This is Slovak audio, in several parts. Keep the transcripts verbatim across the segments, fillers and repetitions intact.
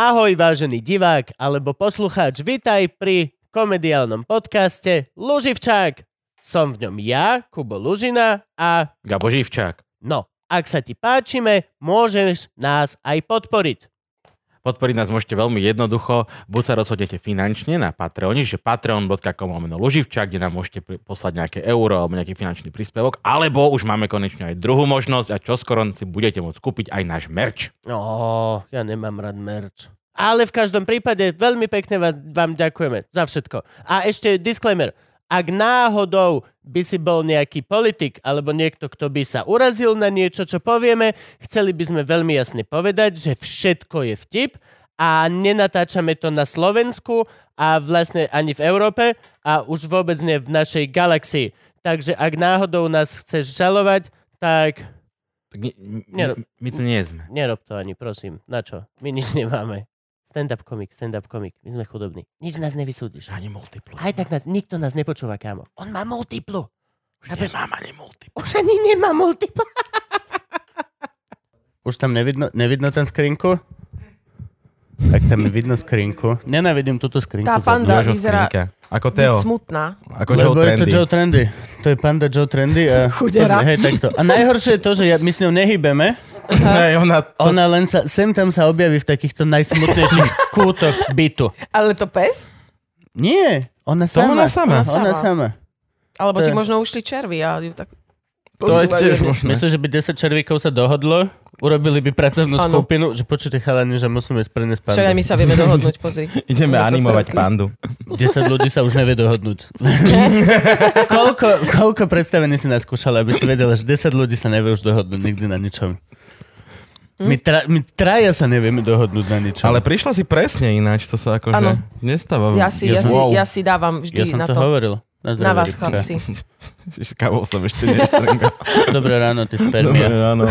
Ahoj, vážený divák alebo poslucháč, vitaj pri komediálnom podcaste Luživčák. Som v ňom ja, Kubo Lužina a... Gabo Živčák. No, ak sa ti páčime, môžeš nás aj podporiť. Podporiť nás môžete veľmi jednoducho, buď sa rozhodnete finančne na Patreone, že patreon bodka com lomeno Luživčák, kde nám môžete poslať nejaké euro alebo nejaký finančný príspevok, alebo už máme konečne aj druhú možnosť a čoskoro si budete môcť kúpiť aj náš merch. No, ja nemám rád merch. Ale v každom prípade veľmi pekne vás, vám ďakujeme za všetko. A ešte disclaimer. Ak náhodou by si bol nejaký politik alebo niekto, kto by sa urazil na niečo, čo povieme, chceli by sme veľmi jasne povedať, že všetko je vtip a nenatáčame to na Slovensku a vlastne ani v Európe a už vôbec nie v našej galaxii. Takže ak náhodou nás chceš žalovať, tak... tak ne, ne, my tu nie sme. Nerob to ani, prosím. Na čo? My nič nemáme. Stand-up komik, stand-up komik. My sme chudobní. Nič nás nevysúdiš. Ani multiplu. Aj tak nás, nikto nás nepočúva, kámo. On má multiplu. Už Chápeš? Nemám ani multiplu. Už ani nemá multiplu. Už tam nevidno, nevidno ten skrinku? Tak tam je vidno skrinku. Nenávidím túto skrinku. Tá panda vyzerá ako Teo. Smutná. Ako Lebo Joe je to Joe Trendy. To je panda Joe Trendy. A... Chudera. Hej, takto. A najhoršie je to, že ja, my s ňou nehýbeme. Nej, ona, to... ona len sa, sem tam sa objaví v takýchto najsmutnejších kútoch bytu. Ale to pes? Nie, ona to sama. Ona sama. Ona sama. Ona sama. Alebo to... ti možno ušli červy a ju tak... To je tiež možné. Myslím, že by desať červíkov sa dohodlo, urobili by pracovnú ano. skupinu, že počujte chalani, že musíme preniesť pandu. Však aj my sa vieme dohodnúť, pozri. Ideme animovať pandu. desať ľudí sa už nevie dohodnúť. koľko, koľko predstavení si naskúšala, aby si vedela, že desať ľudí sa nevie už dohodnúť nikdy na ničom. My, tra, my traja sa nevieme dohodnúť na ničom. Ale prišla si presne ináč, to sa akože ano. nestáva. Ja si, ja, si, wow. ja si dávam vždy ja som na to. Ja som to hovoril. Na, na vás, chlapci. Kávou som ešte neštrengal. Dobré ráno, ty spermia. Dobré ráno.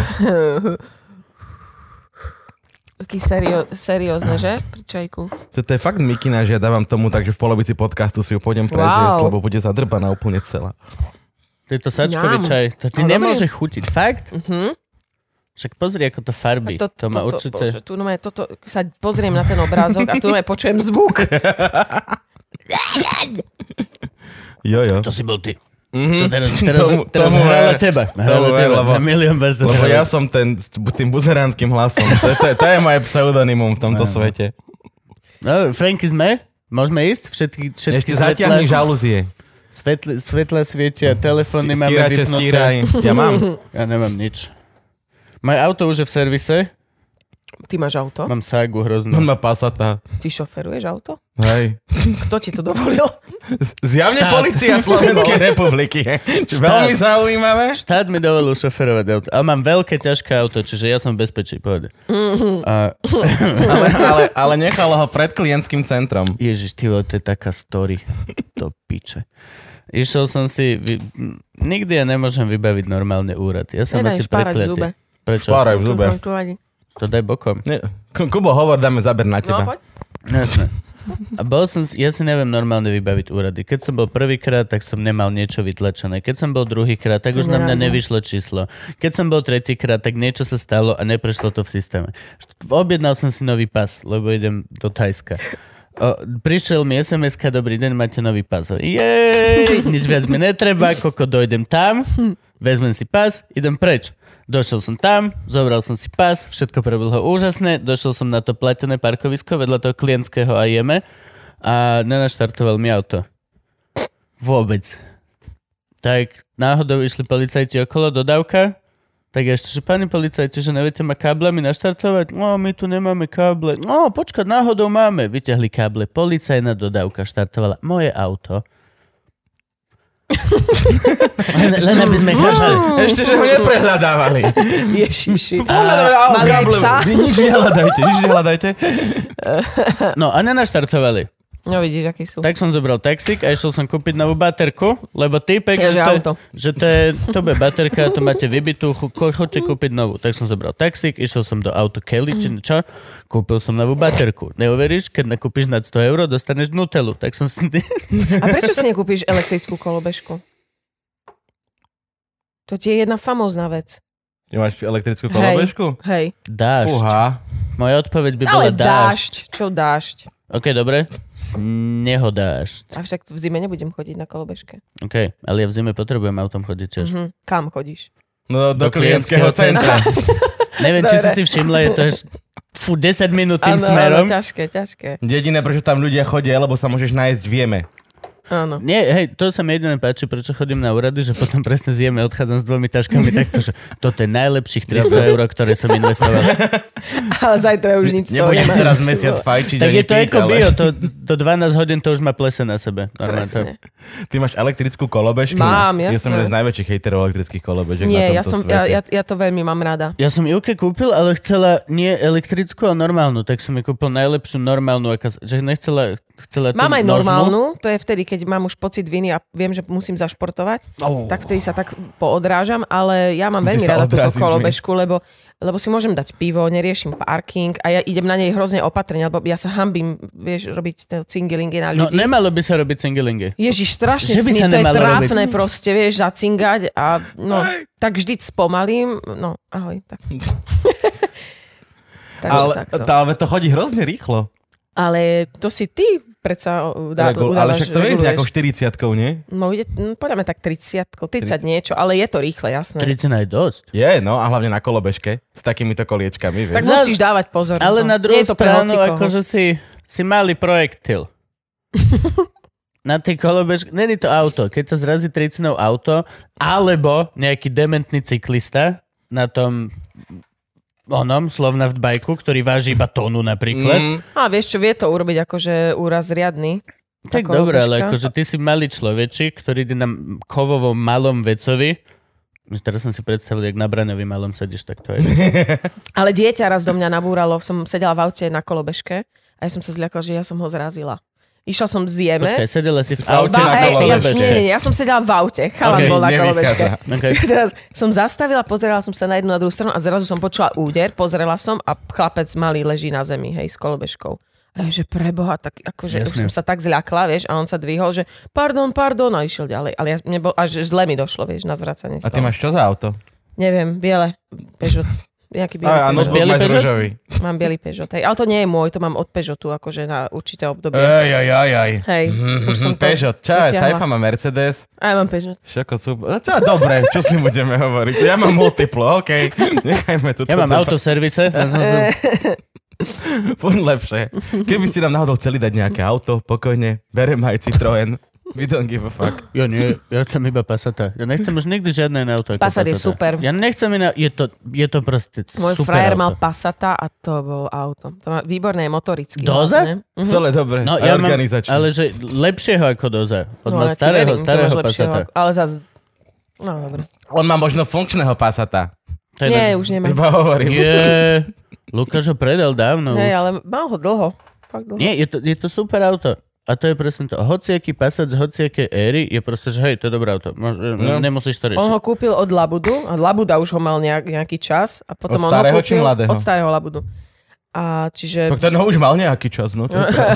Taký serio, seriózne, že? Pri čajku. Toto je fakt mikina, že ja dávam tomu, takže v polovici podcastu si ju pôjdem prezviesť, wow. lebo bude zadrbaná úplne celá. To je to sačkový Ňam. čaj. To ti no, nemôže dobrý. chutiť. Fakt? Mhm. Však pozri, ako to farbí. To, to, to má to, určite... Bože, tu no, toto, sa pozriem na ten obrázok a tu no, počujem zvuk. Jo, jo. To si bol ty. Mm-hmm. To teraz, teraz, tomu, teraz tomu hrála teba. Hrála teba. Lebo, na milión percent. Lebo ja som ten, tým buzeránskym hlasom. To, to, to je moje pseudonymum v tomto no. svete. No, Franky sme? Môžeme ísť? Všetky, všetky Ešte zatiahni žalúzie. Svetla, svetla svietia, telefóny máme vypnuté. Stírače, ja mám. Ja nemám nič. Moje auto už je v servise. Ty máš auto? Mám ságu hroznú. On má Passata. Ty šoferuješ auto? Hej. Kto ti to dovolil? Zjavne štát. Polícia Slovenskej republiky. Čo veľmi zaujímavé. Štát mi dovolil šoferovať auto. Ale mám veľké, ťažké auto, čiže ja som v bezpečí, pohode. Mm-hmm. A... ale, ale, ale nechalo ho pred klientským centrom. Ježiš, ty to je taká story. To piče. Išiel som si... Vy... Nikdy ja nemôžem vybaviť normálne úrad. Ja som Nedaj asi prekliatý. Prečo? Špáraj v zube. To daj bokom. Nie. Kubo, hovor, dáme záber na teba. No, poď. Jasné. A bol som, ja si neviem normálne vybaviť úrady. Keď som bol prvýkrát, tak som nemal niečo vytlačené. Keď som bol druhýkrát, tak to už na mňa nevyšlo číslo. Keď som bol tretíkrát, tak niečo sa stalo a neprešlo to v systéme. Objednal som si nový pas, lebo idem do Thajska. O, prišiel mi es em eska, dobrý deň, máte nový pas. Jej, nič viac mi netreba, koko dojdem tam, vezmem si pas, idem preč. Došiel som tam, zobral som si pas, všetko prebehlo úžasné, došiel som na to platené parkovisko vedľa toho klientského á í em a nenaštartoval mi auto. Vôbec. Tak náhodou išli policajti okolo, dodávka, tak ešte, že pani policajti, že neviete ma káblami naštartovať? No, my tu nemáme káble. No, počkať, náhodou máme. Vyťahli káble, policajná dodávka štartovala moje auto. len, len aby sme chápali. Ešte, že ho neprehľadávali. Ježiši. A, mali aj psa? Nič nehľadajte, nič nehľadajte. No a nenaštartovali. No vidíš, aký sú. Tak som zobral taxík a išiel som kúpiť novú baterku, lebo týpek, ja, že, že, to, že to je, to bude baterka, to máte vybitú, cho, choďte kúpiť novú. Tak som zobral taxík, išiel som do Auto Kelly, či čo, kúpil som novú baterku. Neuveríš, keď nakúpiš nad sto eur, dostaneš Nutellu. Tak som si... A prečo si nekúpiš elektrickú kolobežku? To ti je jedna famózna vec. Ty máš elektrickú kolobežku? Hej. Dáš. Fúha. Moja odpoveď by Ale bola dážď. dážď. Čo dážď? OK, dobre. Snehodážď. A však v zime nebudem chodiť na kolobežke. OK, ale ja v zime potrebujem autom chodiť tiež. Mhm. Kam chodíš? No, Do do, do klientského centra. Neviem, či si Dobre. si všimla, je to až fú, desať minút tým Áno, smerom. áno, ťažké, ťažké. Jediné, prečo tam ľudia chodia, lebo sa môžeš nájsť, vieme. Áno. Nie, hej, to sa mi jediné páči, prečo chodím na úrady, že potom presne zjeme, odchádzam s dvomi taškami takto, že toto je najlepších tristo eur, ktoré som investoval. Ale zajtra už nič z toho Nebudem nemá. teraz mesiac fajčiť Tak ani je to piť, ako ale... bio, to, to dvanásť hodín to už má plese na sebe. Normálne to. Presne. Ty máš elektrickú kolobežku? Mám, Ja som jasné. jeden z najväčších hejterov elektrických kolobežiek na Nie, tomto ja, som, svete. ja, ja, ja to veľmi mám rada. Ja som Ivke kúpil, ale chcela nie elektrickú, a normálnu, tak som mi kúpil najlepšiu normálnu, aká, že nechcela, chcela tú Mám aj nožnú. normálnu, to je vtedy, keď mám už pocit viny a viem, že musím zašportovať, Oh. tak vtedy sa tak poodrážam, ale ja mám Musíš veľmi sa rada túto odraziť z kolobežku, lebo, lebo si môžem dať pivo, neriešim parking a ja idem na nej hrozne opatrne, lebo ja sa hambím, vieš, robiť to cingelingy na No ľudí. nemalo by sa robiť singelingy. Ježiš, strašne Že by mi sa to je nemalo trápne proste, vieš, zacingať a no, tak vždy spomalím, no, ahoj, tak. Takže Ale, takto. to, ale to chodí hrozne rýchlo. Ale to si ty predsa dá, Regul, ale udávaš, však to je s reguluješ. nejakou štyridsiatkou, nie? No, ide, no, poďme tak tridsať, tridsať niečo, ale je to rýchle, jasné. tridsať aj dosť. Je, no a hlavne na kolobežke s takýmito koliečkami, Tak vieš. musíš dávať pozor. Ale no. na druhú Nie je to pre stranu, hocikoho. akože si, si malý projektil. Na tej kolobežke, není to auto, keď sa zrazí tridsať auto, alebo nejaký dementný cyklista na tom onom Slovnaft-bajku, ktorý váži iba tónu napríklad. Mm, A vieš čo, vie to urobiť akože úraz riadny. Tak Taká dobre, ale kolobežka. akože ty si malý človečik, ktorý ide na kovovom malom vecovi. Teraz som si predstavil, jak na Braňovi malom sedíš, tak to je. Ale dieťa raz do mňa nabúralo, som sedela v aute na kolobežke a ja som sa zľakla, že ja som ho zrazila. Išla som z Jeme. Počkaj, sedela si v V aute aute na na hej, ja, kolobežke. nie, nie, ja som sedela v aute, chalan Ok, bol na nevychádza. kolobežke. Okay. Teraz som zastavila, pozerala som sa na jednu na druhú stranu a zrazu som počula úder, pozrela som a chlapec malý leží na zemi, hej, s kolobežkou. A ja, že preboha, tak akože už Jasne. som sa tak zľakla, vieš, a on sa dvihol, že pardon, pardon, a išiel ďalej. Ale ja, nebol, až zle mi došlo, vieš, na zvracanie. z a ty toho. máš čo za auto? Neviem, biele, Peugeot. Nejaký biely A, a Peugeot. notebook biely máš Peugeot? ružový. Mám biely Peugeot, hej. Ale to nie je môj, to mám od Peugeotu, akože na určité obdobie. Ej, aj, aj, aj. Hej, už som to Peugeot, čaj, utiahla. Saifa má Mercedes. A ja mám Peugeot. Všetko super. No, čo, dobre, čo si budeme hovoriť? Ja mám multiplo, okej. Nechajme to. Ja mám autoservise. Ja som sa- Furt lepšie. Keby ste nám náhodou chceli dať nejaké auto, pokojne, berem aj Citroen. We don't give a fuck. Ja nie, ja chcem iba Passata. Ja nechcem už nikdy žiadne iné auto ako Passat je super. Ja nechcem iné, je to, je to proste Môj super frajer auto. mal Passata a to bol auto. To má výborné motoricky. Doza? hlavne. Mhm. Celé dobre, No, aj ja mám, organizačne. ale že lepšieho ako Doza. Od No, no, ja ti starého, verím, že starého máš lepšieho, Passata. Ale zase... No, dobre. On má možno funkčného Passata. To je Nie, naš- už nemám. Iba hovorím. Je, Lukáš ho predal dávno Hej, už. ale mal ho dlho. Fakt dlho. Nie, je to, je to super auto. A to je presne to. Hociaký Passat z hociakej éry je proste, že hej, to je dobré auto. Môž, No. Nemusíš to riešiť. On ho kúpil od Labudu a Labuda už ho mal nejak, nejaký čas a potom Od on ho starého kúpil či mladého? od starého Labudu. A čiže... Tak ten ho už mal nejaký čas, no. To je pravda.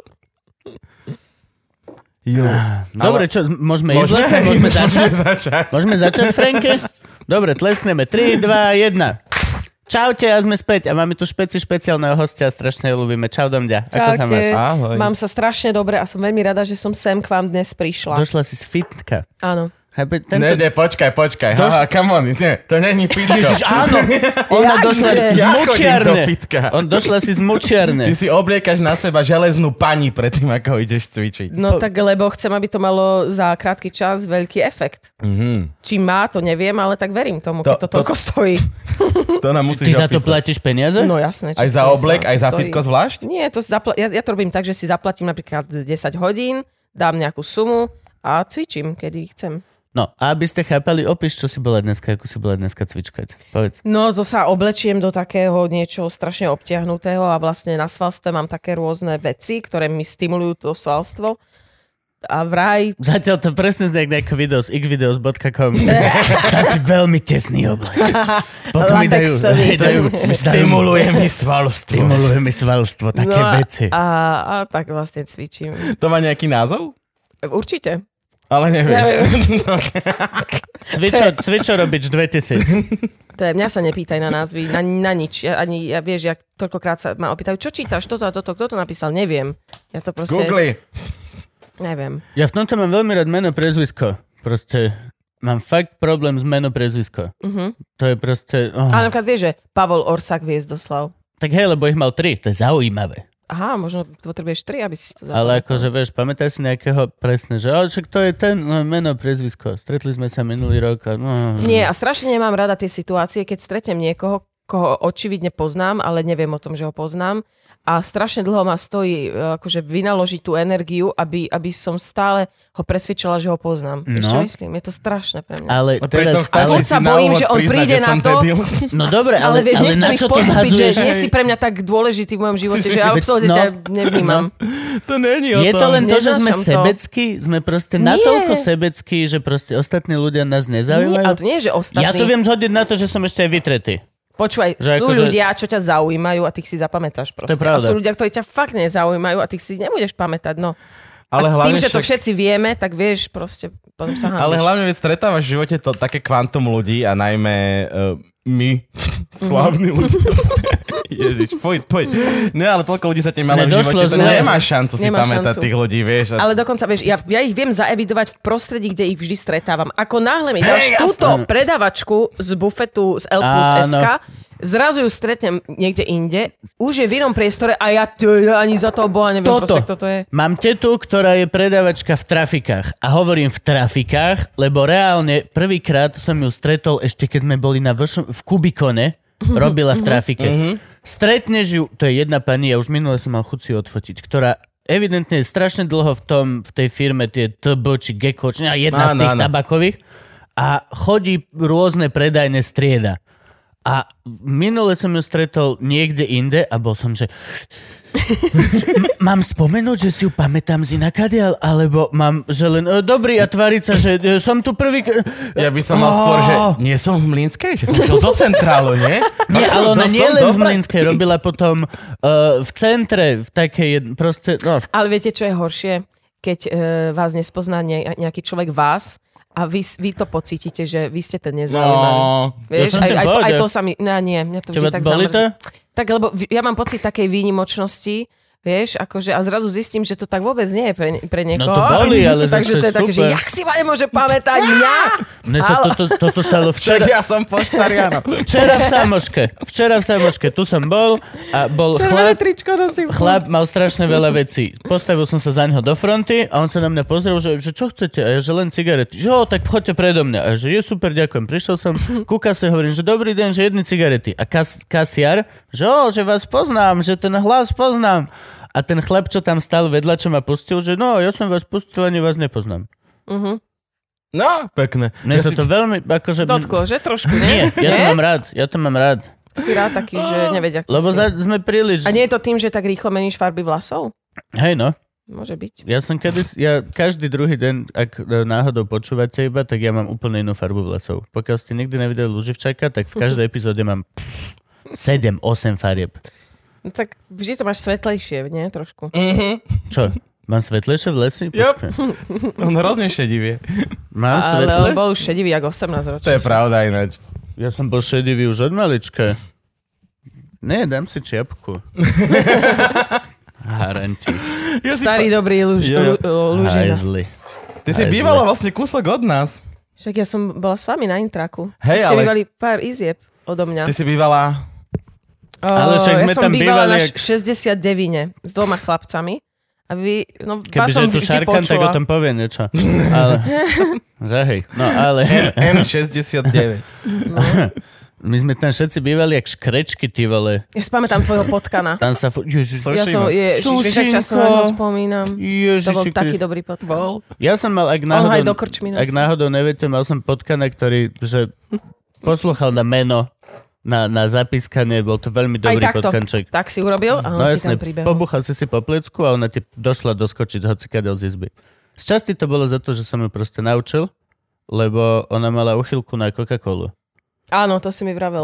Jo. Dobre, čo, môžeme ísť Môžeme, vlastne? Môžeme začať? začať. Môžeme začať, Franke? Dobre, tleskneme. tri, dva, jeden. Čaute, a sme späť. A máme tu špeci špeciálneho hostia, strašne ho ľúbime. Čau, Domďa. Ako sa máš? Ahoj. Mám sa strašne dobre a som veľmi rada, že som sem k vám dnes prišla. Došla si z fitka. Áno. Chápe, tento... Ne, ne, počkaj, počkaj. Doš- Haha, come on, nie, to není fitko. Ježiš, áno. Ona Jakže? došla z Ja chodím do močiarne. fitka. On došla si z močiarne. Ty si obliekaš na seba železnú pani predtým, ako ideš cvičiť. No tak, lebo chcem, aby to malo za krátky čas veľký efekt. Mhm. Či má, to neviem, ale tak verím tomu, To- keď to, to- toľko stojí. To nám Ty musíš za to opísať. platíš peniaze? No jasné. čo Aj za si- oblek, čo aj za stojí. fitko zvlášť? Nie, to si zapla- ja, ja to robím tak, že si zaplatím napríklad desať hodín, dám nejakú sumu a cvičím, kedy chcem. No, a aby ste chápali, opíš, čo si bola dneska, ako si bola dneska cvičkať. Povedz. No to sa oblečiem do takého niečo strašne obtiahnutého a vlastne na svalstve mám také rôzne veci, ktoré mi stimulujú to svalstvo. A vraj... Zatiaľ to presne znie ako video z ikvideos bodka com. Dá si veľmi tesný oblek. Potom mi dajú, Latexový. dajú, Stimuluje mi svalstvo. stimuluje mi svalstvo, také no a, veci. A, a tak vlastne cvičím. To má nejaký názov? Určite. Ale nevieš. Neviem. Cvičo, cvičo robič dvetisíc. To je, mňa sa nepýtaj na názvy, na, na nič. Ja, ani, ja vieš, ja toľkokrát sa ma opýtajú, čo čítaš, toto a toto, kto to napísal, neviem. Ja to proste... Google. Neviem. Ja v tomto mám veľmi rád meno, prezvisko. Proste mám fakt problém s meno, prezvisko. Uh-huh. To je proste... Oh. Ale napríklad vieš, že Pavol Orsak Viezdoslav. Tak hej, lebo ich mal tri, to je zaujímavé. Aha, možno potrebuješ tri, aby si to zapamätal. Ale akože vieš, pamätáš si nejakého presne, že ale však to je ten no, meno, prezvisko. Stretli sme sa minulý rok. A, no. Nie, a strašne nemám rada tie situácie, keď stretnem niekoho, koho očividne poznám, ale neviem o tom, že ho poznám. A strašne dlho ma stojí akože vynaložiť tú energiu, aby, aby som stále ho presvedčila, že ho poznám. No. Vieš čo myslím? Je to strašné pre mňa. Ale teraz... A furt sa bojím, že on príde na to. No dobre, ale, ale, vieš, ale na čo to že zhadzuješ? nie si pre mňa tak dôležitý v mojom živote, že ja absolútne no, ťa nevnímam. No. To není o tom. Je to len to, že sme Neznášam to. sebeckí? Sme proste Nie. natoľko sebeckí, že proste ostatní ľudia nás nezaujímajú? Nie, ale to nie je, že ostatní. Ja to viem zhodiť na to, že som ešte aj vytretý. Počúvaj, že sú akože... ľudia, čo ťa zaujímajú a ty si zapamätáš proste. To je pravda. A sú ľudia, ktorí ťa fakt nezaujímajú a ty si nebudeš pamätať, no. Ale a tým, že to však... všetci vieme, tak vieš, proste potom sa hanbíš. Ale hlavne, veď stretávaš v živote to také kvantum ľudí a najmä uh, my, slávni ľudia. Ježiš, poď, poď. Ne, ale toľko ľudí sa ti malo v živote, to nemáš šancu si Nemá pamätať šancu. tých ľudí, vieš. A... Ale dokonca, vieš, ja, ja ich viem zaevidovať v prostredí, kde ich vždy stretávam. Ako náhle mi dáš Hey, túto predavačku z bufetu z el plus es ká, zrazu ju stretnem niekde inde, už je v inom priestore a ja, to, ja ani za toho boha neviem, Toto. proste, kto to je. Mám tetu, ktorá je predavačka v trafikách. A hovorím v trafikách, lebo reálne prvýkrát som ju stretol ešte keď sme boli na Vš- v Kubikone, robila v trafike. Stretneš ju, to je jedna pani, ja už minule som mal chuť si odfotiť, ktorá evidentne je strašne dlho v tom, v tej firme, tie té bé či Gecko, či jedna Á, z tých no, no. tabakových a chodí rôzne predajné strieda. A minule som ju stretol niekde inde a bol som, že mám spomenúť, že si ju pamätám z inakadiaľ, alebo mám, že len e, dobrý a tváriť sa, že e, som tu prvý... Ja by som mal skôr, že nie som v Mlynskej, že som šiel do centrálu, nie? Nie, ale ona To nie som len v dobrá. Mlynskej, robila potom uh, v centre, v takej jed... proste, no. Ale viete, čo je horšie? Keď uh, vás nespozná ne- nejaký človek vás a vy, vy to pocítite, že vy ste ten nezaujímavý. No, Vieš, ja som aj, ten aj, to, pohode. aj to sa mi... No nie, mňa to vždy Teba tak boli to? zamrzí. Tak, lebo v- ja mám pocit takej výnimočnosti, vieš, akože a zrazu zistím, že to tak vôbec nie je pre, pre niekoho. No to boli, ale Takže zase to je také, že super. jak si ma nemôže pamätať mňa? Mne sa Ale- toto, toto stalo Však včera. ja som poštariano. Včera v Samoške. Včera v Samoške. Tu som bol a bol Červené chlap. tričko nosím. Chlap mal strašne veľa vecí. Postavil som sa za ňo do fronty a on sa na mňa pozrel, že, že čo chcete? A ja, že len cigarety. Že o, tak choďte predo mňa. A že je super, ďakujem. Prišiel som, ku kase, hovorím, že dobrý deň, že jedny cigarety. A kas, kasiar, že o, že vás poznám, že ten hlas poznám. A ten chlap, čo tam stal vedľa, čo ma pustil, že no, ja som vás pustil, ani vás nepoznám. Uh-huh. No, pekné. Mne Ja sa si- to veľmi, akože... Dotklo, že trošku, nie? Nie, ja to mám rád, ja to mám rád. Si rád taký, že nevedia, aký Lebo si. za, sme príliš... A nie je to tým, že tak rýchlo meníš farby vlasov? Hej no. Môže byť. Ja som kedy, ja každý druhý deň, ak e, náhodou počúvate iba, tak ja mám úplne inú farbu vlasov. Pokiaľ ste nikdy nevideli Luživčaka, tak v každej epizóde mám sedem osem farieb. No tak vždy to máš svetlejšie, nie? Trošku. Čo? Mám svetlejšie vlasy? Yep. Počkaj. On hrozne šedivie. Mám Ale svetlé? on bol už šedivý, ako osemnásť ročný. To je pravda ináč. Ja som bol šedivý už od malička. Nie, dám si čiapku. Haranti. Ja si Starý, dobrý Luž, Jo, jo. Lu- Lu- Lužina. Hajzli. Ty si Aj bývala zle. vlastne kúsok od nás. Však ja som bola s vami na intraku. Hej, Ste ale- bývali pár izieb odo mňa. Ty si bývala... Ale však sme ja som tam bývala bývali na jak- šesťdesiatdeväť s dvoma chlapcami. A vy, no, vás Kebyže som je tu vždy Šarkan, tak o počula. tom povie niečo. Ale... Zahej. No ale... em šesťdesiatdeväť. My sme tam všetci bývali jak škrečky, ty vole. Ja si pamätám tvojho potkana. Tam sa... Fu... Ježiš, Ja som, je, vieš, ak často na ho spomínam. To bol Ježiši taký Krist. dobrý potkan. Bol. Ja som mal, ak On ho aj náhodou, do krčmy ak nosil. náhodou neviete, mal som potkana, ktorý, že poslúchal na meno, na, na zapískanie, bol to veľmi Aj dobrý takto. potkanček. Tak si urobil a on No ti jasne, tam pribehol. pobuchal si si po plecku a ona ti došla doskočiť hocikadel z izby. Z časti to bolo za to, že som ju proste naučil, lebo ona mala uchylku na Coca-Colu. Áno, to si mi vravel. No.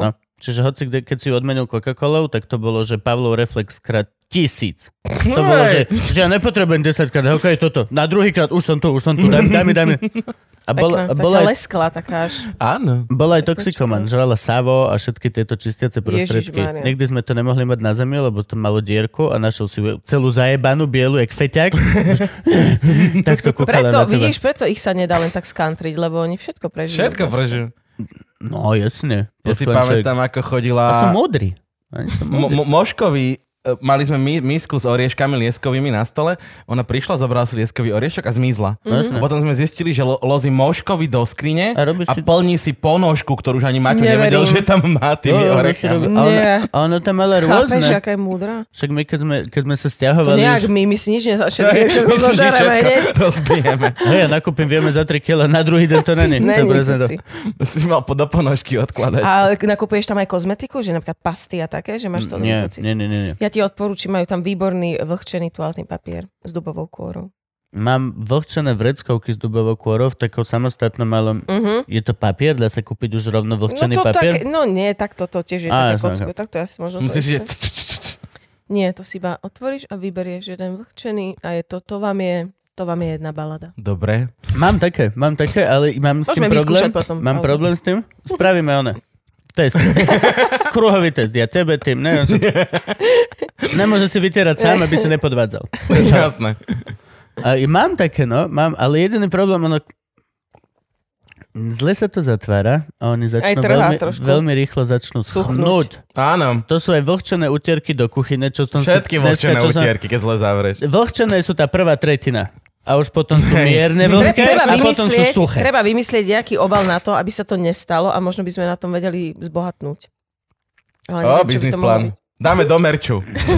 Čiže hoci kde, keď si ju odmenil Coca-Colou, tak to bolo, že Pavlov reflex krát tisíc. To bolo, že, že ja nepotrebujem desaťkrát, ok, toto. Na druhýkrát už som tu, už som tu, daj mi, daj mi, daj mi. A bol, Pekná, bola taká aj, leskla, taká až. Áno. bola aj toxikoman, žrala savo a všetky tieto čistiace prostriedky. Ježišmária. Nikdy sme to nemohli mať na zemi, lebo to malo dierku a našiel si celú zajebanú bielu, jak feťak. Tak to kúkala Preto, na teba. vidíš, preto ich sa nedá len tak skantriť, lebo oni všetko prežijú. Všetko prežijú. No, jasne. Ja si Poskonček. pamätám, ako chodila... A som múdry. Oni sú Mo- múdri. mo- Moškovi, e, mali sme mi- misku s orieškami lieskovými na stole, ona prišla, zobrala si lieskový oriešok a zmizla. Jasne. A potom sme zistili, že lo- lozí Moškovi do skrine A a, robí si- plní si ponožku, ktorú už ani Maťo Neverím. nevedel, že tam má tými Jo, orechami. A ono, Nie. a ono tam mala Chápeš, rôzne. aká je múdra? Však my, keď sme, keď sme sa To stiahovali... nejak už- my, my si nič nezašetríme, všetko My si zožereme všetko hneď. rozbijeme. Hej, ja nakúpim, vieme za tri kila, na druhý deň to není. Není, Dobre, to sme to- si. Si mal po do ponožky odkladať. A nakupuješ tam aj kozmetiku, že napríklad pasty a také, že máš to Nie, pocit? nie, nie, nie, nie. Ja ti odporúčam, majú tam výborný vlhčený toaletný papier s dubovou kôrou. Mám vlhčené vreckovky s dubovou kôrou v takom samostatnom malom... Uh-huh. Je to papier? Dá sa kúpiť už rovno vlhčený no to papier? tak, no nie, tak toto tiež je Á, také jasné, kocko, okay. tak to asi možno to Musíš, že... isté. Nie, to si iba otvoríš a vyberieš jeden vlhčený a je to, to vám je, to vám je jedna balada. Dobre. Mám také, mám také, ale mám s tým Môžeme problém. vyskúšať potom. Mám pauzu. problém s tým? Spravíme one. Test. Kruhový test. Ja tebe tým. Ne, nemôže si vytierať sám, aby si nepodvádzal. Jasné. A i mám také, no. Mám, ale jediný problém, ono... Zle sa to zatvára a oni začnú trhá veľmi, trošku. veľmi rýchlo začnú Suchnúť. schnúť. Áno. To sú aj vlhčené utierky do kuchyne, čo som Všetky si... dneska, vlhčené čo som- utierky, keď zle zavrieš. Vlhčené sú tá prvá tretina. A už potom sú mierne vlhké Treba a potom sú vymyslieť, suché. treba vymyslieť nejaký obal na to, aby sa to nestalo a možno by sme na tom vedeli zbohatnúť. Ale Ó, neviem, čo by biznis to mohlo plán. byť. Dáme do merču.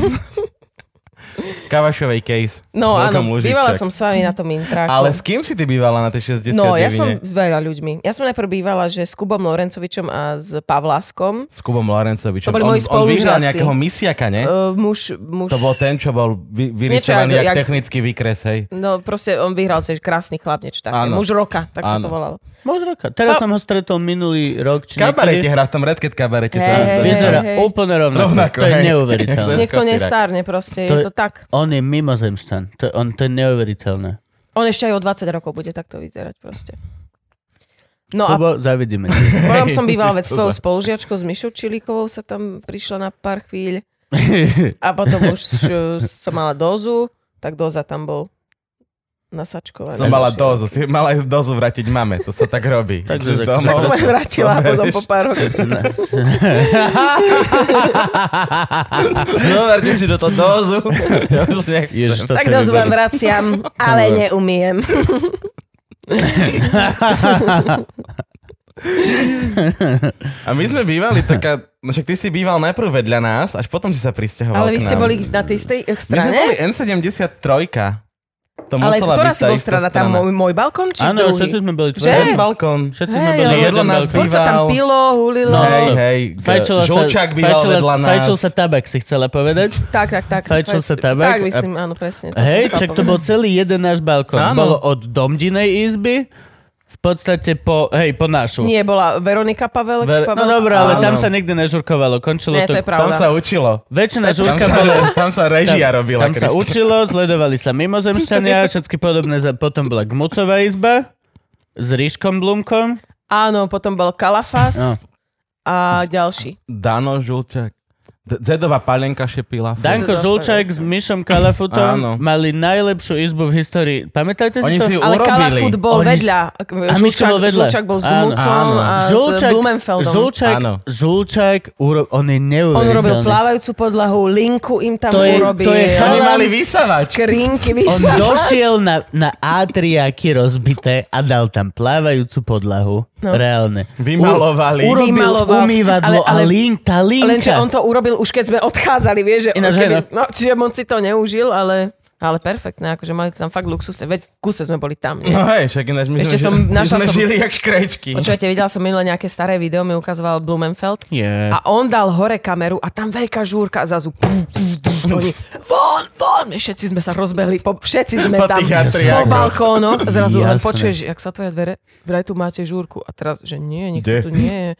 Kavašovej case. No Veľkom áno, Luživčak. bývala som s vami na tom intráku. Ale s kým si ty bývala na tej šesťdesiatdevine? No, ja som veľa ľuďmi. Ja som najprv bývala, že s Kubom Lorencovičom a s Pavláskom. S Kubom Lorencovičom. To boli on, moji on vyhral spolužiaci. nejakého misiaka, ne? Uh, muž, muž... To bol ten, čo bol vy, Niečo vyrysovaný ako- jak jak- technický výkres, hej. No proste on vyhral sa, že krásny chlap, niečo také. Áno. Muž roka, tak sa Áno. to volalo. Možno roka. Teraz som ho stretol minulý rok. Či V kabarete niekedy. hrá, v tom Red Cat kabarete sa Hej, nás hej, stretli. Vyzerá hej. úplne rovnako. Rovnako, to je hej. neuveriteľné. To je Niekto skopírak. nestárne proste, To je je- to tak. On je mimozemšťan. To, on, to je neuveriteľné. On ešte aj o dvadsať rokov bude takto vyzerať proste. No a Kubo, zavidíme. ti. potom som bývala Hej, veď svojou super. spolužiačkou s Mišou Čilíkovou, sa tam prišla na pár chvíľ. A potom už uh, som mala dozu, tak doza tam bol nasačkovaný. Som mala dozu, si mala aj dozu vrátiť mame, to sa tak robí. Takže Ideš tak- domov, Tak som aj vrátila zoberieš. potom po pár rokoch. Zoberte si do toho dozu. Ja už nechcem. Ježiš, toto Tak je dozu vám výborné. vraciam, ale bolo- neumiem. A my sme bývali taká, no však ty si býval najprv vedľa nás, až potom si sa prisťahoval Ale vy k ste nám. boli na tej istej eh, My sme strane? boli en sedemdesiattri. To Ale musela ktorá byť si tá bol istá strana? Tam strana. môj, môj balkón či Áno, druhý? všetci sme boli Že? tvoje. Ten balkón. Všetci sme Hej, boli ale jeden vedľa nás balkón. furt sa tam býval. pilo, hulilo. No. Hej, hej. Fajčila sa, Žulčák býval fajčila, vedľa nás. fajčil sa tabak, si chcela povedať? Tak, tak, tak. Fajčil tak, sa tabak Tak, a- myslím, áno, presne. to Hej, som chcela čak to bol celý jeden náš balkón. Áno. Bolo od Domdinej izby v podstate po, hej, po našu. Nie, bola Veronika Pavel. Ver- No dobré, ale Áno. tam sa nikdy nežurkovalo. Končilo Nie, to... to je Tam pravda. sa učilo. Väčšina Tam žurka sa, bola... tam sa režia robila. Tam sa Krista. učilo, sledovali sa mimozemšťania, všetky podobné. za- Potom bola Gmucová izba s Ríškom Blumkom. Áno, potom bol Kalafas No. a ďalší. Dano Žulčák. D- Zedová palenka šepila. Danko Žulčák s Mišom Kalafutom Áno. mali najlepšiu izbu v histórii. Pamätajte si Oni to? si ju Ale urobili. Kalafut bol Oni- vedľa. A Miško bol vedľa. Žulčák bol s Áno. Gmucom Áno. a s Žulčák, Blumenfeldom. Žulčák, Áno. Žulčák, uro, on je On neuveriteľný. urobil plávajúcu podlahu, linku im tam To je- urobil. to je Oni chalan- mali vysávať. Skrinky On vysávať. došiel na, na átriáky rozbité a dal tam plávajúcu podlahu. No. Reálne. Vymalovali. U, urobil Vymaloval. umývadlo a Ale- ale- link, tá linka. Lenže on to urobil už keď sme odchádzali, vieš, že Ináč, keby, hej, no, čiže on si to neužil, ale, ale perfektné, akože mali to tam fakt luxusne, veď v kuse sme boli tam, nie? No hej, však ináč my Ešte sme, som žili, my našla sme som- žili jak škrečky. Počujete, videla som minule nejaké staré video, mi ukazoval Blumenfeld Yeah. a on dal hore kameru a tam veľká žúrka a zrazu pum, pum, pum, oni von, von, všetci sme sa rozbehli, po, všetci sme Po tam tých po atriákoch. balkónoch, zrazu len Jasné. počuješ, jak sa otvoria dvere, vraj tu máte žúrku a teraz, že nie, nikto Kde? tu nie je.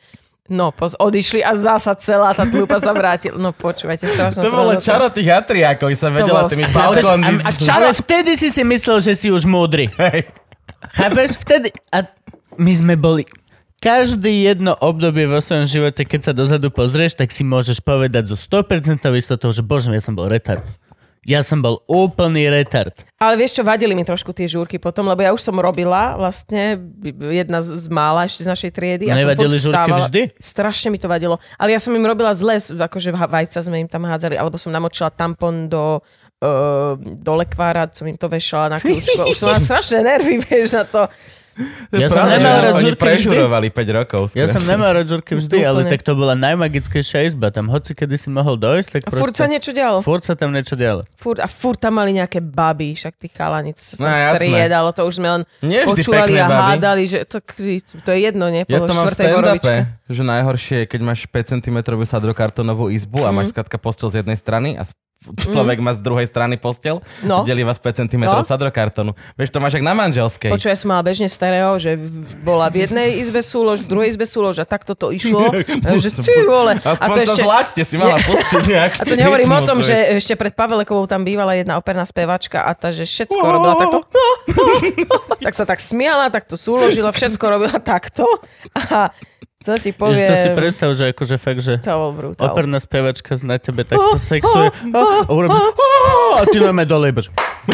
No, poz, odišli a zasa celá tá tlupa sa vrátila. No počúvajte, strašná To bolo čaro tých atriákov, sa vedela tými balkónmi. A, a čaro, vtedy si si myslel, že si už múdry. Hej. Chápeš? Vtedy... A my sme boli... Každé jedno obdobie vo svojom živote, keď sa dozadu pozrieš, tak si môžeš povedať zo sto percent istotou, že bože, ja som bol retard. Ja som bol úplný retard. Ale vieš čo, vadili mi trošku tie žúrky potom, lebo ja už som robila vlastne jedna z mála ešte z našej triedy. No nevadili žúrky vždy? Strašne mi to vadilo. Ale ja som im robila zle, akože vajca sme im tam hádzali, alebo som namočila tampon do... Uh, do lekvára, som im to vešala na kľúčko. Už som mala strašné nervy, vieš, na to. Ja som nemal rád žurky vždy. Prežurovali päť rokov. Ja som nemal rád žurky vždy, ale tak to bola najmagickejšia izba. Tam hoci kedy si mohol dojsť, tak a proste... furt sa niečo dialo. Furt sa tam niečo dialo. Furt, a furt tam mali nejaké baby, však tí chalani, to sa tam No, striedalo, to už sme len Nie vždy počúvali pekné a baby. hádali, že to, to je jedno, nie? Po Ja to mám v štvrtej borovičke. stand-upe, že najhoršie je, keď máš päť centimetrov sadrokartónovú izbu a Mhm. máš skrátka posteľ z jednej strany a človek má z druhej strany posteľ, No. delí vás päť centimetrov No. sadrokartónu. Vieš, to máš jak na manželskej. Počuj, ja som mala bežne stereo, že bola v jednej izbe súlož, v druhej izbe súlož a takto to išlo. A že ty vole. A Aspoň to sa ešte... zlaďte, si mala pustiť nejak. A to nehovorím o rytmus, tom, vieš. že ešte pred Pavelekovou tam bývala jedna operná spevačka a tá, že všetko robila takto. Tak sa tak smiala, tak to súložila, všetko robila takto. A co ti poviem... Ježiš, to si predstav, že akože fakt, že To bol brutál. operná spevačka na tebe takto sexuje a urobíš a ty máme dole iba.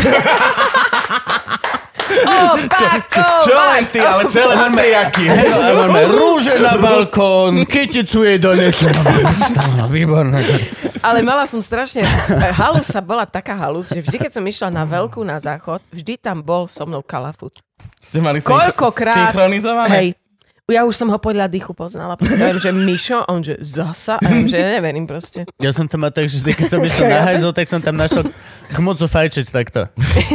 Čo len ty, ale celé matriaky. A máme rúže na balkón, kyticu jej donesla. Výborné. Ale mala som strašne... Halus sa bola taká halus, že vždy, keď som išla na veľkú na záchod, vždy tam bol so mnou Kalafut. Ste mali Koľkokrát... synchronizované? Hej. Ja už som ho podľa dýchu poznala. Proste ja viem, že Mišo, on že zasa, a ja viem, že ja neverím proste. Ja som tam mal tak, že vždy, keď som išiel na hajzel, tak som tam našiel chmucu fajčiť takto.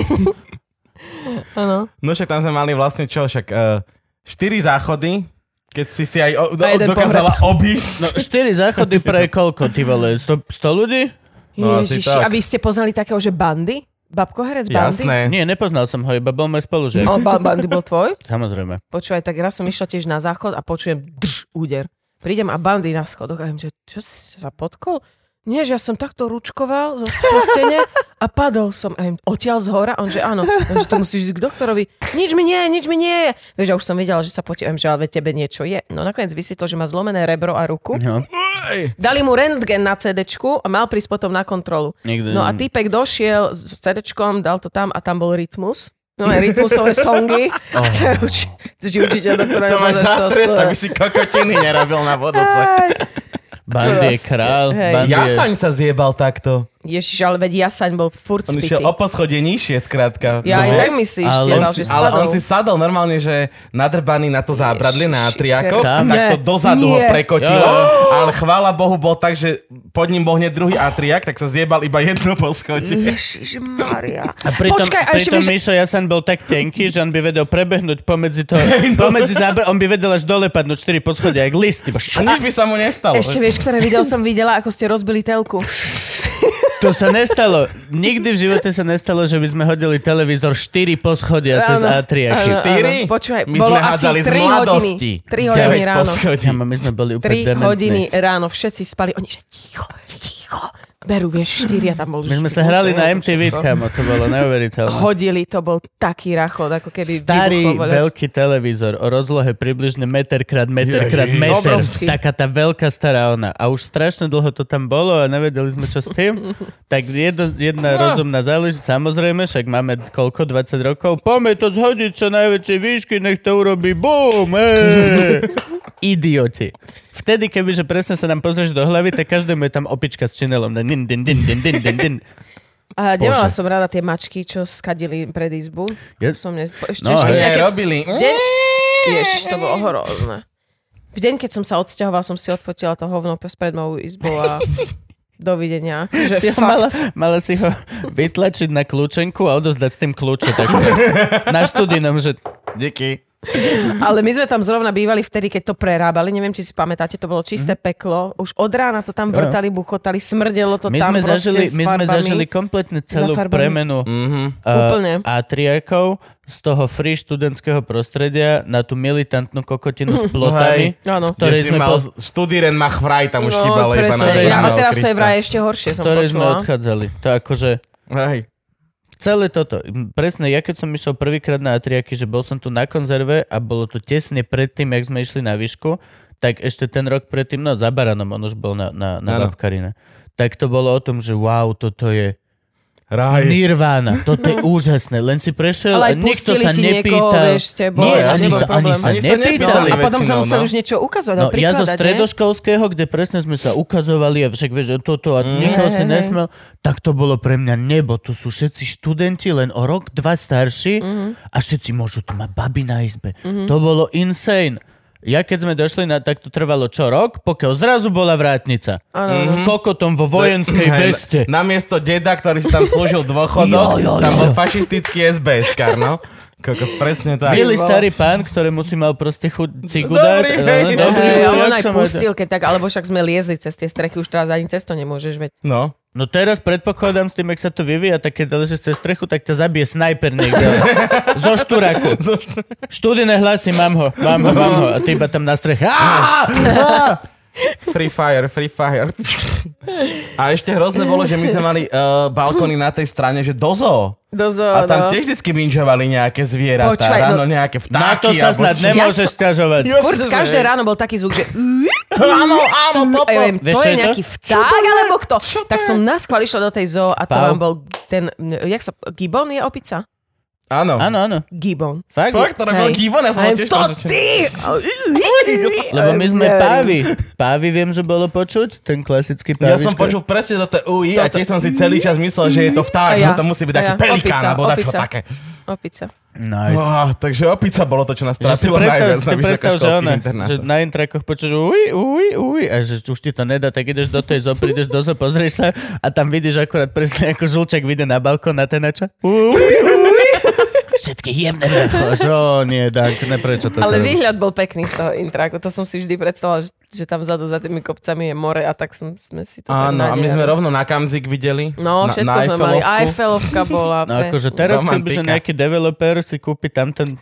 Áno. No však tam sme mali vlastne čo, však uh, štyri záchody, keď si si aj o, do, A jeden dokázala obísť. No štyri záchody pre koľko, ty vole? sto, sto ľudí? No, asi Ježiši, tak. a vy ste poznali takého, že Bandy? Babko herec Bandy? Jasné. Nie, nepoznal som ho, iba bol môj spolužiak. On ba- Bandy bol tvoj? Samozrejme. Počúvaj, tak raz som išla tiež na záchod a počujem drž, úder. Prídem a Bandy na schodoch a viem, že čo si sa potkol? Nie, že ja som takto ručkoval zo spostene a padol som. A im odtiaľ z hora, on že áno, že to musíš ísť k doktorovi. Nič mi nie, nič mi nie. Vieš, ja už som vedela, že sa potiem, že ale tebe niečo je. No nakoniec vysvetlo, že má zlomené rebro a ruku. No. Dali mu rentgen na cédečku a mal prísť potom na kontrolu. Nikdy. No a týpek došiel s cédečkom, dal to tam a tam bol Rytmus. No aj rytmusové songy. Oh. To je učiteľ, doktora. To máš za trest, aby si kokotiny nerobil na vodoce. Bandy je král. Hej. Bandy je... Jasaň sa zjebal takto. Ježiš, ale veď Jasaň bol furt On spitý. išiel o poschodie nižšie, skrátka. Ja No, aj vieš? tak myslíš, Ale ale, on jebal, si- že Ale spadol. on si sadol normálne, že nadrbaný na to zábradlie na atriákoch a Tam? takto Nie, dozadu ho nie. prekotilo. Jo. Ale chvála Bohu bol tak, že pod ním bol hneď druhý atriák, tak sa zjebal iba jedno poschodie. Ježiš Maria. A pritom, Počkaj, a ešte pritom vieš- Mišo Jasan bol tak tenký, že on by vedel prebehnúť pomedzi to, pomedzi zábra, on by vedel až dole padnúť štyri poschodia, jak listy. A nič by sa mu nestalo. Ešte vieš, ktoré video som videla, ako ste rozbili telku. To sa nestalo. Nikdy v živote sa nestalo, že by sme hodili televízor štyri poschodia cez Áno, atriáky. áno, Štyri? áno. Počúvaj, My bolo sme asi hádzali z tri mladosti. hodiny. tri hodiny deväť ráno. poschodí. Ja, my sme boli úplne tri dementní. hodiny ráno, všetci spali. Oni, že ticho, ticho. Berú, vieš, štyria tam boli. My sme sa hrali na em té vé, kamo, to bolo neuveriteľné. Hodili, to bol taký rachot, ako keby Starý vybuchol voľač. veľký televízor o rozlohe približne meter krát meter krát Ježiš. meter. Obrovský. Taká tá veľká stará ona. A už strašne dlho to tam bolo a nevedeli sme čo s tým. Tak jedno, jedna No. rozumná záležitosť, samozrejme, však máme koľko, dvadsať rokov. Poďme to zhodiť čo najväčšej výšky, nech to urobí. Bum! Ej. Idioti. Vtedy, kebyže presne sa nám pozrieš do hlavy, tak každému je tam opička s činelom. Din, din, din, din, din, din, din. A nemala Bože. som rada tie mačky, čo skadili pred izbu. Je- Som ne... Ešte, No, ešte, hej. ešte, Aj keď... robili. Deň... Ježiš, to bolo hrozné. V deň, keď som sa odsťahoval, som si odfotila to hovno pred mojou izbou a dovidenia. Že Si ho fakt. mala, mala si ho vytlačiť na kľúčenku a odozdať s tým kľúče. Tak, na štúdinom, že díky. Ale my sme tam zrovna bývali vtedy, keď to prerábali. Neviem, či si pamätáte, to bolo čisté mm-hmm. peklo. Už od rána to tam vrtali, buchotali, smrdelo to my tam sme proste zažili, s My sme farbami. zažili kompletne celú premenu mm-hmm. uh, Úplne. atriákov z toho free študentského prostredia na tú militantnú kokotinu s plotami. Áno. Z ktorej Kde si sme mal po... študíren mach vraj, tam už No, chýbalo iba na presne. Ja, a teraz to je Krista. vraj ešte horšie, z som ktorej sme počula. odchádzali. To akože... Hej. Celé toto. Presne, ja keď som išiel prvýkrát na atriáky, že bol som tu na konzerve a bolo to tesne predtým, jak sme išli na výšku, tak ešte ten rok predtým, no za Baranom, on už bol na, na, na Babkarine. Tak to bolo o tom, že wow, toto je Raj. Nirvana, toto je úžasné. Len si prešiel Ale a aj nikto pustili sa ti niekoho, nepýtal. vieš, s tebou, Nie, a ani nebol sa, ani problém. sa Ani sa nepýtali. nepýtali. A potom sa väčšinou, museli no. už niečo ukázať. No, a ja zo prikladať, stredoškolského, kde presne sme sa ukazovali a však vieš, že toto a nikoho si hej, hej. nesmel, tak to bolo pre mňa nebo. Tu sú všetci študenti, len o rok, dva starší a všetci môžu tu mať baby na izbe. To bolo insane. Ja keď sme došli na, tak to trvalo čo rok, pokiaľ zrazu bola vrátnica. Áno. S kokotom vo vojenskej veste. Namiesto deda, ktorý si tam slúžil dôchodok, Jo, jo, tam jo. bol fašistický es bé eskar, no. Kokos, presne tak. Milý starý pán, ktorému si mal proste chuť cigu dať. Dobrý, No, hej, dobrý, Hej, a jak on aj sa máte? pustil, keď tak, alebo však sme liezli cez tie strechy, už teraz ani cez to nemôžeš, veď. No. No teraz predpokladám s tým, jak sa to vyvíja, tak keď ležíš cez strechu, tak ťa zabije snajper niekde. Zo štúraku. Študijné hlasy, mám ho, mám ho, mám ho. A ty iba tam na streche. Á! Á! Free fire, free fire. A ešte hrozné bolo, že my sme mali uh, balkóny na tej strane, že do zoo. Dozo, A tam no. tiež vždycky binžovali nejaké zvieratá, Počúvaj, ráno no- nejaké vtáky. Na to sa alebo snad čo. nemôžeš Ja som- sťažovať. Furt každé ráno bol taký zvuk, že... Áno, áno, toto. A ja viem, Vieš, to čo je je to? nejaký vták, alebo kto? Tak som naschvál išla do tej zoo a to Pau. vám bol ten, jak sa, gibbon je opica? Áno. Áno, áno. Gibbon. Fakt? Fakt, to bol Hej. gibbon, ja som Aj bol tiež to rozličený. ty! Lebo my sme Neverím. pávy. Pávy viem, že bolo počuť. Ten klasický Ja pávičko. som počul presne do tej ú í a Toto. tiež som si celý čas myslel, že je to vták, A ja. že to musí byť A taký ja. pelikán, Opica, alebo dačo opica. také. Opica. Nice. Oh, takže opica bolo to, čo nás Že si trápilo predstav, najviac na si predstav, že, vysokoškolských ona, že internátoch. na intrakoch počuješ uj, uj, uj a že už ti to nedá, tak ideš do tej zoo, prídeš do zoo, pozrieš sa a tam vidíš akurát presne ako žulček vyjde na balkón na tenača. Uj, uj. Všetky jemné vrcho, že o nie, tak neprečo to Ale robíš? výhľad bol pekný z toho intraku. To som si vždy predstavila, že, že tam vzadu za tými kopcami je more a tak som, sme si to tak Áno, a my nadiali. sme rovno na Kamzik videli. No, na, všetko na sme mali. Eiffelovku. Eiffelovka bola. No akože presne. teraz, Romantika. kebyže nejaký developer si kúpi tam ten,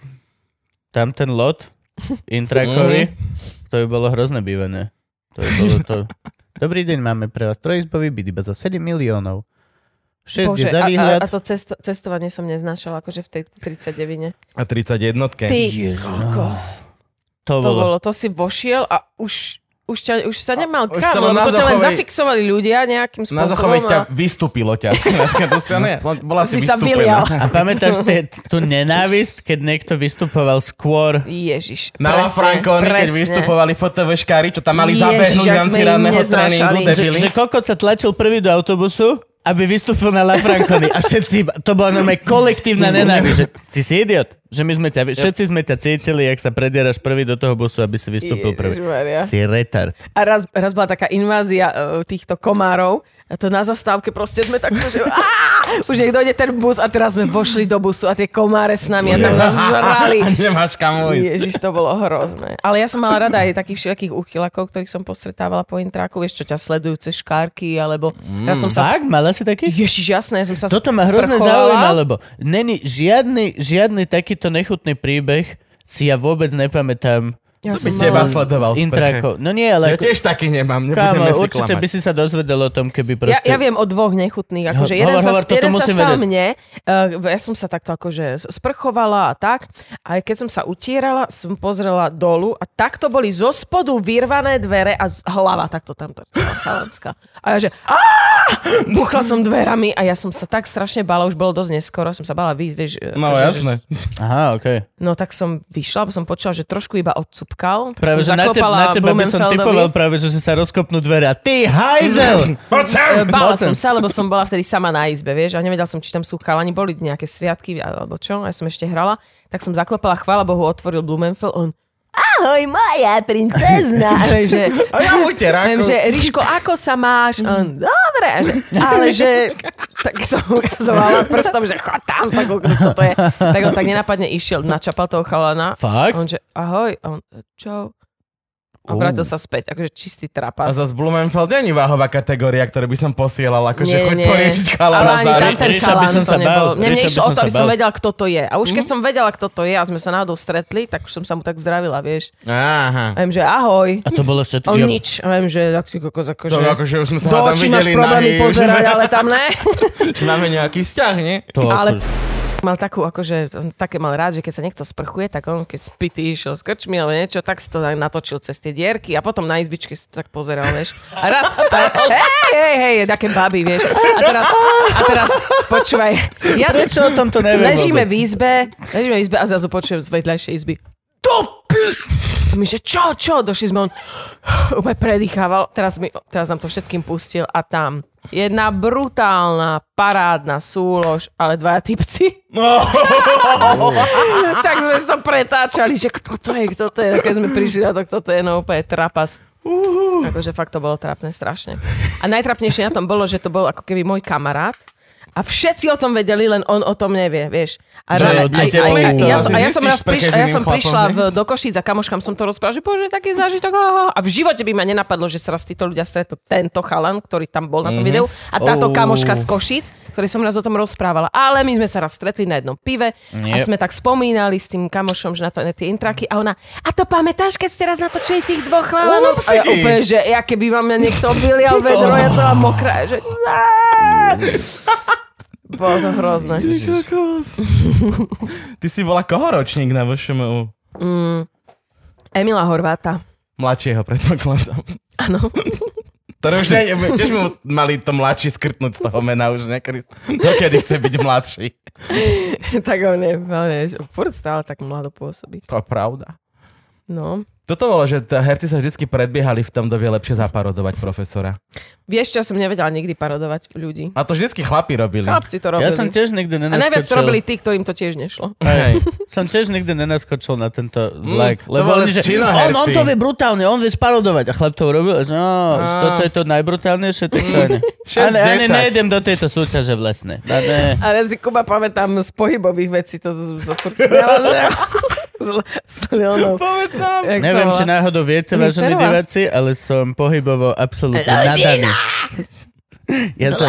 tam ten lot intrakový, to by bolo hrozné bývanie. To by bolo to... Dobrý deň, máme pre vás trojizbový byt iba za sedem miliónov. šesť je Bože, za a, a, výhľad. a to cesto, cestovanie som neznášala, akože v tej tridsaťdeväť. A tridsaťjednotke. Ty Ježiš, no. kokos. To To bolo. bolo, to si vošiel a už, už, ťa, už sa nemal už kam, to len lebo na to ťa len Zochovej- zafixovali ľudia nejakým Na Zochovej spôsobom. ťa A vystúpilo ťa. To si, ne, bola si si sa vystúpená. vylial. A pamätáš te, tú nenávisť, keď niekto vystupoval skôr? Ježiš, Na La presne, Franconi, keď presne. vystupovali fotoveškári, čo tam mali Ježiš, zabehnúť v jak rámci sme im ranného neznášali. tréningu, Že, debili. že kokot sa tlačil prvý do autobusu, aby vystúpil na La Franconi a všetci, to bola normálne kolektívna nenávisť, že ty si idiot, že my sme ťa, všetci sme ťa cítili, jak sa predieraš prvý do toho busu, aby si vystúpil prvý. Ježišmaria. Si retard. A raz, raz bola taká invázia uh, týchto komárov a to na zastávke proste sme tak, že áá, už nech dojde ten bus a teraz sme vošli do busu a tie komáre s nami a tam nás žrali. A nemáš kam ujsť. Ježiš, to bolo hrozné. Ale ja som mala rada aj takých všelijakých úchylakov, ktorých som postretávala po intráku, vieš čo, ťa sledujú cez škárky, alebo ja som sa... Tak? Mala si taký? Ježiš, jasné, ja som sa Toto ma hrozne sprchovala. zaujíma, lebo není žiadny, žiadny takýto nechutný príbeh si ja vôbec nepamätám Ja by som teba mala... sledoval z intrákov. No nie, Ja ale... ako- tiež taký nemám, Kámo, nebudeme si určite klamať. by si sa dozvedel o tom, keby Ja, proste... ja viem o dvoch nechutných. Akože Ho- jeden hovor, sa, hovor, toto jeden sa musím stal vedieť. mne. Uh, ja som sa takto akože sprchovala a tak. A keď som sa utierala, som pozrela dolu a takto boli zo spodu vyrvané dvere a z- hlava takto tamto. Chalanská. A ja že Aaaa! Buchla som dverami a ja som sa tak strašne bála, už bolo dosť neskoro, som sa bála výjsť, vieš. No akože, jasné. Aha, okej. Že, no tak som vyšla, bo som počula, že trošku iba odcupkal. Tak Práve, som že na, teba, zaklopala na teba by som Blumenfeldovi. typoval práve, že sa rozkopnú dvere a ty hajzel! Poď sem! Bála Mocem. som sa, lebo som bola vtedy sama na izbe, vieš, a nevedela som, či tam sú chalani, boli nejaké sviatky, alebo čo, a ja som ešte hrala, tak som zaklopala, chvála Bohu, otvoril Blumenfeld, on ahoj, moja princezna. A viem, že, A ja utieráko. viem, že Ríško, ako sa máš? On, dobre. dobre, že, ale že tak som ukazovala prstom, že chod tam sa kúknúť, toto je. Tak on tak nenápadne išiel, načapal toho chalana. Fakt? A on že, ahoj. A on, čau. A vrátil sa späť, akože čistý trapas. A zase Blumenfeld nie je váhová kategória, ktorú by som posielal, akože nie, choď nie. poriečiť chalana. Ale ani tam ten chalan to nebol. Mne mne išlo o to, aby som vedela, kto to je. A už keď som vedela, kto to je a sme sa náhodou stretli, tak už som sa mu tak zdravila, vieš. Aha. A viem, že ahoj. A to bolo všetko. On nič. A viem, že tak ty kokos, akože... To akože už sme sa do hádam očí máš videli problémy nahy. pozerať, ale tam ne. Máme nejaký vzťah, nie? To Ale akože- mal takú, akože, on také mal rád, že keď sa niekto sprchuje, tak on keď spitý išiel s krčmi alebo niečo, tak si to natočil cez tie dierky a potom na izbičke si to tak pozeral, vieš. A raz, hej, hej, hej, také baby, vieš. A teraz, a teraz, počúvaj. Ja, Prečo o tomto neviem ležíme vôbec? v izbe, ležíme v izbe a zrazu počujem z vedľajšej izby. To piš! A my, že čo, čo? Došli sme, on úplne predýchával. Teraz, mi, teraz nám to všetkým pustil a tam jedna brutálna, parádna súlož, ale dvaja typci. No. Tak sme si to pretáčali, že kto to je, kto to je. Keď sme prišli na to, kto to je, no úplne trapas. Uh. Akože fakt to bolo trápne strašne. A najtrapnejšie na tom bolo, že to bol ako keby môj kamarát. A všetci o tom vedeli, len on o tom nevie, vieš. A, ra- aj, aj, aj, ja, som, a ja som raz priš- a ja som prišla v, do Košíc a kamoškám som to rozprával, že bože, taký zážitok. A v živote by ma nenapadlo, že sa raz títo ľudia stretnú tento chalan, ktorý tam bol na tom mm-hmm. videu a táto oh. kamoška z Košíc, ktorej som raz o tom rozprávala. Ale my sme sa raz stretli na jednom pive yep. a sme tak spomínali s tým kamošom, že na to na tie intraky a ona, a to pamätáš, keď ste raz natočili tých dvoch chalanov? A ja úplne, že ja keby vám mňa niekto vylial vedro, ja celá mokrá, že bolo to hrozné. Ty si bola koho ročník na vé š em ú? Mm, Emila Horváta. Mladšieho, predpokladám. Áno. Ktoré už ne, tiež mu mali to mladší skrtnúť z toho mena už niekedy. Dokedy chce byť mladší. Tak on je, on je, furt stále tak mlado pôsobí. To je pravda. No. Toto bolo, že t- herci sa vždycky predbiehali v tom, kto vie lepšie zaparodovať profesora. Vieš, čo som nevedela nikdy parodovať ľudí. A to vždycky chlapi robili. Chlapci to robili. Ja som tiež nikdy A nenaskočil. najviac to robili tí, ktorým to tiež nešlo. Hej. Som tiež nikdy nenaskočil na tento vlak. Mm, lebo to oni, že on, on to vie brutálne, on vie sparodovať. A chlap to urobil, že no, že toto je to najbrutálnejšie, tak to nie. Ale ani nejdem do tejto súťaže vlastne. Ne. Ale ja si Kuba pamätám z pohybových vecí, to sa furt smiala. S Leonou. Povedz nám. Neviem, či náhodou viete, vážení diváci, ale som pohybovo absolútne nadaný. Ja som...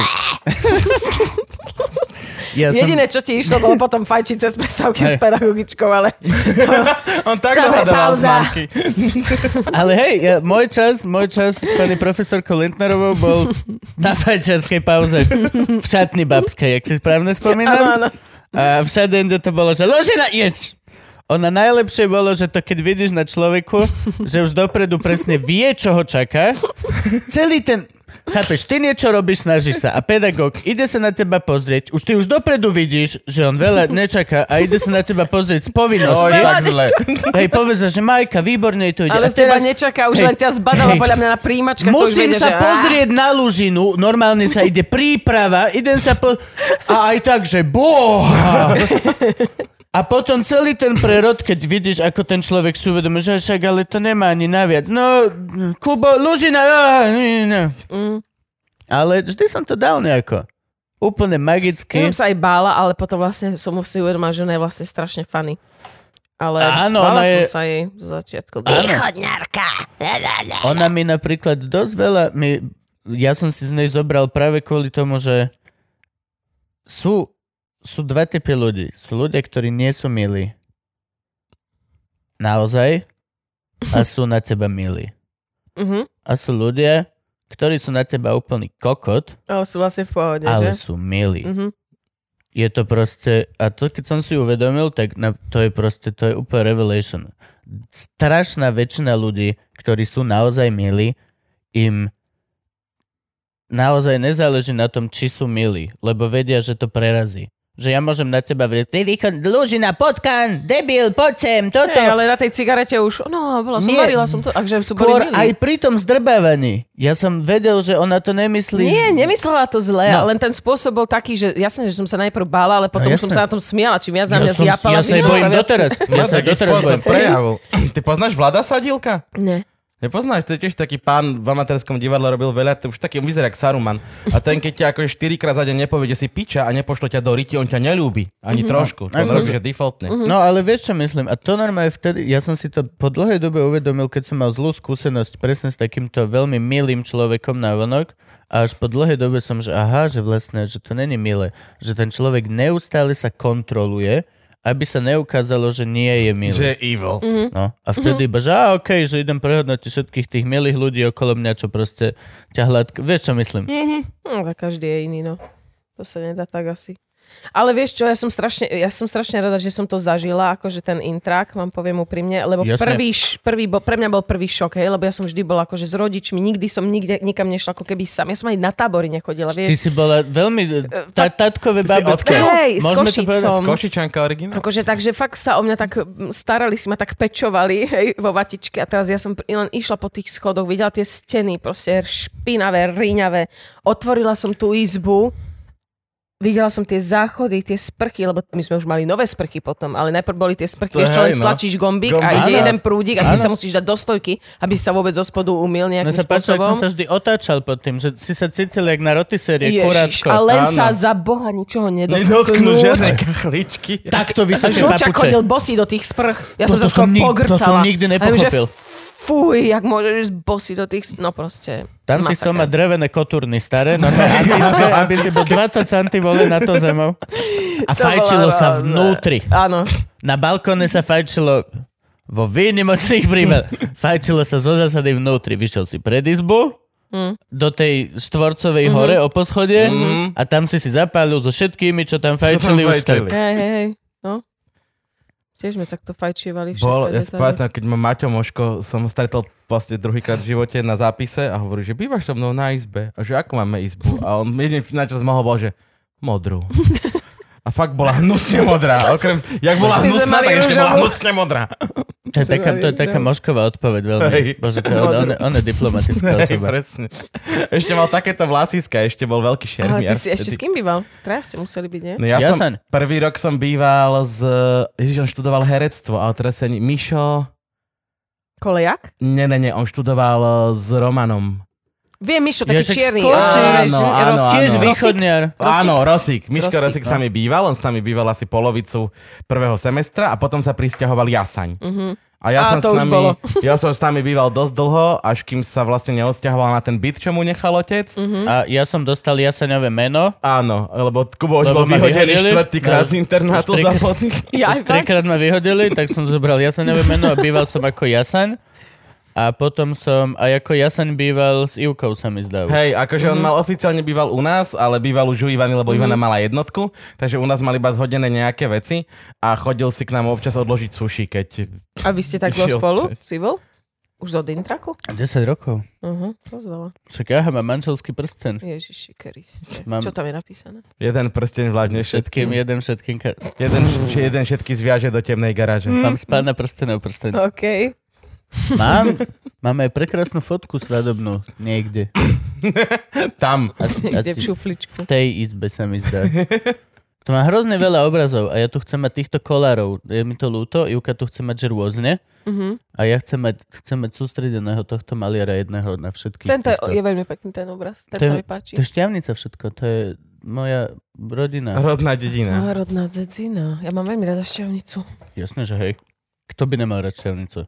Ja Jediné, som... čo ti išlo, bolo potom fajčiť cez prestávky s pedagogičkou, ale... On tak Dobre, dohadoval pauza. známky. Ale hej, ja, môj čas, môj čas s pani profesorkou Lindnerovou bol na fajčiarskej pauze v šatni babskej, jak si správne spomínam. Áno, áno. A všade inde to bolo, že Ložina, jeď! Ona najlepšie bolo, že to keď vidíš na človeku, že už dopredu presne vie, čo ho čaká. Celý ten... Chápeš, ty niečo robíš, snažíš sa a pedagóg ide sa na teba pozrieť. Už ty už dopredu vidíš, že on veľa nečaká a ide sa na teba pozrieť z povinnosti. Oj, tak zle. Hej, povedz, že Majka, výborne to ide. Ale A z teba teraz- nečaká, už hej, len ťa zbadala hej. podľa mňa na príjimačkách. to už Musím vedia, sa že... pozrieť na Lužinu, normálne sa ide príprava, idem sa po... A aj tak, že boha! A potom celý ten prerod, keď vidíš, ako ten človek si uvedomí, že však, ale to nemá ani naviac. No, Kubo, Lužina, á, no. Mm. Ale vždy som to dal nejako. Úplne magicky. Ja som sa aj bála, ale potom vlastne som si uvedomila, že ona je vlastne strašne funny. Ale Áno, bála ona som je- sa jej zo začiatku. Ona mi napríklad dosť veľa... Mi, ja som si z nej zobral práve kvôli tomu, že sú, sú dva typy ľudí. Sú ľudia, ktorí nie sú milí. Naozaj. A sú na teba milí. Uh-huh. A sú ľudia, ktorí sú na teba úplný kokot, Ale sú vlastne v pohode, ale že? sú milí. Uh-huh. Je to proste... A to, keď som si uvedomil, tak na, to je proste... To je úplne revelation. Strašná väčšina ľudí, ktorí sú naozaj milí, im naozaj nezáleží na tom, či sú milí, lebo vedia, že to prerazí. Že ja môžem na teba vrieť, ty východ, Lužina, potkan, debil, poď sem, toto. Hey, ale na tej cigarete už, no, bola som, Nie, varila som to, takže sú boli Skôr milí. aj pri tom zdrbávaní. Ja som vedel, že ona to nemyslí... Nie, z- nemyslela to zle, No. no. len ten spôsob bol taký, že jasne, že som sa najprv bála, ale potom No, som jasné. sa na tom smiala, čím viac na mňa som- zjapala, ja sa tým jej som bojím viac... doteraz. Ja Ja sa jej taký doteraz spôsob bojím. prejavu. Ty poznáš Vlada Sadílka? Ne. Nepoznáš, to je tiež taký pán v amatérskom divadle robil veľa, to už taký vyzerá jak Saruman. A ten, keď ťa akože štyrikrát za deň nepovie, že si piča a nepošlo ťa do riti, on ťa neľúbi. Ani mm-hmm. trošku. To robí, že defaultne. Mm-hmm. No ale vieš, čo myslím? A to normálne vtedy, ja som si to po dlhej dobe uvedomil, keď som mal zlú skúsenosť presne s takýmto veľmi milým človekom na vonok. A až po dlhej dobe som, že aha, že vlastne, že to není milé. Že ten človek neustále sa kontroluje, aby sa neukázalo, že nie je milý. Že je evil. Mm-hmm. No, a vtedy iba, že á, okej, okay, že idem prehodnotiť všetkých tých milých ľudí okolo mňa, čo proste ťa hľadka. Vieš, čo myslím? Mm-hmm. No, tak každý je iný, no. To sa nedá tak asi. Ale vieš čo, ja som strašne, ja som strašne rada, že som to zažila, akože ten intrak, vám poviem úprimne, lebo prvý, prvý bol, pre mňa bol prvý šok, hej, lebo ja som vždy bola akože s rodičmi, nikdy som nikde, nikam nešla ako keby sam. Ja som aj na tábory nechodila, vieš. Ty si bola veľmi tá, tátkové babetko. Hej, s Košicom. S Košičanka originál. Akože, takže fakt sa o mňa tak starali, si ma tak pečovali, hej, vo vatičke a teraz ja som len išla po tých schodoch, videla tie steny, proste špinavé, riňavé. Otvorila som tú izbu. Videla som tie záchody, tie sprchy, lebo my sme už mali nové sprchy potom, ale najprv boli tie sprchy, ešte len stlačíš gombík Gombík. a ide jeden prúdik a ty ano. sa musíš dať do stojky, aby sa vôbec zo spodu umyl nejakým no sa spôsobom. No sa som sa vždy otáčal pod tým, že si sa cítil jak na rotisérie, kurátko. A len ano. sa za Boha ničoho nedotknúť. Nedotknú žiadne kachličky. Takto vysoké papuče. A Žočak chodil bosý do tých sprch. Ja to som sa skoro pogrcala. To som nikdy nepochopil. Fúj, jak môžeš bosy do tých... No proste... Tam masaker. Si chcel mať drevené kotúrny staré, normálne antické, aby si bol dvadsať centimetrov na to zemou. A to fajčilo sa vnútri. Áno. Na balkóne sa fajčilo vo výnimočných prípadoch. Fajčilo sa zo zásady vnútri. Vyšiel si pred izbu, mm. do tej štvorcovej mm-hmm. hore o poschodie mm-hmm. a tam si si zapálil so všetkými, čo tam fajčili. Už hej, hej, hej. No. Tiež sme takto fajčievali všetko. Bol, ja si pamätám, keď ma Maťo Moško som stretol vlastne druhýkrát v živote na zápise a hovorí, že bývaš so mnou na izbe. A že ako máme izbu? A on jediný na čo mohol bol, že modrú. A fakt bola hnusne modrá. Okrem, jak bola hnusná, tak ešte bola hnusne modrá. To je taká, to je taká Mošková odpoveď veľmi. Hej. Bože, to je, on, on je diplomatická osoba. Presne. Ešte mal takéto vlásiska, ešte bol veľký šermiar. Ale ty si ešte s kým býval? Teraz ste museli byť, nie? No ja som, prvý rok som býval s... Ježiš, on študoval herectvo, ale teraz sa... Mišo... Kolejak? Nie, nie, nie, on študoval s Romanom. Viem, Mišo, taký Ježek čierny. Áno, áno, Tiež východniar. Áno, Rosík. Miško Rosík Rosík s nami býval, on s nami býval asi polovicu prvého semestra a potom sa prisťahoval Jasaň. Uh-huh. A ja, a som s nami, ja som s nami býval dosť dlho, až kým sa vlastne neodsťahoval na ten byt, čo mu nechal otec. Uh-huh. A ja som dostal Jasaňové meno. Áno, lebo Kubo už bol vyhodený štvrtýkrát z internátu za podnik. Ja, už trikrát ma vyhodili, tak som zobral Jasaňové meno a býval som ako Jasaň. A potom som, aj ako Jasaň býval s Ivkou, sa mi zdá. Hej, akože mm-hmm. on mal oficiálne býval u nás, ale býval už u Ivany, lebo mm-hmm. Ivana mala jednotku, takže u nás mali iba zhodené nejaké veci a chodil si k nám občas odložiť sushi, keď... A vy ste tak bol spolu s Ivou? Už od intraku? desať rokov. Uh-huh, dosť veľa. Však ja mám manželský prsten. Ježiši Kriste. Mám... Čo tam je napísané? Jeden prsten vládne všetkým. Všetkým, jeden všetkým. Ka... jeden, jeden všetky zviaže do temnej garáže. Mm. Mám spána prstenov prsten. OK. Mám, mám aj prekrásnu fotku svadobnú niekde. Tam. Asi, niekde asi v šufličku. V tej izbe sa mi zdá. To má hrozne veľa obrazov a ja tu chcem mať týchto kolárov. Je mi to ľúto, Ivka tu chce mať že rôzne. Uh-huh. A ja chcem mať, chcem mať sústredeného tohto maliara jedného na všetkých. Tento týchto. Je veľmi pekný ten obraz. Ten to, sa mi páči. To je Šťavnica všetko. To je moja rodina. Rodná dedina. Á, rodná dedina. Ja mám veľmi rada Šťavnicu. Jasné, že hej. Kto by nemal rád Šťavnicu?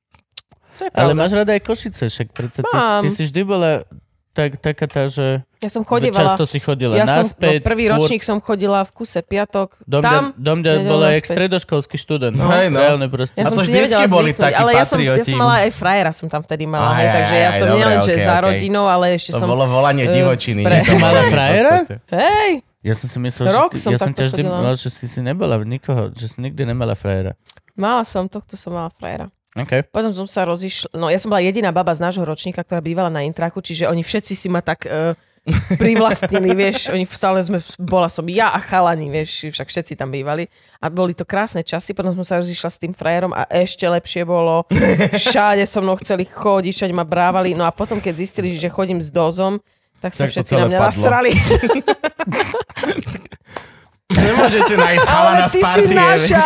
Ale máš rada aj Košice, však predsa ty, ty si vždy bola tak, taká tá, že ja som chodievala, často si chodila ja naspäť. Som, no, prvý furt. Ročník som chodila v kuse piatok, dom tam. Dom ďa bola jak stredoškolský študent. No, hej, no. Reálne proste. Ja a som to si nevedela boli zvyknúť, ale ja som, ja som mala aj frajera, som tam vtedy mala, aj, hej, takže aj, ja som nielen, že okay, za rodinou, ale ešte to som... To bolo volanie uh, divočiny. Ty si mala frajera? Hej. Ja som si myslel, Rok že, ty, som ja som ťa vždy chodila. mal, že si si nebola v nikoho, že si nikdy nemala frajera. Mala som, tohto som mala frajera. Okay. Potom som sa rozišla, no ja som bola jediná baba z nášho ročníka, ktorá bývala na intraku, čiže oni všetci si ma tak uh, privlastnili, vieš, oni stále sme, bola som ja a chalani, vieš, však všetci tam bývali a boli to krásne časy, potom som sa rozišla s tým frajerom a ešte lepšie bolo, všade so mnou chceli chodiť, všade ma brávali, no a potom keď zistili, že chodím s dozom, tak sa tak všetci na mňa padlo. Nasrali. Nemôže si nájsť chalana Ale z ty si partie. naša!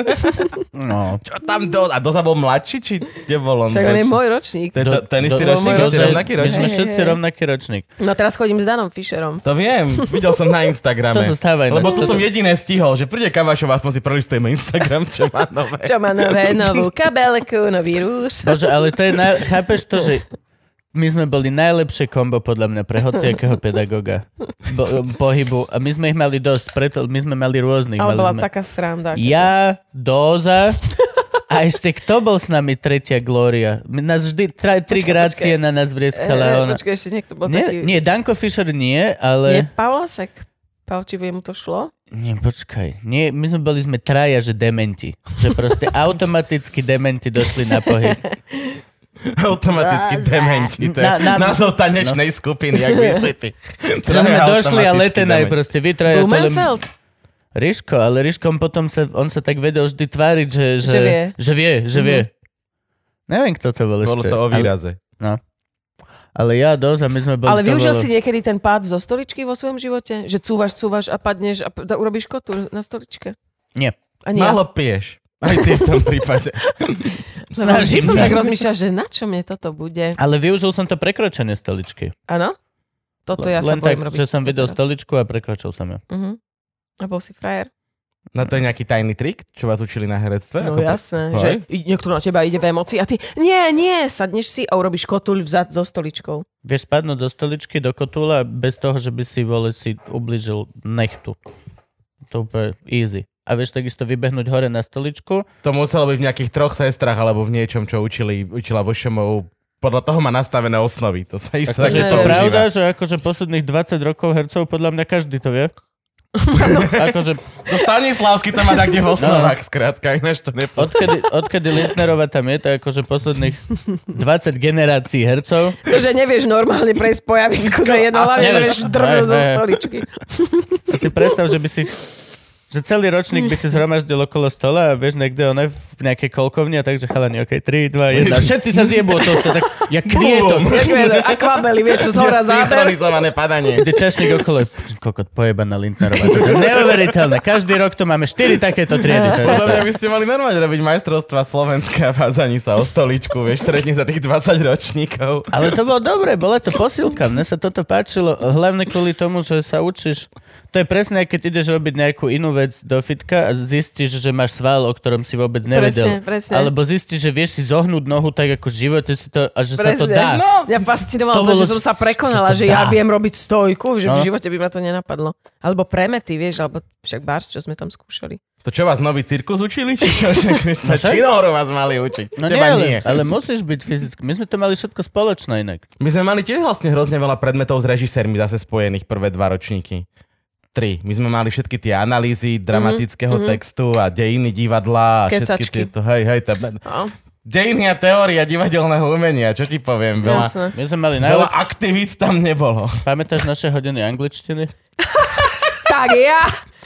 No. Čo tam do... A Doza bol mladší, či kde bol on? Však on je môj ročník. To je to- ten istý Do- ročník, do- ste do- rovnaký My sme ročník? Hej, všetci hej. rovnaký ročník. No teraz chodím s Danom Fischerom. To viem, videl som na Instagrame. To sa stáva ináč. Lebo to Toto- som jediné stihol, že príde Kavašov, aspoň si prelistujeme Instagram, čo má nové. Čo má nové, novú kabelku, nový rúš. Bože, ale to je, naj... chápeš to, že my sme boli najlepšie kombo podľa mňa pre hociakého pedagoga Bo, pohybu a my sme ich mali dosť, preto my sme mali rôznych. Ale mali bola sme... taká sranda. Ja, Dóza a ešte kto bol s nami tretia Glória? My nás vždy tra, tri Počkaj, grácie počkaj. na nás vrieskala. E, Ona... počkaj, ešte niekto bol Nie, taký... nie, Danko Fischer nie, Nie, ale... Pavlasek. Pavči, mu to šlo? Nie, počkaj. Nie, my sme boli sme traja, že dementi. Že proste automaticky dementi došli na pohyb. Automaticky dementi. To je Na- na- názov tanečnej skupiny, jak vysvetli. Že sme došli a Letenaj proste vytraja. Blumenfeld? Ríško, ale Ríškom potom sa, on sa tak vedel vždy tváriť, že, že, Že vie. že vie, že Mhm. vie. Neviem, kto to bol Bolo ešte. to o výraze. Ale, ale ja, Doza, my sme boli... Ale to využil bolo- si niekedy ten pád zo stoličky vo svojom živote? Že cúvaš, cúvaš a padneš a p- urobíš kotúr na stoličke? Nie. A nie. Málo piješ. Aj ty v tom prípade. Lebo Snažím vždy som sa. tak rozmýšľal, že na čo mne toto bude. Ale využil som to prekročenie stoličky. Áno? Toto ja sa Len bojím tak, robiť. že som videl teraz. stoličku a prekročil som ju. Uh-huh. A bol si frajer? No to je nejaký tajný trik, čo vás učili na herectve? No Ako pre- jasné, Hej. že i- niekto na teba ide v emocii a ty, nie, nie, sadneš si a urobíš kotuľ vzad so stoličkou. Vieš spadnúť do stoličky, do kotúla bez toho, že by si vole si ubližil nechtu. To úplne easy. A vieš takisto vybehnúť hore na stoličku. To muselo byť v nejakých troch sestrach alebo v niečom, čo učili, učila vo šomov. Podľa toho má nastavené osnovy. To sa isto Takže také je to neviem. pravda, že akože posledných dvadsať rokov hercov, podľa mňa každý to vie. akože No Stanislavský to má tak kde v osnovách, skrátka, ináč to nepoznám. odkedy, odkedy Lindnerova tam je, to je akože posledných dvadsať generácií hercov. To, že nevieš normálne prejsť po javisku na jedno, hlavne Nevieš. nevieš drvnúť zo Hej, hej. stoličky. A si predstav, že by si že celý ročník by si zhromaždil okolo stola a vieš niekde one v nejakej kolkovni a takže chalani, okej, tri, dva, jeden. A všetci sa zjebú od toho, stola, tak jak kvietok. Jak vieš, akvabely, vieš, čo zhora záber. Synchronizované padanie. Kde čašník okolo, kokot pojebaná Lindnerová. To je neuveriteľné. Každý rok tu máme štyri takéto triedy. To je Podľa mňa to. by ste mali normálne robiť majstrovstva Slovenska v hádzaní sa o stoličku, vieš, stretne za tých dvadsať ročníkov. Ale to bolo dobre, bola to posilka. Mne sa toto páčilo, hlavne kvôli tomu, že sa učíš. To je presne, keď ideš robiť nejakú inú vec do fitka a zistíš, že máš sval, o ktorom si vôbec nevedel. Presne, presne. Alebo zistíš, že vieš si zohnúť nohu tak ako v živote si to, a že sa to Presne. dá. No. Mňa fascinovalo To to, bolo že som sa s- prekonala, sa to že ja dá. viem robiť stojku, že No. v živote by ma to nenapadlo. Alebo premety, vieš, alebo však barš, čo sme tam skúšali. To čo vás nový cirkus učili? Či čo? Krista, však. činohru vás mali učiť. No nie, Teba ale, nie. ale musíš byť fyzicky. My sme to mali všetko spoločné inak. My sme mali tiež vlastne hrozne veľa predmetov s režisérmi zase spojených prvé dva ročníky. Tri. My sme mali všetky tie analýzy dramatického mhm. textu a dejiny divadla a všetky Kecačky. tieto, hej, hej, tá, No, dejiny a teória divadelného umenia, čo ti poviem, veľa, jasné. My sme mali veľa najlepšie. aktivít tam nebolo. Pamätáš naše hodiny angličtiny? Tak ja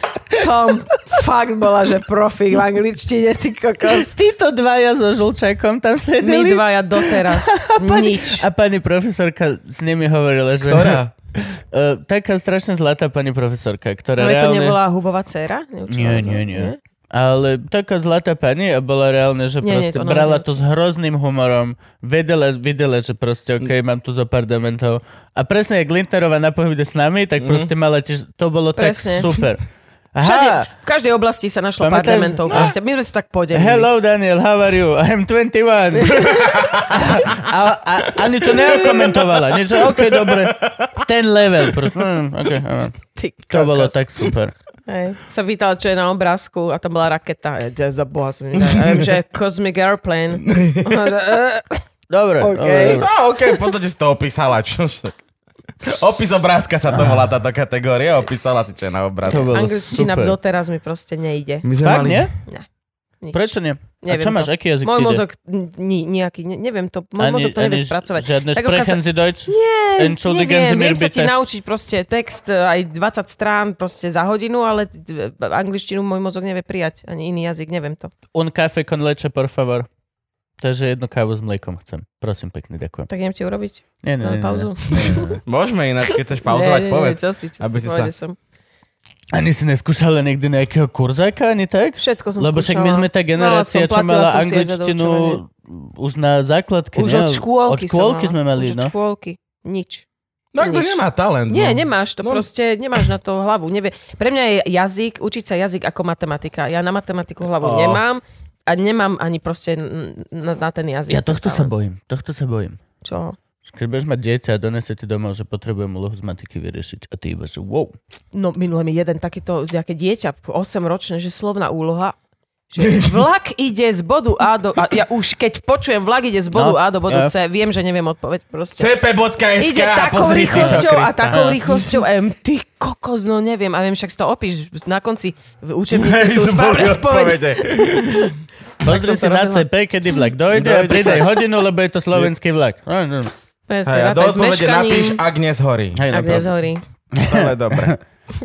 som fakt bola, že profík v angličtine, ty kokos. Títo dvaja so žlčakom tam My sedeli. dvaja doteraz. Nič. A pani profesorka s nimi hovorila, že... Ktorá? Uh, taká strašne zlatá pani profesorka, ktorá Ale to reálne... nebola hubová dcéra? Nie, nie, nie. Ale taká zlatá pani a bola reálne, že Nie, nie, proste to brala naozaj. to s hrozným humorom, vedela, videla, že proste ok, mám tu zo pár dementov. A presne, jak Lindnerová na pohode s nami, tak proste mala tiež, to bolo Presne. tak super. Všade, Aha, v každej oblasti sa našlo pár Pamätáš? dementov. No. Proste. My sme si tak podelili. hello Daniel, how are you? I'm twenty-one. a, a ani to neokomentovala. Niečo, ok, dobre. Ten level. Proste, mm, okay, áno. Ty To bolo kokos. tak super. Hej. Sa pýtal, čo je na obrázku a tam bola raketa. Ja, za boha som mi dal. Ja viem, že Cosmic Airplane. A že, eh, Dobre, OK. dobre, dobre. No okej, v podstate si to opísala, čo však. Opis obrázka sa to volá táto kategória, opísala si, čo je na To obrázku. bolo Angličtina super. doteraz mi proste nejde. My sme Fakt, mali- nie? Nič. Prečo nie? A Neviem čo máš, to. aký jazyk Môj ti ide? mozog ni, nejaký, ne, neviem to, môj mozog to nevie ž- spracovať. Žiadne Tak ako sprechen si Deutsch? Nie, Entschuldigen Sie neviem, mir viem sa ti bitte. naučiť proste text e, aj dvadsať strán proste za hodinu, ale t- angličtinu môj mozog nevie prijať, ani iný jazyk, neviem to. Un café con leche, por favor. Takže jednu kávu s mliekom chcem. Prosím pekne, ďakujem. Tak idem ti urobiť Nie, nie, nie, Dáme nie, pauzu. nie, nie, nie. Môžeme ináč, keď chceš pauzovať, Nie, nie, povedz. nie, čo si, čo aby si, si povede sa- som. Ani si neskúšala niekdy nejakého kurzáka, ani tak? Všetko som Lebo však my sme tá generácia, čo mala angličtinu už na základke. Už od škôlky, od škôlky som sme mali, už no. od škôlky. Nič. No kto nemá talent. Nie, no. nemáš to, no. proste nemáš na to hlavu. Nevie. Pre mňa je jazyk, učiť sa jazyk ako matematika. Ja na matematiku hlavu oh. nemám a nemám ani proste na, na ten jazyk. Ja tohto sa bojím, tohto sa bojím. Čo? Keď budeš mať dieťa a donesie ti domov, že potrebujem úlohu z matiky vyriešiť. A ty iba, že wow. No minule mi jeden takýto, nejaké dieťa, osemročné, že slovná úloha, že vlak ide z bodu A do... A ja už keď počujem vlak ide z bodu no, A do bodu ja. C, viem, že neviem odpoveď proste. cé pé bodka es ká ide takou rýchlosťou a takou rýchlosťou a jem, ty kokos, no neviem. A viem, však si to opíš na konci v učebnice sú správne odpovede. Pozri si na cé pé, kedy vlak dojde a pridaj hodinu, lebo je to slovenský vlak. Presne, hej, a do odpovede napíš, ak nezhorí. Hej, ak nezhorí. Ale dobre.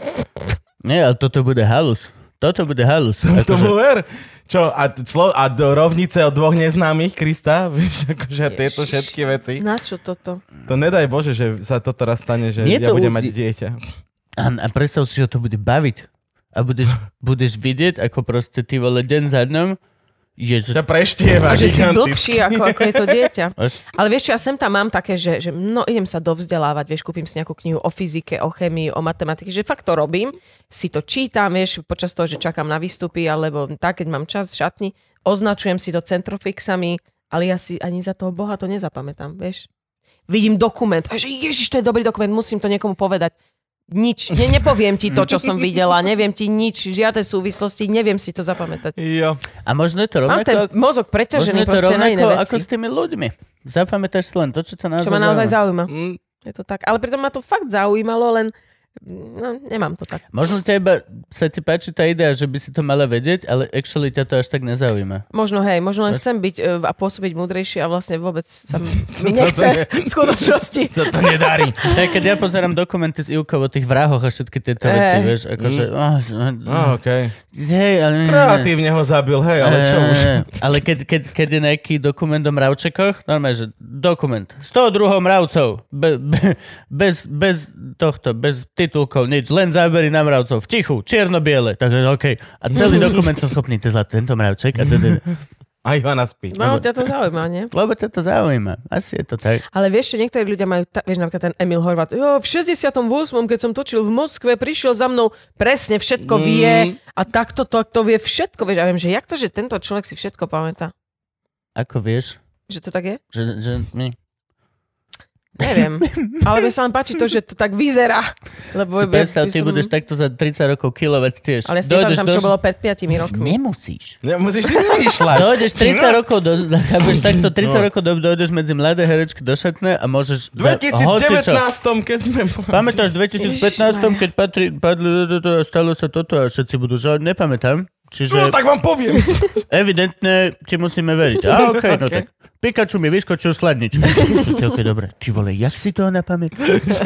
Nie, ale toto bude halus. Toto bude halus. To akože... ver. Čo, a, clo, a do rovnice od dvoch neznámych, Krista? Vieš, akože Ježiš. Tieto všetky veci. Na čo toto? To nedaj Bože, že sa to teraz stane, že Nie ja to budem u... mať dieťa. A, a predstav si, že to bude baviť. A budeš, budeš vidieť, ako proste ty vole deň za dňom Ježiš. To preštieva. A že si blbší, ako, ako je to dieťa. Až? Ale vieš čo, ja sem tam mám také, že, že no idem sa dovzdelávať, vieš, kúpim si nejakú knihu o fyzike, o chémii, o matematike, že fakt to robím, si to čítam, vieš, počas toho, že čakám na výstupy, alebo tak, keď mám čas v šatni, označujem si to centrofixami, ale ja si ani za toho Boha to nezapamätám, vieš. Vidím dokument, a že ježiš, to je dobrý dokument, musím to niekomu povedať. Nič. Ne, nepoviem ti to, čo som videla. Neviem ti nič. Žiadne súvislosti. Neviem si to zapamätať. Jo. A možno je to rovnako... Mám ten mozog preťažený proste na iné veci. Ako s tými ľuďmi. Zapamätáš si len to, čo ťa naozaj Čo ma naozaj zaujíma. Mm. Je to tak. Ale pritom ma to fakt zaujímalo, len no, nemám to tak. Možno teba sa ti páči tá idea, že by si to mala vedieť, ale actually ťa to až tak nezaujíma. Možno, hej, možno len chcem byť uh, a pôsobiť múdrejšie a vlastne vôbec sa mi nechce v skutočnosti. Sa to nedarí. Tak, keď ja pozerám dokumenty z Ivkov o tých vrahoch a všetky tieto hey. veci, vieš, akože... Mm. Oh, oh, okay. Hej, ale... Kreatívne ho zabil, hej, ale čo už? Ale keď, keď, keď je nejaký dokument o mravčekoch, normálne, že dokument. sto druhov mravcov. Be, be, bez, bez tohto, bez titulkov, nič. Len zábery na mravcov. V tichu, čierno-biele. Tak OK. A celý dokument som schopný tezlať tento mravček. A teda... A Ivana spí. No, ťa to zaujíma, nie? Lebo ťa to zaujíma. Asi je to tak. Ale vieš, že niektorí ľudia majú, ta, vieš, napríklad ten Emil Horvat, jo, v šesťdesiatom ôsmom, keď som točil v Moskve, prišiel za mnou, presne všetko mm. vie a takto to, to vie všetko, vieš. A viem, že jak to, že tento človek si všetko pamätá? Ako vieš? Že to tak je? Že, že my... Neviem, ale mi sa len páči to, že to tak vyzerá. Lebo si predstav, ty som... budeš takto za tridsať rokov kilovať tiež. Ale ja si nepamätám, čo bolo pred piatimi rokmi. Nemusíš. Nemusíš si vymýšľať. Dojdeš tridsať rokov, do, budeš takto tridsať no. rokov, do, dojdeš medzi mladé herečky do šatne a môžeš... dvetisícdevätnásť keď sme... Pamätáš dvetisícpätnásť keď patrí, padli a stalo sa toto a všetci budú žať? Nepamätám. Čiže... No tak vám poviem. Evidentne ti musíme veriť. A okej, okay, no tak. Pikachu mi vyskočil skladničku. Všetci, dobre. Ty vole, jak si to napamätáš?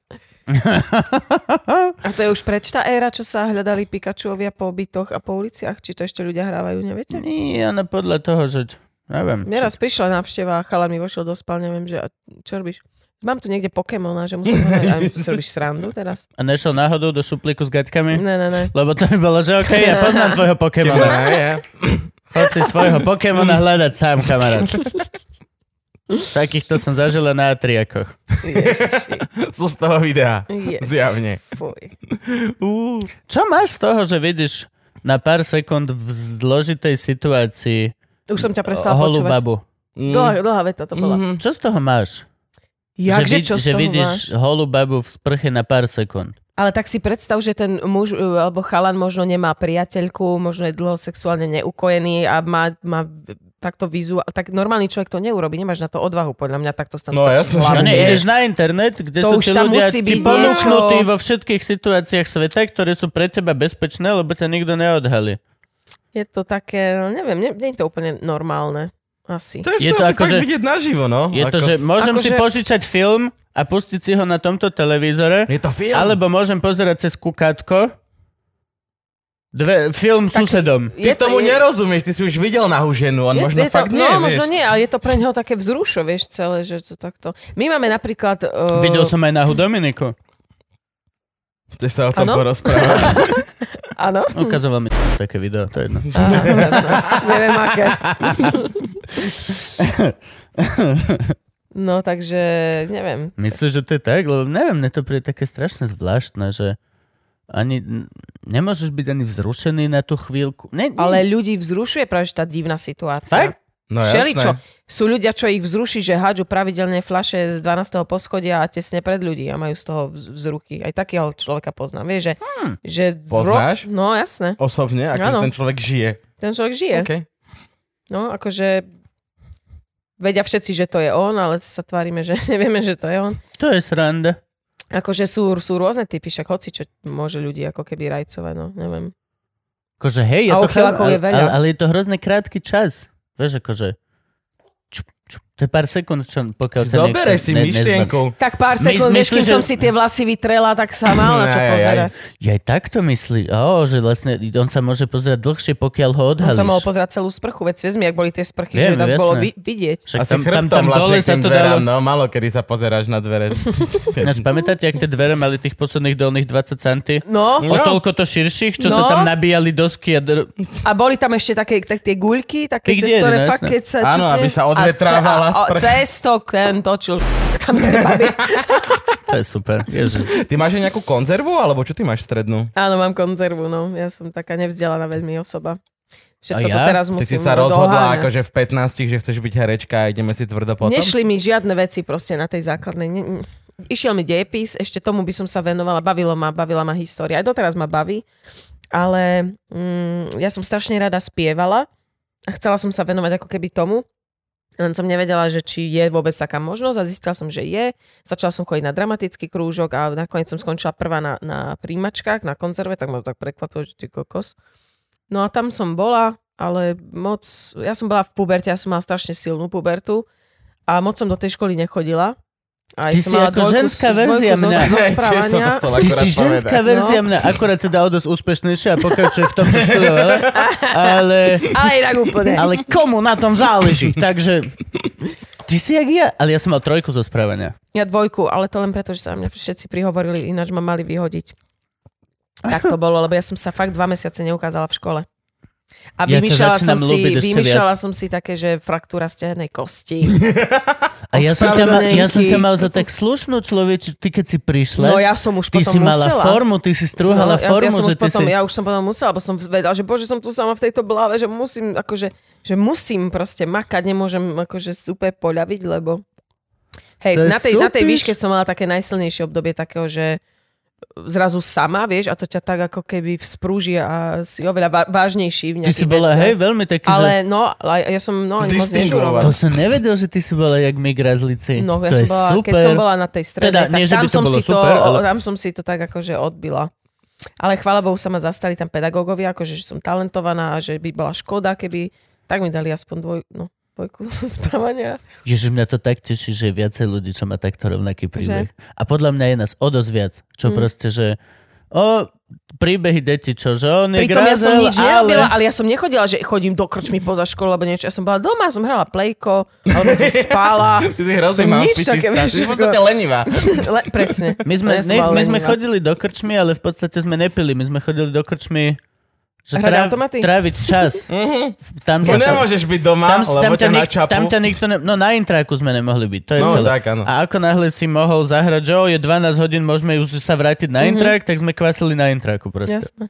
A to je už preč tá éra, čo sa hľadali Pikachuovia po bytoch a po uliciach? Či to ešte ľudia hrávajú, neviete? Nie, no podľa toho, že... Neviem. Mne raz prišla návšteva a chalan mi vošiel do spálne, neviem, že čo robíš? Mám tu niekde Pokémona, že musím hrať. A tu si robíš srandu teraz? A nešiel náhodou do šuplíku s gaťkami? Ne, ne, ne. Lebo to by bolo, že okej, okay, ja poznám tvojho Pokémona. Chod si svojho Pokémona hľadať sám, kamarát. Takýchto som zažila na atriakoch. Ježiši. Sú z toho videa. Ježiši. Zjavne. Uh. Čo máš z toho, že vidíš na pár sekúnd v zložitej situácii už som ťa prestala holú počúvať. babu? Mm. Dlhá, dlhá veta to bola. Mm-hmm. Čo z toho máš? Jakže, že, čo z že toho vidíš máš? holú babu v sprche na pár sekúnd. Ale tak si predstav, že ten muž alebo chalan možno nemá priateľku, možno je dlho sexuálne neukojený a má, má takto vizu. Tak normálny človek to neurobi, nemáš na to odvahu, podľa mňa takto tam no, strčíš hlavu. No nie, ideš na internet, kde to sú tí ľudia ti ponúknutí vo všetkých situáciách sveta, ktoré sú pre teba bezpečné, lebo ťa nikto neodhalí. Je to také, no neviem, nie, nie je to úplne normálne. Asi. To je, je to, to ako, že vidieť naživo, no. Je ako... to, že môžem ako si že... požičať film a pustiť si ho na tomto televízore. Je to film. Alebo môžem pozerať cez kukátko dve, film tak susedom. Ty to, tomu je... nerozumieš, ty si už videl nahú ženu, on je, možno je fakt to, nie, no, vieš. možno nie, ale je to pre neho také vzrušo, vieš, celé, že to takto. My máme napríklad... Uh... Videl som aj nahú Dominiku. Chceš sa o tom Áno? porozprávať? Áno? Ukazoval mi také video, to je jedno. Aha, jasné. Neviem aké. No, takže neviem. Myslíš, že to je tak? Lebo neviem, mne to príde také strašne zvláštne, že ani nemôžeš byť ani vzrušený na tú chvíľku. Ne, nie. Ale ľudí vzrušuje práve tá divná situácia. Tak? No Všeličo. jasné. Sú ľudia, čo ich vzruší, že hádžu pravidelne fľaše z dvanásteho poschodia a tesne pred ľudí a majú z toho vz- vzruchy. Aj takého človeka poznám. Vieš, že... Hmm. že Poznáš? No, jasné. Osobne, akože Áno. ten človek žije. Ten človek žije. Okay. No, akože... Vedia všetci, že to je on, ale sa tvárime, že nevieme, že to je on. To je sranda. Akože sú, sú rôzne typy, však hoci čo môže ľudí ako keby rajcovať, no, neviem. Akože hej, ja A to uchylakov chápem, je ale, veľa. ale, ale je to hrozne krátky čas. Vieš, akože... Čup, čup, to je pár sekúnd, čo pokiaľ to Zobereš si ne- myšlienku. Tak pár My- sekúnd, vieš, myslím, kým že- som si tie vlasy vytrela, tak sa mal na čo Aj, aj, aj. pozerať. Ja aj takto myslí. Ó, že vlastne on sa môže pozerať dlhšie, pokiaľ ho On odhalíš. sa mohol pozerať celú sprchu, veď vieš mi, jak boli tie sprchy, Viem, že nás jasné. bolo vi- vidieť. Však Asi tam, tam, chrbtom tam dole vlastne sa k tým to dverám, dalo... no malo, kedy sa pozeráš na dvere. Ináč, pamätáte, ak tie dvere mali tých posledných dolných dvadsať centí? No, O toľko to širších, čo No. sa tam nabíjali dosky a... Dr... a boli tam ešte také tak, tie guľky, také Ty cez kde, ktoré no, fakt, jasné. keď sa Áno, čupne- aby sa a ce- odvetrávala a- a sprcha. Cesto, ten točil tam tie baby. To je super. Ježiš. Ty máš aj nejakú konzervu, alebo čo ty máš strednú? Áno, mám konzervu, no. Ja som taká nevzdelaná veľmi osoba. Všetko A to ja? teraz Ty si musím sa rozhodla doháňať. akože v pätnástich, že chceš byť herečka a ideme si tvrdo potom? Nešli mi žiadne veci proste na tej základnej. Ne, ne, išiel mi dejepis, ešte tomu by som sa venovala. Bavilo ma, bavila ma história. Aj doteraz ma baví. Ale mm, ja som strašne rada spievala a chcela som sa venovať ako keby tomu. Len som nevedela, že či je vôbec taká možnosť a zistila som, že je. Začala som chodiť na dramatický krúžok a nakoniec som skončila prvá na, na príjmačkách, na konzerve, tak ma to tak prekvapilo, že ty kokos. No a tam som bola, ale moc... Ja som bola v puberte, ja som mala strašne silnú pubertu a moc som do tej školy nechodila. Aj Ty som si mala ako dvojku, ženská dvojku verzia zo, mňa. zo správania. Ty si ženská verzia No. mňa, akorát teda o dosť úspešnejšia a pokračuje v tom, čo študovala. Ale, Ale inak úplne. ale komu na tom záleží? Takže... Ty si jak ja, ale ja som mal trojku zo správania. Ja dvojku, ale to len preto, že sa na mňa všetci prihovorili, ináč ma mali vyhodiť. Tak to bolo, lebo ja som sa fakt dva mesiace neukázala v škole. A Ja ťa vymýšľala som začínam si, ľúbiť ešte vymýšľala viac. som si také, že fraktúra stehennej kosti. A ja som, ťa mal, ja som Ospravedlnenky. ťa mal za tak slušnú človeč, ty keď si prišla, No ja som už ty potom si mala musela. formu, ty si strúhala No, ja, formu, ja, som že už ty potom, si... ja už som potom musela, lebo som vedela, že bože, som tu sama v tejto bláve, že musím, akože, že musím proste makať, nemôžem akože úplne poľaviť, lebo hej, To je na tej, na tej súpiš. výške som mala také najsilnejšie obdobie takého, že zrazu sama, vieš, a to ťa tak ako keby vzprúži a si oveľa va- vážnejší v Ty nejakých si bola, veciach. hej, veľmi taký, Ale že... no, ale ja som no, ani moc Distinguovaná. nežurovala. To som nevedel, že ty si bola jak my grazlici. No, ja to som je bola, super. keď som bola na tej strede, Teda, tak nie, že tam by to som bolo si to, super, ale- tam som si to tak akože odbila. Ale chvála Bohu sa ma zastali tam pedagógovia, akože že som talentovaná a že by bola škoda, keby tak mi dali aspoň dvoj, no, dvojku správania. Ježiš, mňa to tak teší, že je viacej ľudí, čo má takto rovnaký príbeh. A podľa mňa je nás o dosť viac. Čo Mm. proste, že o príbehy deti, čo, že on je Pritom ja som grazel, nič nerobila, ale... ale ja som nechodila, že chodím do krčmy poza školu, alebo niečo. Ja som bola doma, som hrala plejko, alebo som spala. Ty si hrozný Som mám nič také, Ty vieš, si v ako- podstate lenivá. Le, presne. My sme, Ja som ne, bola my sme lenivá. chodili do krčmy, ale v podstate sme nepili. My sme chodili do krčmy že Hrať automaty? tráviť čas. Tam Bo sa... nemôžeš byť doma, Tam, lebo tam, ťa ťa nik, načapú. tam ťa nikto ne, no na intráku sme nemohli byť, to je No, celé. tak, áno. A ako náhle si mohol zahrať, že o, je dvanásť hodín, môžeme už sa vrátiť na Mhm. intrák, tak sme kvasili na intráku proste. Jasné.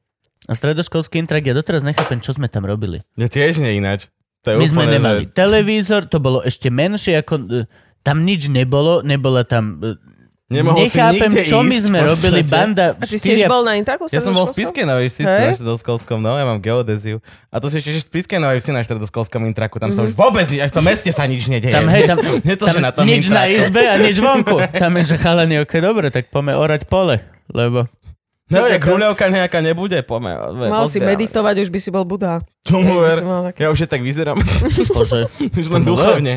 A stredoškolský intrak, ja doteraz nechápem, čo sme tam robili. Ja tiež nie ináč. To je My sme úplne, nemali že... televízor, to bolo ešte menšie, ako... e, Tam nič nebolo, nebola tam... e, Nemohol si Nechápem, nikde čo my ísť, sme v podstate. robili, banda... A ty si tiež štyria- bol na intraku? Ja som bol v stredoškolskom? Spiskej Novej vsi Hej? na stredoškolskom, no, ja mám geodéziu. A to si ešte že v Spiskej Novej vsi na stredoškolskom intraku, tam sa Mhm. už vôbec, nič- až v tom meste sa nič nedieje. Tam, hej, tam, Nie to, tam že na tom nič na intraku. izbe a nič vonku. Tam je, že chalani, ok, dobre, tak poďme orať pole, lebo... No, Ty jak kokos. kruľovka nejaká nebude, poďme. Mal si meditovať, už by si bol Buddha. Tomu By ver. si mal také- Ja už je tak vyzerám. Bože, Už len Tomu ver. duchovne.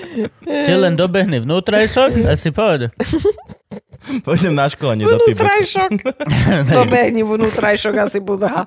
ty len dobehni vnútrajšok a si poď. Pôjdem na školenie do Tibetu. Vnútrajšok. Dobehni vnútrajšok, asi Buddha.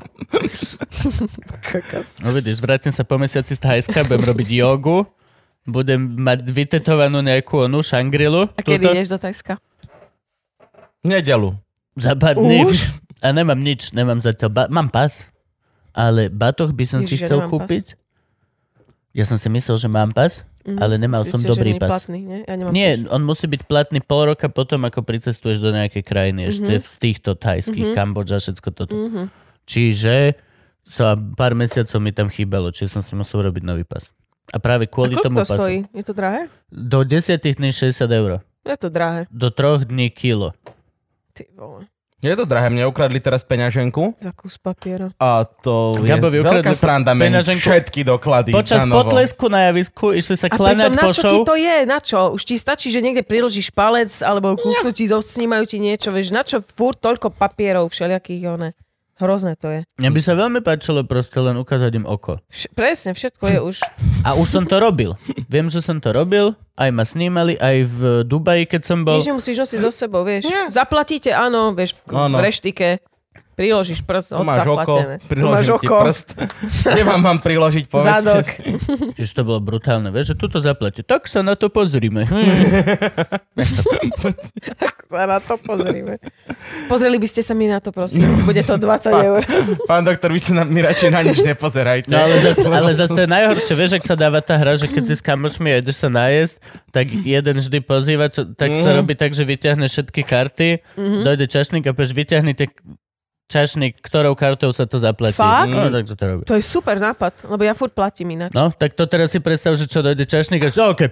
Kokos. No vidíš, vrátim sa po mesiaci z Thajska, budem robiť jogu, budem mať vytetovanú nejakú onú šangrilu. A kedy túto. ideš do Tajska? Nedelu. Za pár dní. Už? A nemám nič, nemám zatiaľ. Ba- mám pas, ale batoh by som Ježiš, si ja chcel nemám kúpiť. Pas. Ja som si myslel, že mám pas, mm, ale nemal som dobrý pas. Platný, nie? Ja Nie, tiež. on musí byť platný pol roka potom, ako pricestuješ do nejakej krajiny, mm-hmm. ešte z týchto thajských, mm-hmm. Kambodža, všetko toto. Mm-hmm. Čiže sa pár mesiacov mi tam chýbalo, čiže som si musel robiť nový pas. A práve kvôli a tomu to pasu. stojí? Je to drahé? Do desiatich dní šesťdesiat eur. Je to drahé. Do troch dní kilo. Ty vole. Je to drahé, mne ukradli teraz peňaženku Za kus papiera. a to Gabovi je veľká ukradli sranda meniť peňaženku. všetky doklady. Počas na novo. potlesku na javisku išli sa A kláňať pritom na po čo show. ti to je? Na čo? Už ti stačí, že niekde priložíš palec alebo kúknú ti, snímajú ti niečo. Vieš, na čo furt toľko papierov všelijakých, one. Hrozné to je. Mne by sa veľmi páčilo proste len ukázať im oko. Vš- presne, všetko je už. A už som to robil. Viem, že som to robil. Aj ma snímali, aj v Dubaji, keď som bol. Nič nemusíš nosiť so sebou, vieš. Zaplatíte, áno, vieš, v, v reštike. Priložíš prst, Tu od máš oko, zaplatené. Tu máš priložím ti oko. prst. Kde vám mám priložiť, povedzte Zadok. si. Čiže to bolo brutálne. Vieš, že tuto zaplatí. Tak sa na to pozrime. Tak sa na to pozrime. Pozreli by ste sa mi na to, prosím. Bude to dvadsať eur. Pán doktor, vy sa na, mi radšej na nič nepozerajte. No ale zase ale zas to je najhoršie. Vieš, ak sa dáva tá hra, že keď si s kamošmi a ideš sa najesť, tak jeden vždy pozýva, čo, tak sa robí tak, že vyťahne všetky karty, mm-hmm. dojde čašník a povieš, vyťahnite čašník, ktorou kartou sa to zaplatí. Fakt? No, tak to robí. To je super nápad, lebo ja furt platím ináč. No, tak to teraz si predstav, že čo dojde čašník a že OK.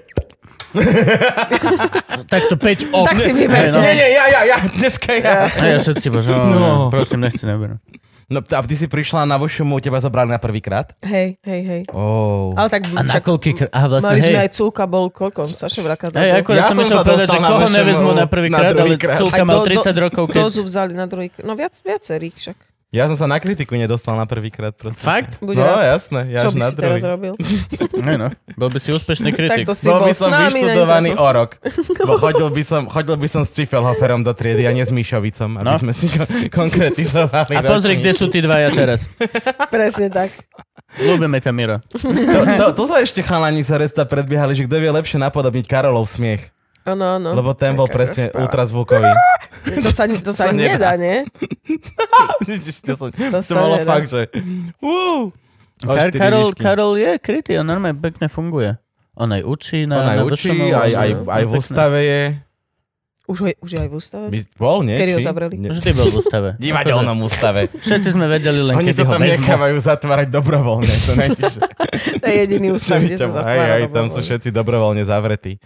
Tak to päť ok. Tak si vyberte. Nie, nie, ja, ja, ja, dneska ja. A ja všetci, bože, no, No. prosím, nechci neberú. No a ty si prišla na Vošumu, teba zobrali na prvýkrát? Hej, hej, hej. Oh. Ale tak A na koľký krát? Aha, vlastne, mali sme hej. aj Culka, bol koľko? Saša Vraka. Hej, akurát Ja som som išiel sa povedať, dostal že na koho vašom, nevezmu na na prvýkrát, ale druhýkrát. Culka Aj mal do- tridsať rokov, keď... Dozu vzali na druhý... No viac, viacerých však. Ja som sa na kritiku nedostal na prvýkrát, prosím. Fakt? Bude No, rád. jasné, ja Čo až by na si teraz druhý. robil? Ne, no. Bol by si úspešný Tak kritik. to si Bol bol by s som nami. vyštudovaný na o rok. Bo chodil by som, chodil by som s Cifelhoferom do triedy a nie s Mišovicom, aby No. sme si ko- konkretizovali. A pozri, kde sú tí dvaja teraz. Presne tak. Ľúbime ťa, Miro. To, to, to sa ešte chalani sa resta predbiehali, že kto vie lepšie napodobniť Karolov smiech. Áno, áno. Lebo ten bol presne ultrazvukový. To sa, to sa To nedá, nedá. nie? Vidíš, to, som, To to, sa bolo nedá. fakt, že... Uh, Kar- Karol, Karol je krytý, on normálne pekne funguje. On aj učí na... On aj na učí, Vošomovu, aj, aj, no, aj v pekné. ústave je. Už, ho, už je aj v ústave? My, bol, nie? Kedy ho Či? zavreli? Nie. Vždy bol v ústave. Divadelnom ústave. Všetci sme vedeli len, Oni kedy to ho tam vezmu. nechávajú zatvárať dobrovoľne. To nejde, že... To je jediný ústav, kde sa aj, zatvára. aj, tam sú dobrovoľne. všetci dobrovoľne zavretí.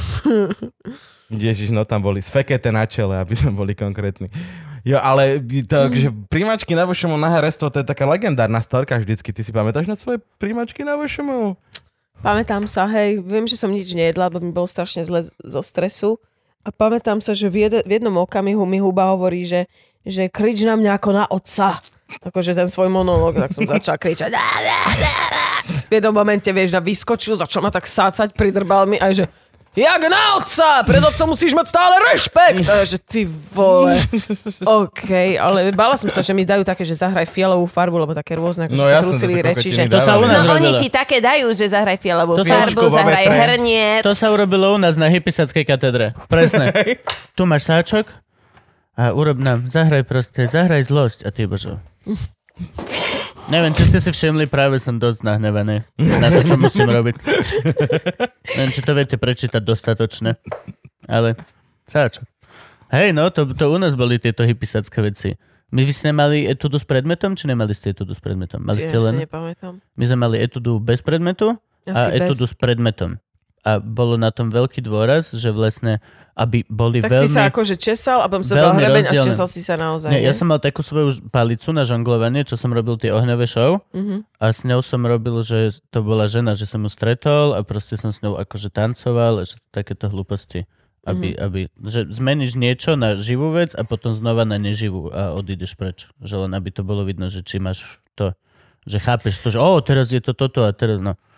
Ježiš, no tam boli s fekete na čele, aby sme boli konkrétni. Jo, ale to, že príjmačky na Vošomu na herestvo, to je taká legendárna storka vždycky. Ty si pamätáš na svoje príjmačky na Vošomu? Pamätám sa, hej, viem, že som nič nejedla, lebo mi bolo strašne zle zo stresu. A pamätám sa, že v, jed- v jednom okamihu mi huba hovorí, že, že krič na mňa ako na otca. Akože ten svoj monológ, tak som začal kričať. V jednom momente, vieš, na vyskočil, začal ma tak sácať, pridrbal mi aj, že jak na otca, pred otcom musíš mať stále rešpekt. A že ty vole. OK, ale bála som sa, že mi dajú také, že zahraj fialovú farbu, lebo také rôzne, ako No sa jasné, trúsili to tie reči, že kokotiny To sa u nás no robilo. oni ti také dajú, že zahraj fialovú To sa- farbu, Trošku vo zahraj vetre. hrniec. To sa urobilo u nás na hypisackej katedre. Presne. Tu máš sáčok a urob nám, zahraj proste, zahraj zlosť. A ty, bože. Neviem, či ste si všimli, práve som dosť nahnevaný na to, čo musím robiť. Neviem, či to viete prečítať dostatočne. Ale sáčok. Hej, no, to, to u nás boli tieto hypisacké veci. My vy ste mali etudu s predmetom, či nemali ste etudu s predmetom? Mali ste Ja si len... nepamätám. My sme mali etudu bez predmetu a Asi etudu bez. s predmetom. A bolo na tom veľký dôraz, že vlastne, aby boli Tak veľmi... si sa akože česal a potom zobral veľmi hrebeň a rozdielne. česal si sa naozaj. Nie, ja som mal takú svoju palicu na žonglovanie, čo som robil tie ohňové show Mhm. a s ňou som robil, že to bola žena, že som ju stretol a proste som s ňou akože tancoval a že takéto hlúposti. Aby, Mhm. aby, že zmeníš niečo na živú vec a potom znova na neživú a odídeš preč. Že len aby to bolo vidno, že či máš to, že chápeš to, že o, teraz je to toto a teraz, no.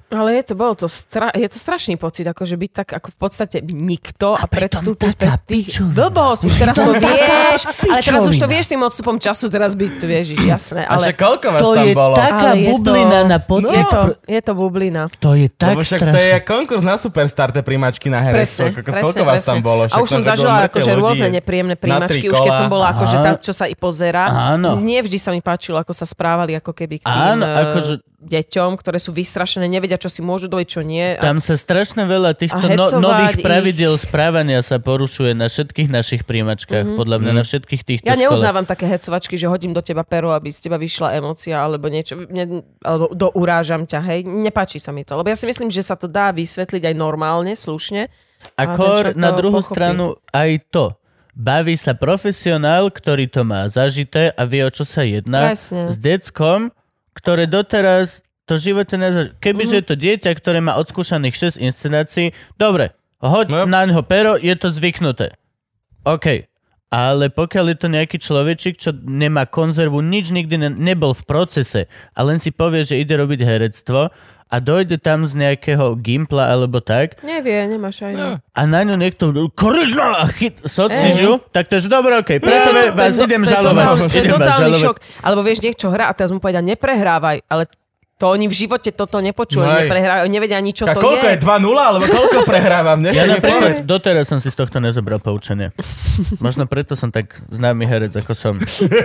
Ale je to, bolo to, stra- je to strašný pocit, akože byť tak ako v podstate nikto a, a predstúpiť pred tých... Blbosť, už teraz to vieš, ale teraz už to vieš tým odstupom času, teraz by to vieš, jasné. Ale... A však koľko vás to tam je bolo? taká Ale je bublina to- na pocit. Je to, je to bublina. To je tak Lebo však to je strašné. konkurs na Superstar, tie príjmačky na herectvo. Presne, Kokos, presne, Koľko vás presne. tam bolo? A Však už som tam tak zažila bolo akože mŕte rôzne ľudí nepríjemné na tri príjmačky, už keď kola. som bola akože Aha. tá, čo sa i pozerá. Áno. Nie vždy sa mi páčilo, ako sa správali ako keby k tým Áno, eh, akože- deťom, ktoré sú vystrašené, nevedia, čo si môžu dovoliť, čo nie. A Tam sa strašne veľa týchto A no, hecovať nových ich. pravidiel správania sa porušuje na všetkých našich príjmačkách. Mm-hmm. Podľa mňa na všetkých týchto ja školách. neuznávam také hecovačky, že hodím do teba pero, aby z teba vyšla emócia alebo niečo, ne, alebo dourážam ťa, hej. Nepáči sa mi to, lebo ja si myslím, že sa to dá vysvetliť aj normálne, slušne. A ten kor človek na to druhú pochopí. stranu aj to. Baví sa profesionál, ktorý to má zažité a vie, o čo sa jedná. Presne. S deckom, ktoré doteraz to živote nezažil. Kebyže Mhm. je to dieťa, ktoré má odskúšaných šesť inscenácií, dobre, hoď No. na ňo pero, je to zvyknuté. OK. Ale pokiaľ je to nejaký človečik, čo nemá konzervu, nič nikdy ne, nebol v procese a len si povie, že ide robiť herectvo a dojde tam z nejakého gimpla alebo tak Nevie, nemáš aj. No. a na ňu niekto korizno a chyt, socniš Ej. ju, tak to je že dobre, okej, To je to- práve to je vás to- idem to je žalovať. totálny- To je Idem vás totálny žalovať. šok. Alebo vieš, niekto hrá a teraz mu povedia, neprehrávaj, ale to oni v živote toto nepočuli, No aj. neprehrávajú, nevedia ani, čo A to koľko je? je. dva nula? Alebo koľko prehrávam? Dnes Ja mi napríklad povedz. doteraz som si z tohto nezobral poučenie. Možno preto som tak známy herec, ako som.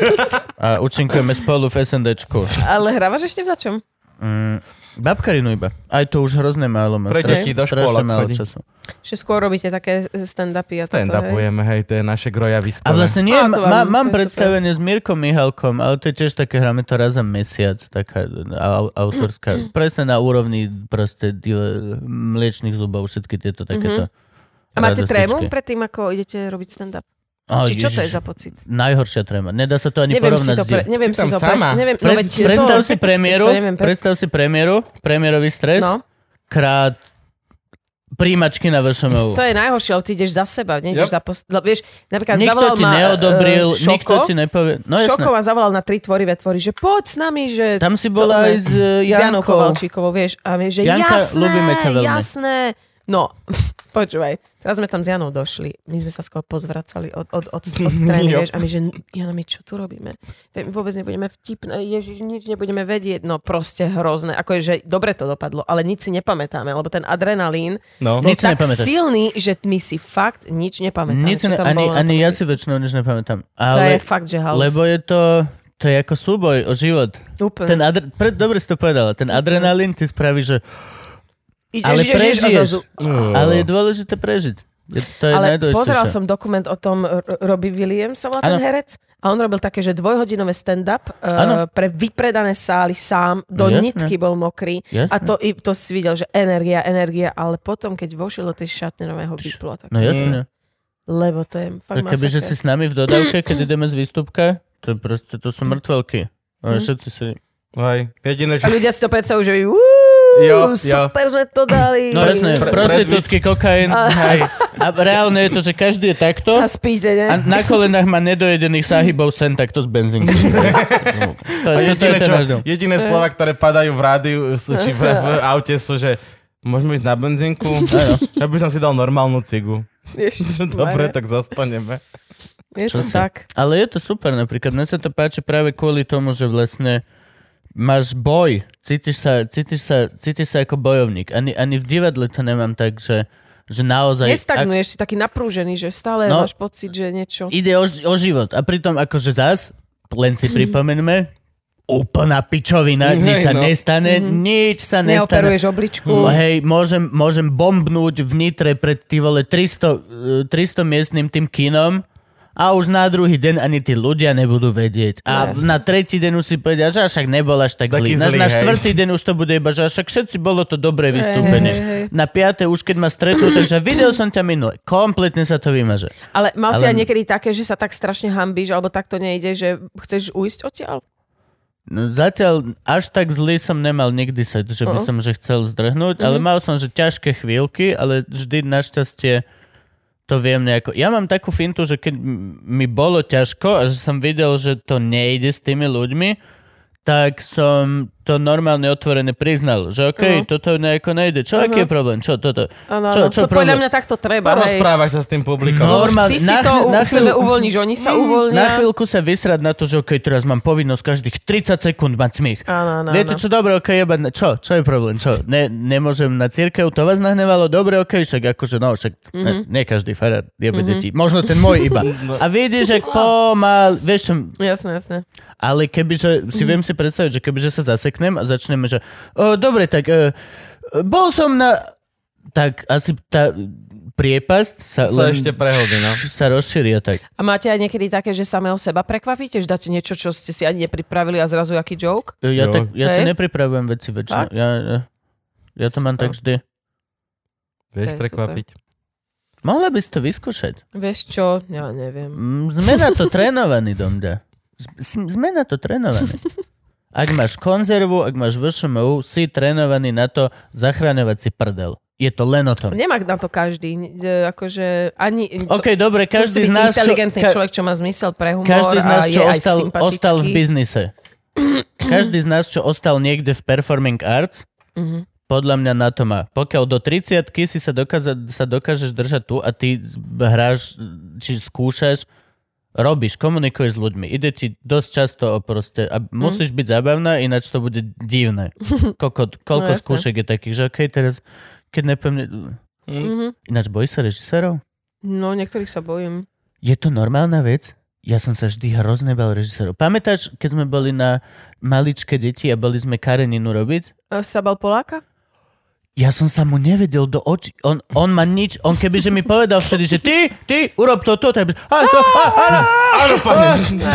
A účinkujeme spolu v SNDčku. Ale hrávaš ešte v čom? Mm, babkarinu iba. Aj to už hrozné málo má. Pre Strašne, deti do strašne škôlok málo chodí. času. Že skôr robíte také stand-upy a toto, hej? Stand-upujeme, hej, to je naše grojavisko. A vlastne nie, Á, má, to mám, mám to je predstavenie s Mirkom Mihalkom, ale to je tiež také, hráme to raz za mesiac, taká au, autorská, presne na úrovni proste dile, mliečných zubov, všetky tieto takéto. A máte radostičky. trému predtým, ako idete robiť stand-up? Ó, Či čo to je Ježiš, za pocit? Najhoršia tréma. Nedá sa to ani Neviem si porovnať to, s pre, div- neviem Si si tam to sama. Pre, neviem, no Pred, veď predstav to, si premiéru, to neviem, pre... predstav si premiéru, premiérový stres, No, krát príjimačky na vé š em u. to je najhoršie, ale ty ideš za seba, nejdeš Yep. za post... Lebo vieš, napríklad Nikto zavolal ti ma neodobril, uh, Šoko, nikto ti nepovie. No jasné. Šoko ma zavolal na tri tvorivé tvory, že poď s nami, že... Tam si bola to- aj s uh, s Janou Jankou. Kovalčíkovou, vieš, a vieš, že Janka, jasné, ľúbime ťa veľmi. jasné. No, počúvaj, teraz sme tam s Janou došli, my sme sa skôr pozvracali od, od, od, od trémy, vieš, a my, že Jana, my čo tu robíme? My vôbec nebudeme vtipné, ježiš, nič nebudeme vedieť, no proste hrozné, ako je, že dobre to dopadlo, ale nič si nepamätáme, lebo ten adrenalín No. je Nič si tak nepamätáš. silný, že my si fakt nič nepamätáme. Nič, čo ne, tam ani, bolo na ani tom ja ihrisku. si väčšinou nič nepamätám. To Ale, je fakt, že halus. lebo je to, to je ako súboj o život. Úplne. Ten adre, pre, dobre si to povedala, ten adrenalín ti spraví, že Ideš, ale ideš, ideš a prežiješ. zrazu- Ale je dôležité prežiť. Je, to je Ale najdôležitejšie. pozeral som dokument o tom, R- Robbie Williams sa volá ten Áno. herec, a on robil také, že dvojhodinové stand-up Áno. uh, pre vypredané sály sám, do No, jasné. nitky bol mokrý. Jasné. A to, i- to si videl, že energia, energia, ale potom, keď vošiel do tej šatne nového vyplo. Tak, No jasne. lebo to je fakt Kebyže si s nami v dodávke, keď ideme z výstupka, to proste, to sú mŕtvelky. A všetci si... Aj, jediné, že... A ľudia si to predstavujú, že uú, Jo, jo. super sme to dali. No jasné, Pre- prostitútky, kokain. A- Hej. A reálne je to, že každý je takto A spíte, ne? a na kolenách má nedojedených sahybov sen takto z benzínky. No, to, A to, to je jediné, ten čo, náš dom. jediné slova, ktoré padajú v rádiu sú- či v, v aute sú, že môžeme ísť na benzínku? Áno. Ja by som si dal normálnu cigu. Ježiš, Dobre, Maria. tak zostaneme. Je Čo to si? tak. Ale je to super napríklad. Mne sa to páči práve kvôli tomu, že vlastne máš boj. Cítiš sa, cítiš sa, cítiš sa ako bojovník. Ani, ani v divadle to nemám tak, že, že naozaj... Nestagnuješ si taký naprúžený, že stále No. máš pocit, že niečo... Ide o, o život. A pritom akože zás, len si pripomeňme, úplná pičovina, Hej, nič sa no. nestane, nič sa nestane. Neoperuješ obličku. No, hej, môžem, môžem bombnúť v Nitre pred ty vole tristo, eh, tristo miestnym tým kinom a už na druhý deň ani tí ľudia nebudú vedieť. A Yes. na tretí deň už si povedia, že však nebol až tak Taký zlý. Na, zlý, na hej. štvrtý deň už to bude iba, že však všetci bolo to dobré vystúpenie. hej, hej. Na piate už keď ma stretnú, takže videl som ťa minule. Kompletne sa to vymaže. Ale mal si Ale- aj niekedy také, že sa tak strašne hambíš, alebo tak to nejde, že chceš ujsť odtiaľ? No, zatiaľ až tak zlý som nemal nikdy sa, že by Uh-uh. som že chcel zdrhnúť, ale mal som že ťažké chvíľky, ale vždy našťastie to viem nejako. Ja mám takú fintu, že keď m- mi bolo ťažko a že som videl, že to nejde s tými ľuďmi, tak som to normálne otvorené priznal, že okej, okay, uh-huh. toto nejako nejde. Čo, uh-huh. aký je problém? Čo, toto? Ano, čo, čo to podľa mňa takto treba. Rozprávaš sa s tým publikom. Normálne. Ty si na, to na u sebe uvoľníš, oni sa uvoľnia. Na chvíľku sa vysrať na to, že okej, okay, teraz mám povinnosť každých tridsať sekúnd mať smích. Áno, áno, Viete, čo dobre, okej, okay, čo? Čo je problém? Čo? Ne, nemôžem na cirkev, to vás nahnevalo? Dobre, okej, okay, však akože, no, však mm-hmm. ne, nie každý farár jebe mm-hmm. deti. Možno ten môj iba. A vidíš, že pomal, vieš čo... Jasné, jasné. Ale kebyže, si viem si predstaviť, že kebyže sa zaseknem a začneme, že o, dobre, tak e, bol som na... Tak asi tá priepasť sa, sa len ešte prehodí, no. sa rozšíria tak. A máte aj niekedy také, že samého seba prekvapíte? Že dáte niečo, čo ste si ani nepripravili a zrazu aký joke? Ja, tak, ja si Hej. nepripravujem veci väčšinou. Ja, ja, ja to super. Mám tak vždy. Vieš prekvapiť. Super. Mohla by si to vyskúšať. Vieš čo? Ja neviem. Sme na to trénovaní, Domda. Sme na to trénovaní. Ak máš konzervu, ak máš vé š em ú, si trénovaný na to zachraňovať si prdel. Je to len o tom. Nemá na to každý. Akože ani... OK, dobre, každý z nás... inteligentný čo, ka, človek, čo má zmysel pre humor každý z nás, čo a je ostal, aj ostal v biznise. Každý z nás, čo ostal niekde v performing arts, uh-huh. podľa mňa na to má. Pokiaľ do tridsiatky si sa, dokáza, sa dokážeš držať tu a ty hráš, či skúšaš, robíš, komunikuješ s ľuďmi. Ide ti dosť často o proste... A musíš mm. byť zábavná, ináč to bude divné. Koľko, koľko no, skúšek je takých, že okej, okay, teraz, keď nepevne... Mm. Ináč bojíš sa režisérov? No, niektorých sa bojím. Je to normálna vec? Ja som sa vždy hrozne bal režisérov. Pamätáš, keď sme boli na maličké deti a boli sme Kareninu robiť? A sa bal Poláka? Ja som sa mu nevedel do očí. On, on ma nič, on kebyže mi povedal vtedy, že ty, ty, urob to, to, tak... Áno, pane.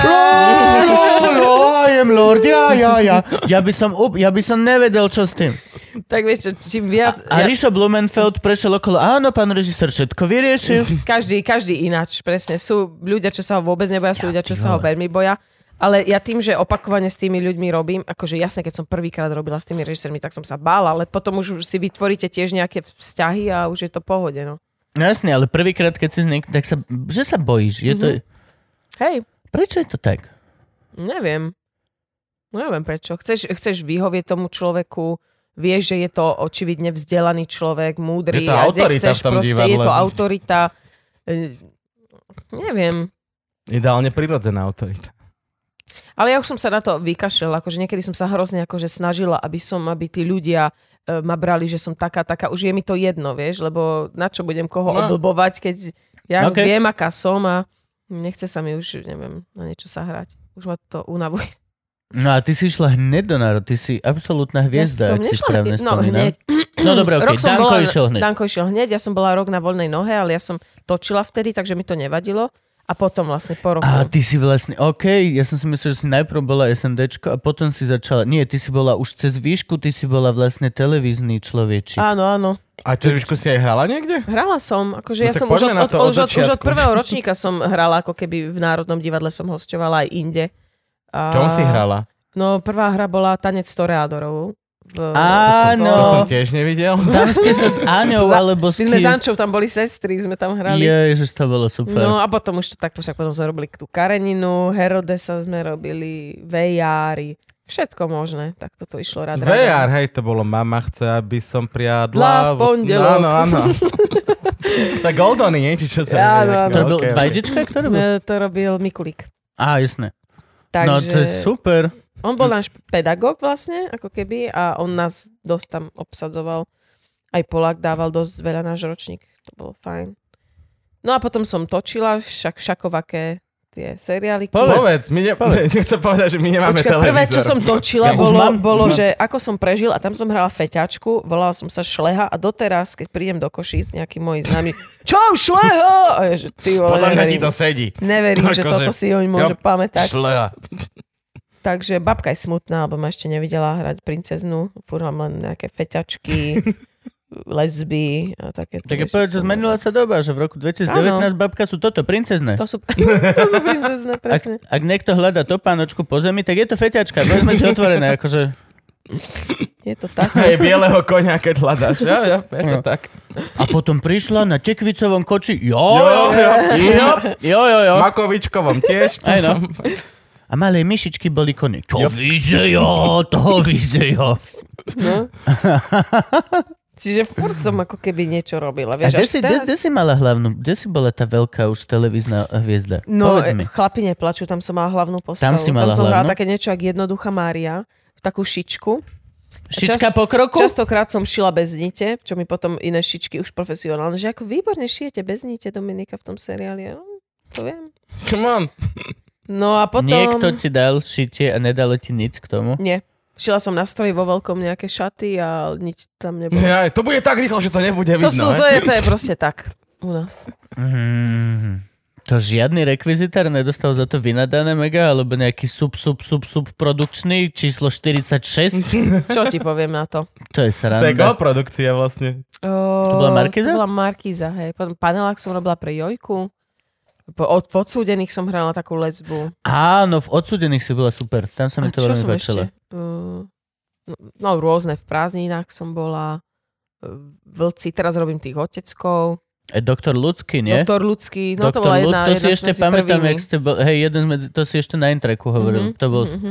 I am Lord, ja, ja, ja. Ja by som, ja by som nevedel, čo s tým. Tak vieš čo, čím viac... A, a ja... Rišo Blumenfeld prešiel okolo, áno, pán režisér, všetko vyriešil. Každý, každý ináč, presne. Sú ľudia, čo sa ho vôbec neboja, sú ľudia, čo sa ho veľmi boja. Ale ja tým, že opakovane s tými ľuďmi robím, akože jasne, keď som prvýkrát robila s tými režisérmi, tak som sa bála, ale potom už si vytvoríte tiež nejaké vzťahy a už je to pohode, no. No jasne, ale prvýkrát, keď si z niek- tak sa, že sa bojíš, je to... Mm-hmm. Hej. Prečo je to tak? Neviem. Neviem prečo. Chceš, chceš vyhovieť tomu človeku, vieš, že je to očividne vzdelaný človek, múdry. Je to autorita v tom proste, divadle. Je to autorita. E, neviem. Ideálne prirodzená autorita. Ale ja už som sa na to vykašľala, akože niekedy som sa hrozne akože snažila, aby som, aby tí ľudia e, ma brali, že som taká, taká, už je mi to jedno, vieš, lebo na čo budem koho no. oblbovať, keď ja okay. viem, aká som a nechce sa mi už, neviem, na niečo sa hrať. Už ma to unavuje. No a ty si išla hneď do národ, ty si absolútna hviezda, ja ak si správne no, spomínam. Hneď. No dobre, okej, okay. Danko bola, išiel hneď. Danko išiel hneď, ja som bola rok na voľnej nohe, ale ja som točila vtedy, takže mi to nevadilo. A potom vlastne po roku. A ty si vlastne, okej, okay, ja som si myslel, že si najprv bola SNDčko a potom si začala, nie, ty si bola už cez výšku, ty si bola vlastne televízny človečik. Áno, áno. A cez výšku si aj hrala niekde? Hrala som, akože no ja som už od, od, od, od, už od prvého ročníka som hrala, ako keby v Národnom divadle som hosťovala aj inde. A... Čom si hrala? No prvá hra bola Tanec toreadorov. V... Áno. To som tiež nevidel. Tam ste sa s Áňou, alebo s My sme s Ančou, tam boli sestry, sme tam hrali. Ježiš, to bolo super. No a potom už to tak, však potom sme robili tú Kareninu, Herodesa sme robili, Vejári, všetko možné. Tak toto išlo rád. Vejár, hej, to bolo Mama chce, aby som priadla. v pondelok. Áno, áno. Tak Goldony, nie? Či čo to je? Áno, áno. To robil okay, Vajdička, kto robil? To robil Mikulík. Á, jasné. Takže... No to je super. On bol náš pedagóg vlastne, ako keby, a on nás dosť tam obsadzoval. Aj Polák dával dosť veľa náš ročník. To bolo fajn. No a potom som točila však šakovaké tie seriály. Povedz, my ne, Povedz. nechcem povedať, že my nemáme Počka, televízor. Prvé, čo som točila, ja bolo, mám, bolo že ako som prežil, a tam som hrala feťačku, volala som sa Šleha a doteraz, keď prídem do Košíc, nejaký môj známy, čau Šleha! A je, že ty vole, Podľa mňa ti neverím. to sedí. Neverím, že toto si on môže jo, pamätať. Šleha. Takže babka je smutná, lebo ma ešte nevidela hrať princeznu. Fúr mám len nejaké feťačky, lesby a také. Tak je povedať, že zmenila sa doba, že v roku dvetisícdevätnásť ano. Babka sú toto, princezné. To sú, to sú princezné, presne. Ak, ak niekto hľadá topánočku po zemi, tak je to feťačka. Budeme si otvorené, akože... Je to tak. A je bieleho koňa, keď hľadáš. Ja, ja, je to no. tak. A potom prišla na tekvicovom koči. Jo, jo, jo, jo, jo, jo, jo. Makovičkovom tiež. Aj no. A malé myšičky boli kone. To vyzejo, to vyzejo. No. Čiže furt som ako keby niečo robila. Vieš, a kde až si, teraz... kde, kde si mala hlavnú, kde si bola tá veľká už televízna hviezda? No, Povedz mi. Chlapi neplačú, tam som mala hlavnú postavu. Tam si mala tam som hrala hlavnú? také niečo, ako jednoduchá Mária, takú šičku. Šička Čas, po kroku? Častokrát som šila bez nite, čo mi potom iné šičky už profesionálne, že ako výborne šijete bez nite, Dominika, v tom seriáli. No, to viem. Come on. No a potom... Niekto ti dal šitie a nedalo ti nič k tomu? Nie. Šila som na stroji vo veľkom nejaké šaty a nič tam nebolo. Ja, to bude tak rýchlo, že to nebude To, vidno. sú, to, je, to je proste tak u nás. Mm, to žiadny rekvizitár nedostal za to vynadané mega, alebo nejaký sub, sub, sub, sub produkčný číslo štyridsaťšesť? Čo ti poviem na to? To je To je sranda. produkcia vlastne. O, To bola Markíza? To bola Markíza, hej. Potom panelák som robila pre Jojku. Po, od v odsúdených som hrala takú lesbu. Áno, v odsúdených si bola super. Tam sa mi A to čo veľmi som páčilo. ešte? Uh, no rôzne, v prázdninách som bola. Uh, Vlci, teraz robím tých oteckov. E, doktor Ľudský, nie? Doktor Ľudský, no to Doktor bola Ľud- jedna, to jedna si ešte medzi pamätám, prvými. jak ste bol, hej, jeden medzi, to si ešte na intraku hovoril. Mhm, To bol... mhm.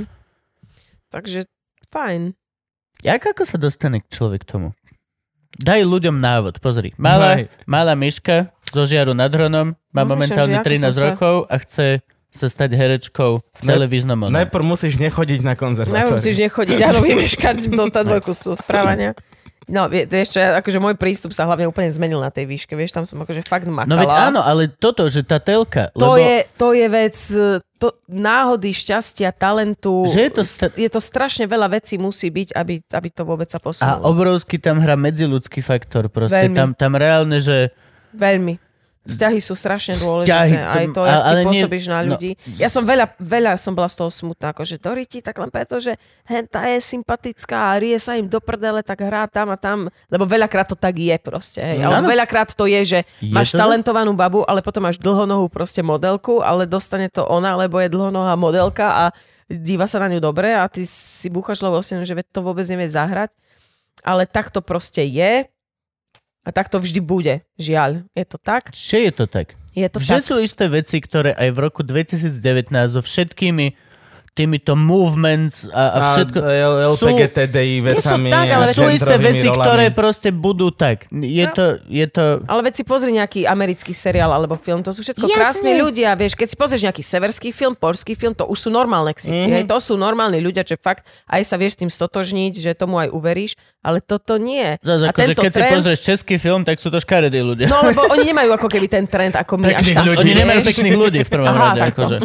Takže fajn. Jak ako sa dostane človek k tomu? Daj ľuďom návod, pozri. Malá, Hej. malá myška zo Žiaru nad Hronom, má Rozmýšľam, momentálne že ako trinásť som sa- rokov a chce sa stať herečkou v Ne- televíznom onom. Najprv musíš nechodiť na Najmä konzervatóriu. musíš nechodiť, áno, vymeškať, dostať dvojku z správania. No, vie- vieš čo, ja- akože môj prístup sa hlavne úplne zmenil na tej výške, vieš, tam som akože fakt makala. No veď áno, ale toto, že tá telka, lebo To, je, to je vec to, náhody, šťastia, talentu. Že je to sta- je to strašne veľa vecí musí byť, aby, aby to vôbec sa a posunulo. obrovský tam hrá medziľudský faktor proste. Veľmi. Tam, tam reálne, že Veľmi. Vzťahy sú strašne dôležité. Vzťahy, to- Aj to, a- jak ty ale nie- pôsobíš na no. ľudí. Ja som veľa, veľa som bola z toho smutná. Akože Doriti, tak len preto, že henta je sympatická a rie sa im do prdele, tak hrá tam a tam. Lebo veľakrát to tak je proste. Hej. Ale Áno. veľakrát to je, že Je máš to tak? talentovanú babu, ale potom máš dlhonohú proste modelku, ale dostane to ona, lebo je dlhonohá modelka a díva sa na ňu dobre a ty si búchaš hlavu o stenu, že veď to vôbec nevie zahrať. Ale tak to proste je a tak to vždy bude. Žiaľ. Je to tak? že je to tak. Je to Že tak. sú isté veci, ktoré aj v roku dvetisícdevätnásť so všetkými týmito movements a, a všetko... L P G T D I vecami. tak, ale a sú isté centrovými veci, rolami. ktoré proste budú tak. Je to... Je to... Ale veď si pozri nejaký americký seriál alebo film, to sú všetko Jasne. krásni ľudia, vieš, keď si pozrieš nejaký severský film, poľský film, to už sú normálne ksichty, Mhm. mm-hmm. hej, to sú normálni ľudia, že fakt aj sa vieš tým stotožniť, že tomu aj uveríš, ale toto nie. Zas, A akože tento keď si trend, pozrieš český film, tak sú to škaredí ľudia. no lebo oni nemajú ako keby ten trend ako my Pekných až tak. ľudí. Oni nemajú vieš. pekných ľudí v prvom Aha, rade. takto. Akože.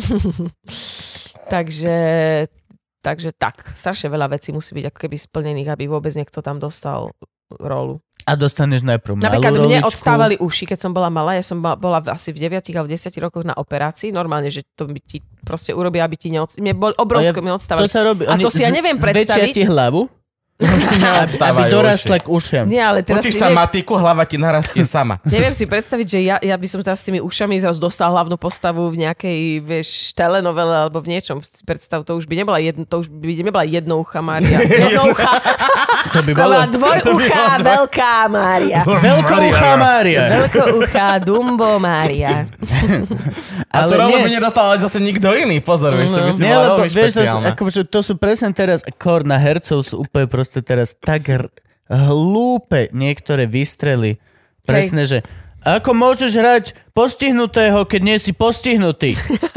Takže, takže tak, strašne veľa vecí musí byť ako keby splnených, aby vôbec niekto tam dostal rolu. A dostaneš najprv malú Napríklad mne roličku. odstávali uši, keď som bola malá. Ja som bola asi v deviatich alebo desiatich rokoch na operácii. Normálne, že to by ti proste urobia, aby ti neodstávali. Mne bol obrovsko, mi To odstávali. sa robí. A Oni to si ja neviem z- Zväčšia predstaviť. ti hlavu, aby, aby Vstávajú dorastla uši. k ušiam. Nie, ale teraz Učíš si sa vieš, matiku, hlava ti narastie sama. neviem si predstaviť, že ja, ja by som teraz s tými ušami zrazu dostala hlavnú postavu v nejakej, vieš, telenovele alebo v niečom. Si predstav, to už by nebola jedno, to už by nebola jednoucha Mária. Jednoucha, To by to bolo. bola dvojuchá veľká Mária. Veľkouchá Mária. Veľkouchá Dumbo Mária. A to Ale rolo by nie, nedostal ale zase nikto iný, pozor, vieš, to by si nie, bola lebo veľmi vieš, to, sú- špeciálna. akože, to sú presne teraz, kor na hercov sú úplne proste teraz tak hr- hlúpe niektoré výstrely. Presne, že ako môžeš hrať postihnutého, keď nie si postihnutý?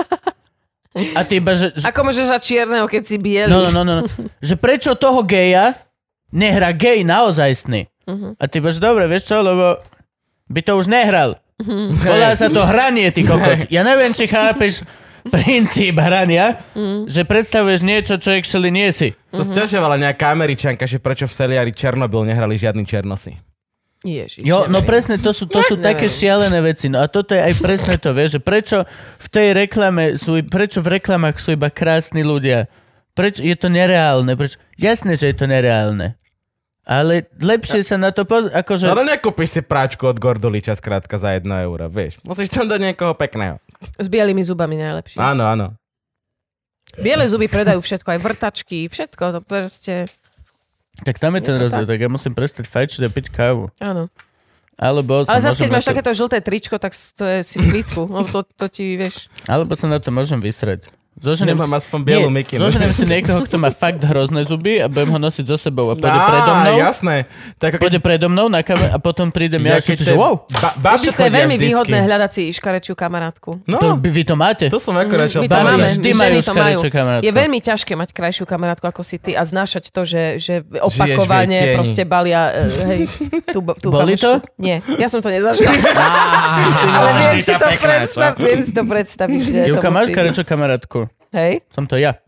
A ty iba, že, že Ako môžeš hrať čierneho, keď si bielý? no, no, no, no, no. Že prečo toho geja nehrá gej naozajstný? Uh-huh. A ty iba, že dobre, vieš čo, lebo by to už nehral. Volá sa to hranie, ty kokot. Ja neviem, či chápeš princíp hrania, mm. že predstavuješ niečo, čo actually nie si. To sťažovala nejaká Američanka, že prečo v seriáli Černobyl nehrali žiadni černosi. Ježiš, Jo, no neviem. presne, to sú, to sú také šialené veci. No a toto je aj presne to, vieš, že prečo v tej reklame sú, prečo v reklamách sú iba krásni ľudia? Prečo je to nereálne? Prečo? Jasné, že je to nereálne. Ale lepšie sa na to pozrieť, akože... No ale nekúpiš si práčku od Gorduliča skrátka za jedno euro, vieš. Musíš tam dať niekoho pekného. S bielými zubami najlepšie. Áno, áno. Biele zuby predajú všetko, aj vrtačky, všetko, to proste... Tak tam je, Je ten to rozdiel, tak? tak ja musím prestať fajčiť a piť kávu. Áno. Alebo sa Ale zase, môžem keď na máš to, takéto žlté tričko, tak to je si v klidku, no to, to ti, vieš... alebo sa na to môžem vysrať. Zoženiem Nemám aspoň bielu mikinu. Zoženiem si niekoho, kto má fakt hrozné zuby a budem ho nosiť so sebou a pôjde Á, predo mnou. jasné. Tak ako Pôjde predo mnou na kamer a potom prídem ja, keď ja že wow. Ba- babi Ešte to je chodia veľmi vždycky. výhodné hľadať si škarečiu kamarátku. No, To, vy to máte? to som akorát šiel. My to Babi máme, vždy my majú ženy to majú. škarečie kamarátku. Je veľmi ťažké mať krajšiu kamarátku ako si ty a znášať to, že, že opakovane v jej tieni. proste balia uh, hej, tú, tú Boli kamošku. to? Nie, ja som to nezažila. Ale viem si, to predstav, viem si to predstaviť, že Júka, to máš musí karečo byť. kamarátku? Hej? Som to ja.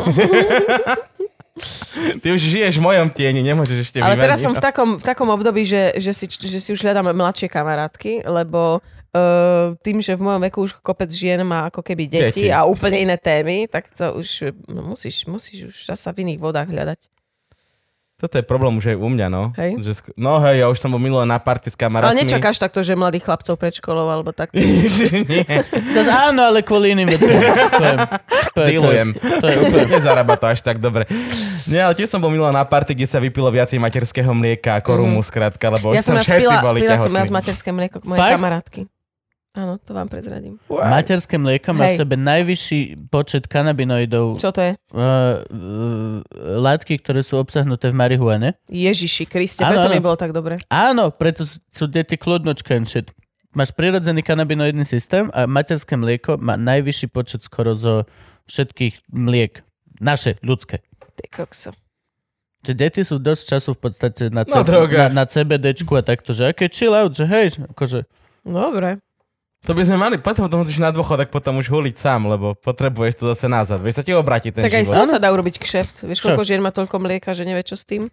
Ty už žiješ v mojom tieni, nemôžeš ešte Ale vyvadiť. teraz som v takom, v takom období, že, že, si, že si už hľadám mladšie kamarátky, lebo uh, tým, že v mojom veku už kopec žien má ako keby deti, Deti. a úplne iné témy, tak to už no, musíš, musíš už zasa v iných vodách hľadať. Toto je problém už aj u mňa, no. Hej. Že sk- no hej, ja už som bol minulé na party s kamarátmi. Ale nečakáš takto, že mladých chlapcov pred školou alebo tak. Nie, Zas áno, ale kvôli iným veciam. To je, to je, dealujem. To je, to je úplne... Nezarába to až tak dobre. Nie, ale tiež som bol minulé na party, kde sa vypilo viacej materského mlieka ako rumu, skrátka, lebo Ja už som tam raz všetci pila, boli pila som raz tehotní. materské mlieko k mojej Fakt? kamarátky. Áno, to vám prezradím. Materské mlieko má v Hej. sebe najvyšší počet kanabinoidov, Čo to je? uh, uh, látky, ktoré sú obsahnuté v marihuane. Ježiši Kriste, Áno, preto áno. mi bolo tak dobre. Áno, preto sú deti kľudnočka and shit. Máš prirodzený kanabinoidný systém a materské mlieko má najvyšší počet skoro zo všetkých mliek. Naše, ľudské. Ty kokso. Že deti sú dosť času v podstate na, Na C- drogách. na, na CBDčku a takto, že aké chill out, že hej, akože... Dobre. To by sme mali, potom to musíš na dôchodok potom už huliť sám, lebo potrebuješ to zase nazad. Vieš, sa ti obráti ten Tak aj život. som sa dá urobiť kšeft. Vieš, Čo? koľko žien má toľko mlieka, že nevie, čo s tým?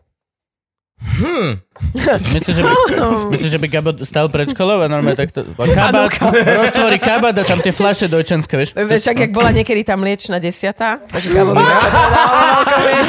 Hm. Myslíš, že by, myslíš, že by Gabo stal pred školou a normálne takto... Kabát, roztvorí kabát a tam tie fľaše dojčenské, vieš? Vieš, ak jak bola niekedy tá mliečna desiatá, tak Gabo by na to vieš.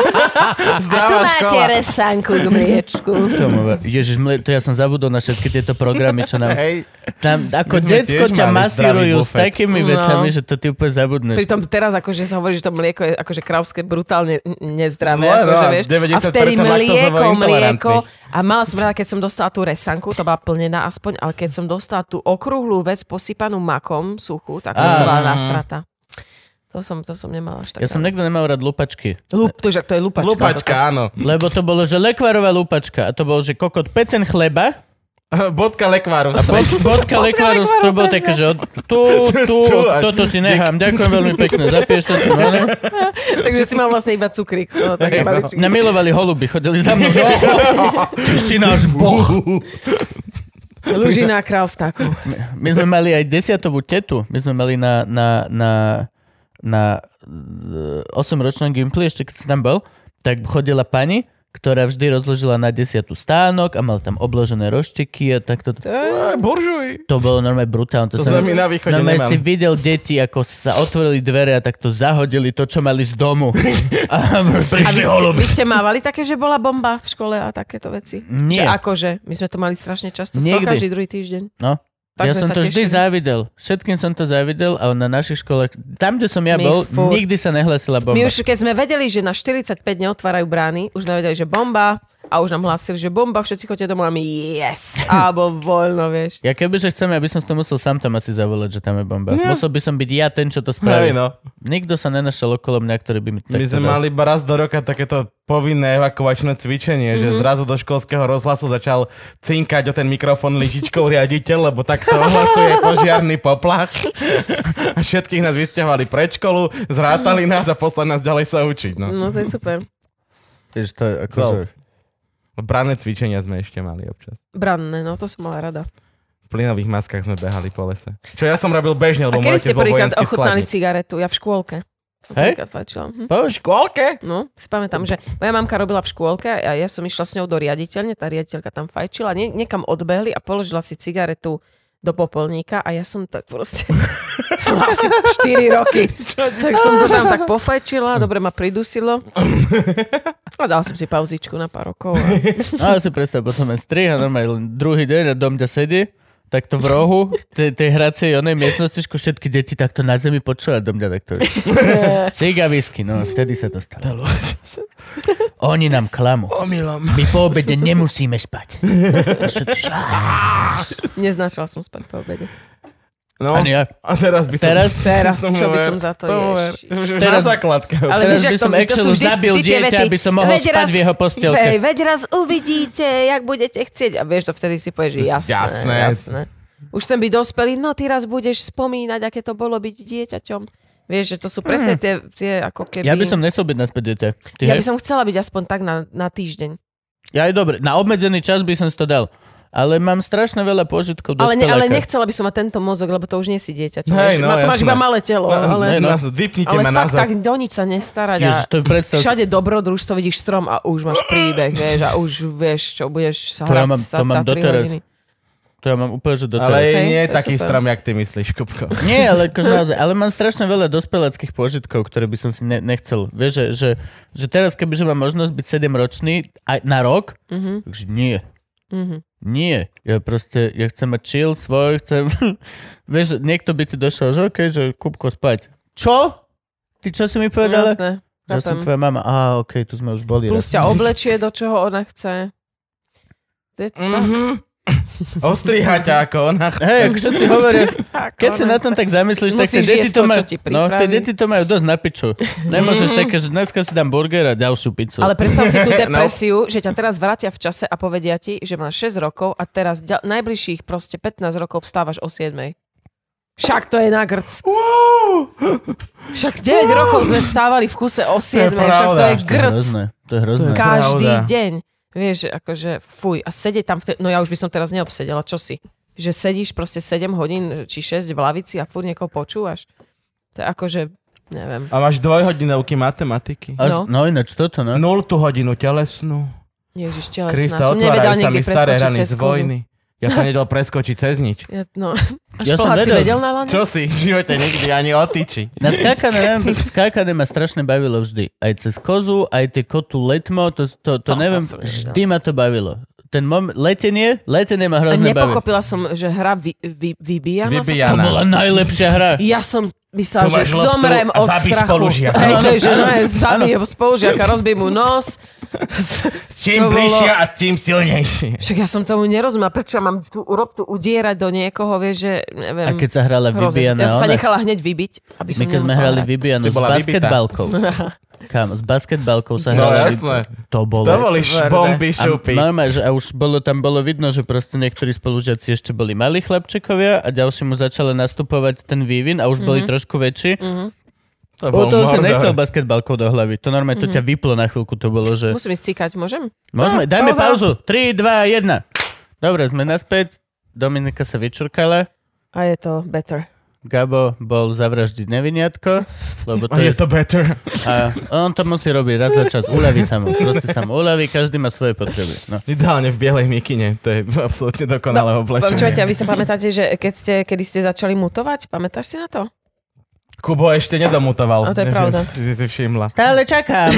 A tu máte resanku k mliečku. Tomu, Ježiš, mlie, to ja som zabudol na všetky tieto programy, čo nám... Hej. Tam, ako My sme decko tiež ťa mali masírujú zdravý s bufet. takými No. vecami, že to ty úplne zabudneš. Pritom teraz akože sa hovorí, že to mlieko je akože kravské brutálne n- nezdravé. Zle, Akože, no, vieš. A deväťdesiat vtedy percent mlieko, laktózovo mlieko. intolerantných. A mala som rada, keď som dostala tú resanku, to bola plnená aspoň, ale keď som dostala tú okrúhlú vec posypanú makom, suchú, tak to Á. som bola nasrata. To som, to som nemala až tak. Ja som nikdy nemal rád lupačky. Lup, to, že to je lupačka. Lupačka, áno. Lebo to bolo, že lekvárová lupačka. A to bolo, že kokot pecen chleba. Bodka lekváru. A bod, bodka lekváru, to bolo presne. také, že od, tu, tu, Tu a- toto si nechám. Ďakujem veľmi pekne. Zapiješ to tu, no ne? Takže si mal vlastne iba cukrík. No, také maličky. Mňa milovali holuby, chodili za mnou, že oh, ty si náš boh. Lužina král vtákov. My sme mali aj desiatovú tetu. My sme mali na, na, na, na osemročnom gimpli, ešte keď som tam bol, tak chodila pani, ktorá vždy rozložila na desiatu stánok a mal tam obložené rošteky a takto. Á, Buržuj. To bolo normálne brutálne. To sa sme my na východe normálne nemám. si videl deti, ako sa otvorili dvere a takto zahodili to, čo mali z domu. A A prišli vy ste, holuby. vy ste mávali také, že bola bomba v škole a takéto veci? Nie. Že akože? My sme to mali strašne často, skoro Niekdy. každý druhý týždeň. No. Tak Ja sme som sa to vždy tešili. závidel. Všetkým som to závidel a na našich školách, tam, kde som ja My bol, furt. nikdy sa nehlasila bomba. My už keď sme vedeli, že na štyridsaťpäť neotvárajú brány, už sme vedeli, že bomba a už nám hlásili, že bomba, všetci chodíte domov a my yes, alebo voľno, vieš. Ja kebyže chcem, aby som to musel sám tam asi zavolať, že tam je bomba. Nie. Musel by som byť ja ten, čo to Hej, spraví. no. Nikto sa nenašiel okolo mňa, ktorý by mi to My takto sme dal. mali iba raz do roka takéto povinné evakuačné cvičenie, mm-hmm. že zrazu do školského rozhlasu začal cinkať o ten mikrofón lyžičkou riaditeľ, lebo tak sa ohlasuje požiarny poplach. A všetkých nás vysťahovali pred školu, zrátali nás a poslali nás ďalej sa učiť. No. No to je super. Vieš, to je akože... Branné cvičenia sme ešte mali občas. Branné, no to som mala rada. V plynových maskách sme behali po lese. Čo ja som robil bežne, A lebo kedy môj ste otec bol prvýkrát vojenský ochutnali skladník. cigaretu? Ja v škôlke. Som Hej? prvýkrát fajčila. Hm. Po Škôlke? No, si pamätám, že moja mamka robila v škôlke a ja som išla s ňou do riaditeľne, tá riaditeľka tam fajčila, nie, niekam odbehli a položila si cigaretu do popolníka a ja som tak proste asi štyri roky. Tak som to tam tak pofajčila, dobre ma pridusilo. A dal som si pauzičku na pár rokov. A... Ale si predstav, potom je strih a normálne len druhý deň a dom ťa sedí, takto v rohu, tej, tej hracej onej miestnosti, všetky deti takto na zemi počúvať dom ťa takto. Ciga whisky, no vtedy sa to stalo. Oni nám klamú. Omylom. My po obede nemusíme spať. A všetci, že, "Á." Neznášala som spať po obede. No, Ani ja. a teraz by som... Teraz? Teraz, Tomu čo by ver, som za to tomu ver. jež. Teraz- Na základke. Ale Teraz vieš, by jak to- som to sú Excelu vždy- zabil vždy tie dieťa, vety. aby som mohol Veď spať raz- v jeho postielke. Veď, veď raz uvidíte, jak budete chcieť. A vieš, to vtedy si povieš, že jasné, Jasné. jasné. Už chcem byť dospelý, no ty raz budeš spomínať, aké to bolo byť dieťaťom. Vieš, že to sú presne tie, tie ako keby... Ja by som nechcel byť naspäť dieťa. Ty, ja hej? by som chcela byť aspoň tak na, na týždeň. Ja aj dobre. Na obmedzený čas by som si to dal. Ale mám strašne veľa požitkov do Ale, ne, ale speláka. nechcela by som mať tento mozog, lebo to už nie si dieťa. Čo, Hej, vieš? no, Ma- to máš jasné. iba malé telo, ale, Hej, no. Nás, vypnite ale ma fakt názor. tak do nič sa nestarať. Ježiš, A to je predstav... všade dobrodružstvo, vidíš strom a už máš príbeh, vieš, a už vieš, čo budeš sa To ja hrať mám- sa to mám tá tri doteraz. hodiny. To ja mám úplne, že doteraz. Ale Hej, nie je to je taký super. strom, jak ty myslíš, Kupko. Nie, ale akože naozaj, ale mám strašne veľa dospeláckých požitkov, ktoré by som si ne- nechcel. Vieš, že, že, že teraz, kebyže mám možnosť byť sedemročný aj na rok, Mhm, takže nie. mhm. Nie. Ja proste, ja chcem mať chill svoj, chcem... Vieš, niekto by ti došiel, že okej, okay, že Kupko spať. Čo? Ty čo si mi povedala? Jasné, Že som chápem. tvoja mama. Á, okej, okay, tu sme už boli. Plus raz. ťa oblečie, do čoho ona chce. To je to tak. Mhm. Ostriha ťa, ako ona chce. Hej, ako všetci hovoria, Tak, keď si ona- na tom tak zamyslíš, tak tie Musíš deti jesť to to, majú, čo ti no, tie pripraví. deti to majú dosť na piču. Nemôžeš také, že dneska si dám burger a ďalšiu pizzu. Ale predstav si tú No. depresiu, že ťa teraz vrátia v čase a povedia ti, že máš šesť rokov a teraz ďal, najbližších proste pätnásť rokov vstávaš o siedmej. Však to je na grc. Však deväť rokov sme vstávali v kuse o siedmej, však to je pravda. to je grc. hrozné. To je hrozné. To je Každý pravda. deň. Vieš, že akože fuj. A sedieť tam, v te... no ja už by som teraz neobsedela, čo si? Že sedíš proste sedem hodín či šesť v lavici a furt niekoho počúvaš. To je akože, neviem. A máš dvojhodinovky matematiky. Až, No. no. no ináč toto, no. Nultú hodinu telesnú. Ježiš, telesná. Krista, Som nevedela otvárajú sa niekde mi staré preskočiť rany cez z kozu. vojny. Ja som nedal preskočiť cez nič. Ja, no. A Ja som šplhať si vedel. vedel na lane? Čo si? V živote nikdy ani o tyči. Na skákané, neviem, skákané ma strašne bavilo vždy. Aj cez kozu, aj tie kotu letmo, to, to, to, to To- to neviem, som nevedela. vždy ma to bavilo. Ten moment, letenie, letenie ma A hrozne bavilo. nepochopila som, že hra vy, vy, vybíjana. sa Vybíjana. To bola najlepšia hra. Ja som myslela, Tu že máš loptu zomrem a od zabij strachu. spolužiaka. Hej, to je, že no, je, zabij spolužiaka, rozbij mu nos. Čím To bližšie bolo- a tým silnejšie. Však ja som tomu nerozumela, prečo ja mám tú robtu udierať do niekoho, vieš, že neviem. A keď sa hrala hrozne. vybíjana, Ja som sa ona- nechala hneď vybiť, aby som my keď sme nemusela hrali hrať. vybíjanu Si s bola vybitá. basketbalkou. Kam, s basketbalkou sa No hrali. jasné. To bolo. To boli tvrdé. bomby A šupy. normálne, že a už bolo, tam bolo vidno, že proste niektorí spolužiaci ešte boli malí chlapčekovia a ďalší mu začali nastupovať ten vývin a už boli Mhm. trošku väčší. To O bol toho si mordor. nechcel basketbalkou do hlavy. To normálne, to ťa vyplo na chvíľku, to bolo, že... Musím ísť cíkať, môžem? Môžeme, dajme pauzu. tri, dva, jeden. Dobre, sme naspäť. Dominika sa vyčurkala. A je to better. Gabo bol zavraždiť neviniatko, lebo to A je je... to better. A on to musí robiť raz za čas. Uľaví sa mu. Proste sa mu uľaví, každý má svoje potreby. No. Ideálne v bielej mikine. To je absolútne dokonalé oblečenie. Počúvajte, a vy sa pamätáte, že keď ste, kedy ste začali mutovať? Pamätáš si na to? Kubo ešte nedomutoval. No, to je Neviem, pravda. či si si všimla. Stále čakám.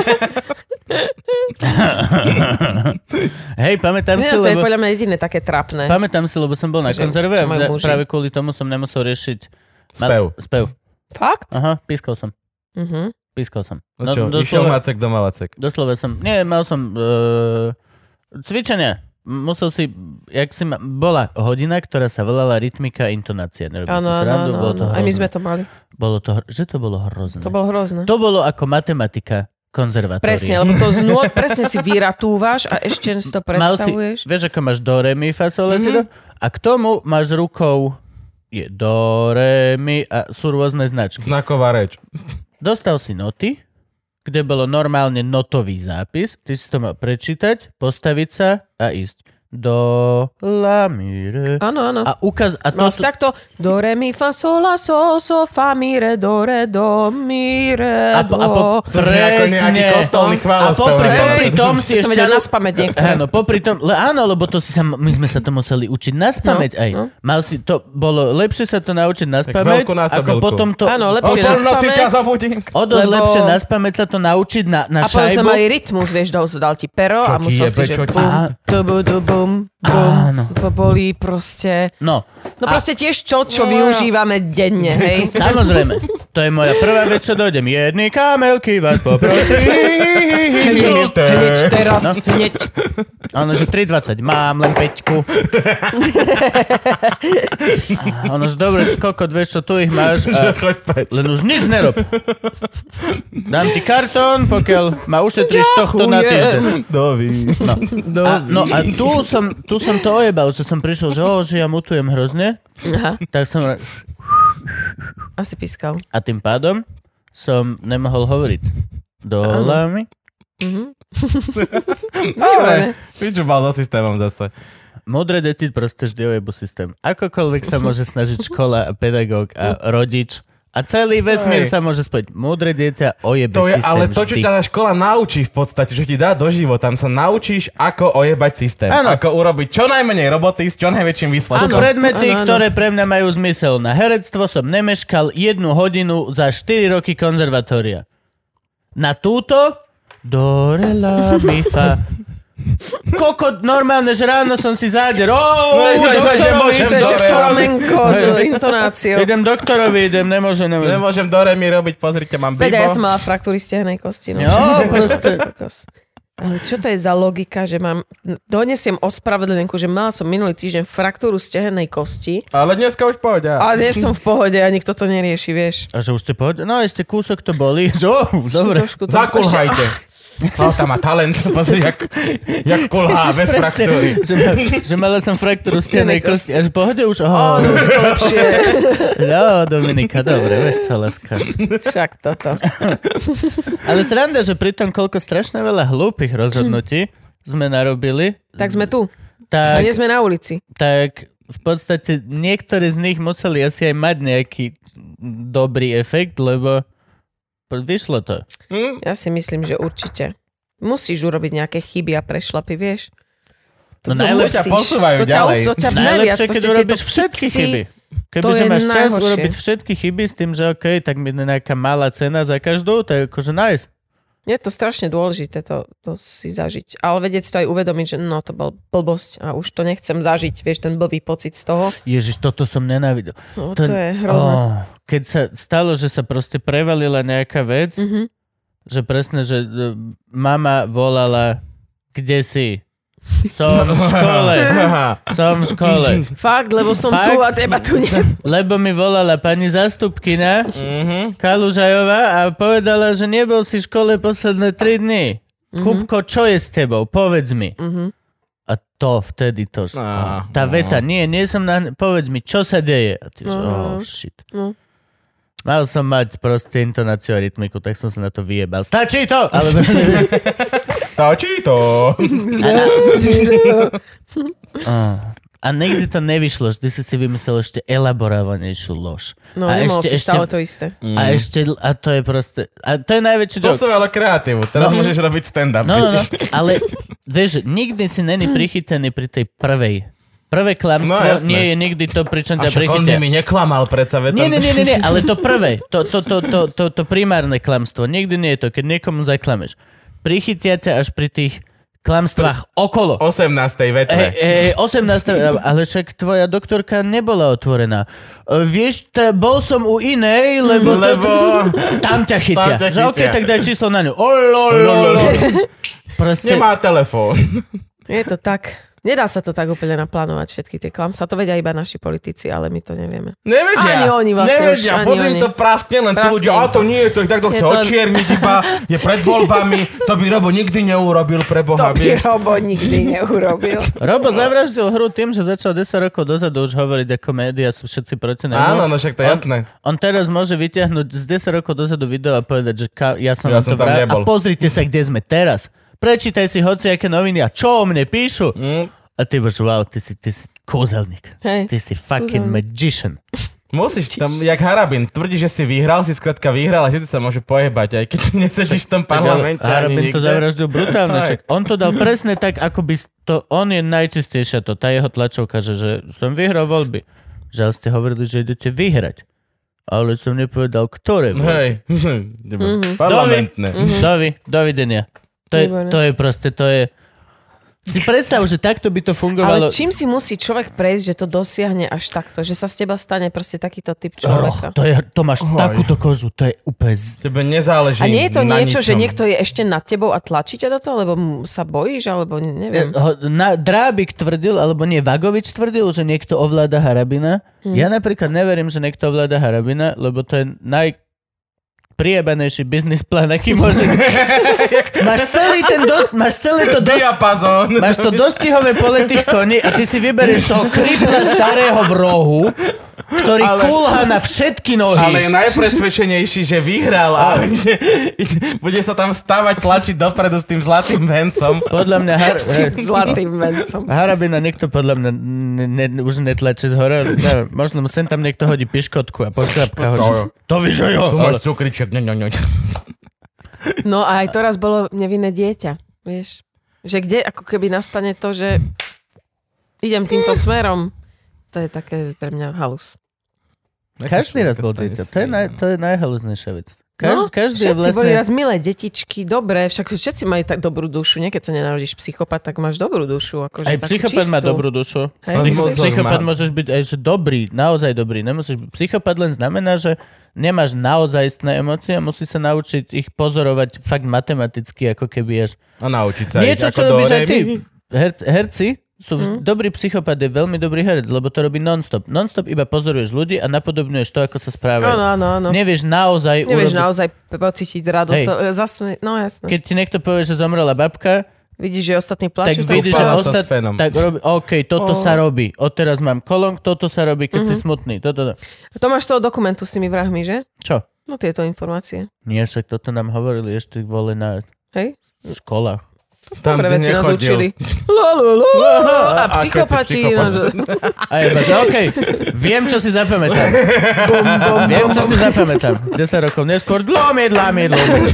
Hej, pamätám si, Nie, to je lebo... podľa mňa jediné také trapné. Pamätám si, lebo som bol na Že- konzerve a čo majú da- muži. práve kvôli tomu som nemusel riešiť... Spev. Spev. Fakt? Aha, pískal som. Mhm. Pískal som. No čo, išiel Macek do Malacek. Doslova som, nie, mal som uh, cvičenia. Musel si, jak si ma, bola hodina, ktorá sa volala rytmika a intonácia. Nerobím Áno, si áno, srandu, áno, bolo to áno. Aj my hrozné. sme to mali. Bolo to, hr- že to bolo hrozné. To bolo hrozné. to bolo ako matematika konzervatórie. Presne, lebo to znô, presne si vyratúvaš a ešte si to Mal si, predstavuješ. vieš, ako máš do, re, mi, fa, sol, la, si, do? A k tomu máš rukou je do, re, mi a sú rôzne značky. Znaková reč. Dostal si noty, kde bolo normálne notový zápis. Ty si to mal prečítať, postaviť sa a ísť. Do, la, mi, re. Áno, áno. A ukaz... A to, No asi takto do, re, mi, fa, sol, la, so, so, fa, mi, re, do, re, do, mi, re, a, po, do. a po, To znie ako nejaký presne. kostolný A chválospev. popri, Hej, popri tom si to som ešte... vedela ru- naspamäť niektoré. Áno, popri tom... Le, áno, lebo to si sa... My sme sa to museli učiť naspamäť aj. no. Mal si to... Bolo lepšie sa to naučiť naspamäť, veľkú ako násobilku. potom to... Áno, O lepšie polnoci naspamäť. ťa zabudím. O dosť lebo- lepšie naspamäť sa to naučiť na, na A potom sme šajbu. mali rytmus, vieš, dal, dal ti pero Čo a ti musel jebe, si, že čo ti- bum, Á. tubu, du, bum, Áno. Boli proste... No. No proste tiež čo, čo využívame denne, hej? Samozrejme. To je moja prvá vec, čo dojdem. Jedný kamelky vás poprosím. Hneď, hneď teraz, No. hneď. Ono, že tri dvadsať. Mám len peťku. Ono, že dobre, kokot, vieš, čo tu ich máš. A len už nič nerob. Dám ti kartón, pokiaľ ma ušetríš tohto na týždeň. Dovi. No. A, no a tu som, tu som to ojebal, že som prišiel, že, oh, že ja mutujem hrozne. Aha. Tak som... Asi pískal. A tým pádom som nemohol hovoriť. Dovolá mi? Dobre. Víš, čo mal za systémom zase. Modré deti proste vždy ojebu systém. Akokoľvek sa môže snažiť škola a pedagóg a rodič a celý vesmír sa môže spojiť. Modré dieťa ojebe To je, systém ale to, čo vždy. ťa tá škola naučí v podstate, čo ti dá do života, tam sa naučíš, ako ojebať systém. Áno. Ako urobiť čo najmenej roboty s čo najväčším Sú výsledkom. predmety, Áno, áno. ktoré pre mňa majú zmysel. Na herectvo som nemeškal jednu hodinu za štyri roky konzervatória. Na túto do, re, la, mi, fa. Kokot, normálne, že ráno som si záder. Oh, doktorovi, To je, že flamenko s intonáciou. idem doktorovi, idem, nemôžem, nemôžem. Nemôžem do remi robiť, pozrite, mám bibo. Veď ja som mala fraktúry stehennej kosti. No. Jo, proste. Kokos. Ale čo to je za logika, že mám... Donesiem ospravedlnenku, že mala som minulý týždeň fraktúru stehennej kosti, Ale dneska už povedia. ale dnes som v pohode a nikto to nerieši, vieš. A že už ste povedali? No ešte kúsok to boli. Oh, dobre. Trošku to- Zakulhajte. No, tam má talent, pozri, jak, jak kulhá, bez Presne, fraktúry. Že, ma, že mala som fraktúru stenej kosti. Až v pohode už. Ó, Oh, no už je to lepšie. že, oh, Dominika, dobre, vieš čo, láska. Však toto. Ale sranda, že pri tom, koľko strašne veľa hlúpych rozhodnutí sme narobili, Tak sme tu. A tak, nie sme na ulici. tak v podstate niektorí z nich museli asi aj mať nejaký dobrý efekt, lebo vyšlo to. Ja si myslím, že určite. Musíš urobiť nejaké chyby a prešlapy, vieš? No To najlepšie ťa posúvajú to ťa, ďalej. To ťa najviac, Najlepšie, keď proste urobíš tieto všetky fixy, chyby. Keby to že je máš čas najhoršie. urobiť všetky chyby s tým, že OK, tak mi je nejaká malá cena za každú, to je akože nice. Je to strašne dôležité to, to si zažiť. Ale vedieť si to aj uvedomiť, že no to bol blbosť a už to nechcem zažiť, vieš, ten blbý pocit z toho. Ježiš, toto som nenávidel. No, to, to je hrozné. Oh, keď sa stalo, že sa proste prevalila nejaká vec, Mhm. že presne, že e, mama volala, kde si? Som v škole. Som v škole. Fakt, lebo som Fakt? tu a teba tu nie. Lebo mi volala pani zástupkyňa Kalužajová a povedala, že nebol si v škole posledné tri dni. Kupko, čo je s tebou? Povedz mi. Mhm. A to vtedy to... Á, tá veta, nie, nie som na... Povedz mi, čo sa deje? A ty, že, No. oh, shit. No. Mal som mať proste intonáciu a rytmiku, tak som sa na to vyjebal. Stačí to! Ale... Stačí to. oh. A nikdy to nevyšlo, vždy si si vymyslel ešte elaborovanejšiu lož. No, a nemohol ešte, si stále to isté. A ešte, a to je proste, a to je najväčší joke. Posúvalo kreatívu. Teraz No. môžeš robiť stand-up. No, no, no, ale vieš, nikdy si není prichytený pri tej prvej. Prvé klamstvo No, jasné. nie je nikdy to, pričom A ťa však on prichytia. mi neklamal predsa. veď Nie, tam- nie, nie, nie, nie, ale to prvé, to, to, to, to, to, to primárne klamstvo, nikdy nie je to, keď niekomu zaklameš. Prichytia ťa až pri tých klamstvách okolo. osemnástej vetve. Hej, hej, osemnástej, ale však tvoja doktorka nebola otvorená. E, Vieš, t- bol som u inej, lebo, Lebo... tam ťa chytia. Tam ťa Že okej, chytia. tak daj číslo na ňu. Olololo. Proste, Nemá telefón. Je to tak. Nedá sa to tak úplne naplánovať, všetky tie klamstvá. To vedia iba naši politici, ale my to nevieme. Nevedia. Ani oni vlastne Nevedia. už, ani Pozri, oni. to praskne, len tu Praskne. ľudia, a to nie, to ich takto Je chce to- očierniť iba, je pred voľbami, to by Robo nikdy neurobil pre To Boha, by vieš. Robo nikdy neurobil. Robo zavraždil hru tým, že začal desať rokov dozadu už hovoriť, ako médiá sú všetci proti nemu. Áno, no však to je On- jasné. On teraz môže vyťahnuť z desať rokov dozadu video a povedať, že ka, ja som Ja vám som to tam vral. A nebol. pozrite sa, kde sme teraz. Prečítaj si hociaké noviny a čo o mne píšu. Mm. A ty bož, wow, ty si, ty si kúzelník. Hej. Ty si fucking Kúzelník. magician. Musíš tam, jak Harabin, tvrdí, že si vyhral, si skrátka vyhral a že sa môže pojebať, aj keď nesedíš v tom parlamente ani Harabin nikde. to zavraždil brutálne. Aj. Však on to dal presne tak, ako by to... On je najčistejšia to, tá jeho tlačovka, že, že som vyhral voľby. Že ste hovorili, že idete vyhrať. Ale som nepovedal, ktoré voľby. Hej, Mhm. parlamentné. Dovi, dovidenia. To je, Výborné. to je proste, to je... Si predstav, že takto by to Ale fungovalo. čím si musí človek prejsť, že to dosiahne až takto? Že sa z teba stane proste takýto typ Oh, človeka? to, je, to máš Oj. takúto kožu, to je úplne... z- Tebe nezáleží A nie je to na niečo, ničom. že niekto je ešte nad tebou a tlačí ťa do toho, lebo mu sa bojíš, alebo ne- neviem. Ho- Na, Drábik tvrdil, alebo nie, Vagovič tvrdil, že niekto ovláda Harabina. Hm. Ja napríklad neverím, že niekto ovláda Harabina, lebo to je naj priebanejší biznis plán, aký môže... máš celý ten... Do... Máš celé to... Dos... Diapazón. Máš to dostihové pole tých koní a ty si vyberieš toho kripla starého v rohu, ktorý Ale- kulhá na všetky nohy. Ale je najpresvedčenejší, že vyhral a bude sa tam stávať, tlačiť dopredu s tým zlatým vencom. Podľa mňa... Har... S tým zlatým vencom. Harabina niekto podľa mňa ne, ne, už netlačí z hora. Neviem, možno mu sem tam niekto hodí piškotku a poškrapka ho. že- To víš, že jo. Tu Ale... máš cukriček. No, no, no. No a aj to raz bolo nevinné dieťa, vieš. Že kde ako keby nastane to, že idem týmto smerom. To je také pre mňa halus. Každý raz bol dieťa. To je, naj, to je najhaluznejšia vec. Každý, No, každý je všetci vlastne... boli raz milé detičky, dobré, však všetci majú tak dobrú dušu, nie? Keď sa nenarodíš psychopat, tak máš dobrú dušu. Akože Aj takú psychopat má čistú. dobrú dušu. Hej, Ale myslíš? mozog Psychopat má- môžeš byť aj že dobrý, naozaj dobrý. Nemusíš byť. Psychopat len znamená, že nemáš naozajstné emócie a musíš sa naučiť ich pozorovať fakt matematicky, ako keby až... A naučiť sa Niečo, ich čo ako do robíš aj ty. Remy. Her, herci sú Mhm. vž- dobrý psychopat, je veľmi dobrý herec, lebo to robí non-stop. Non-stop iba pozoruješ ľudí a napodobňuješ to, ako sa správajú. Áno, áno, áno. Nevieš naozaj Nevieš urobiť... naozaj pocítiť radosť. Hej. To, e, zasme... No jasné. Keď ti niekto povie, že zomrela babka, Vidíš, že ostatní tak plačú. tak vidíš, že upála sa ostat... s fenom. tak robí, OK, toto Oh. sa robí. Odteraz mám kolong, toto sa robí, keď Mhm. si smutný. Toto, to. To máš toho dokumentu s tými vrahmi, že? Čo? No tieto informácie. Nie, však toto nám hovorili ešte vole na Hej? školách. Tam Dobre ty veci nás nechodil. učili. Lo, lo, lo, a A keď si psychopati. psychopat. No, A iba, že OK, viem, čo si zapamätám. bum, bum, Viem, bum, čo bum. si zapamätám. desať rokov neskôr, dlomid, lamid, lomid.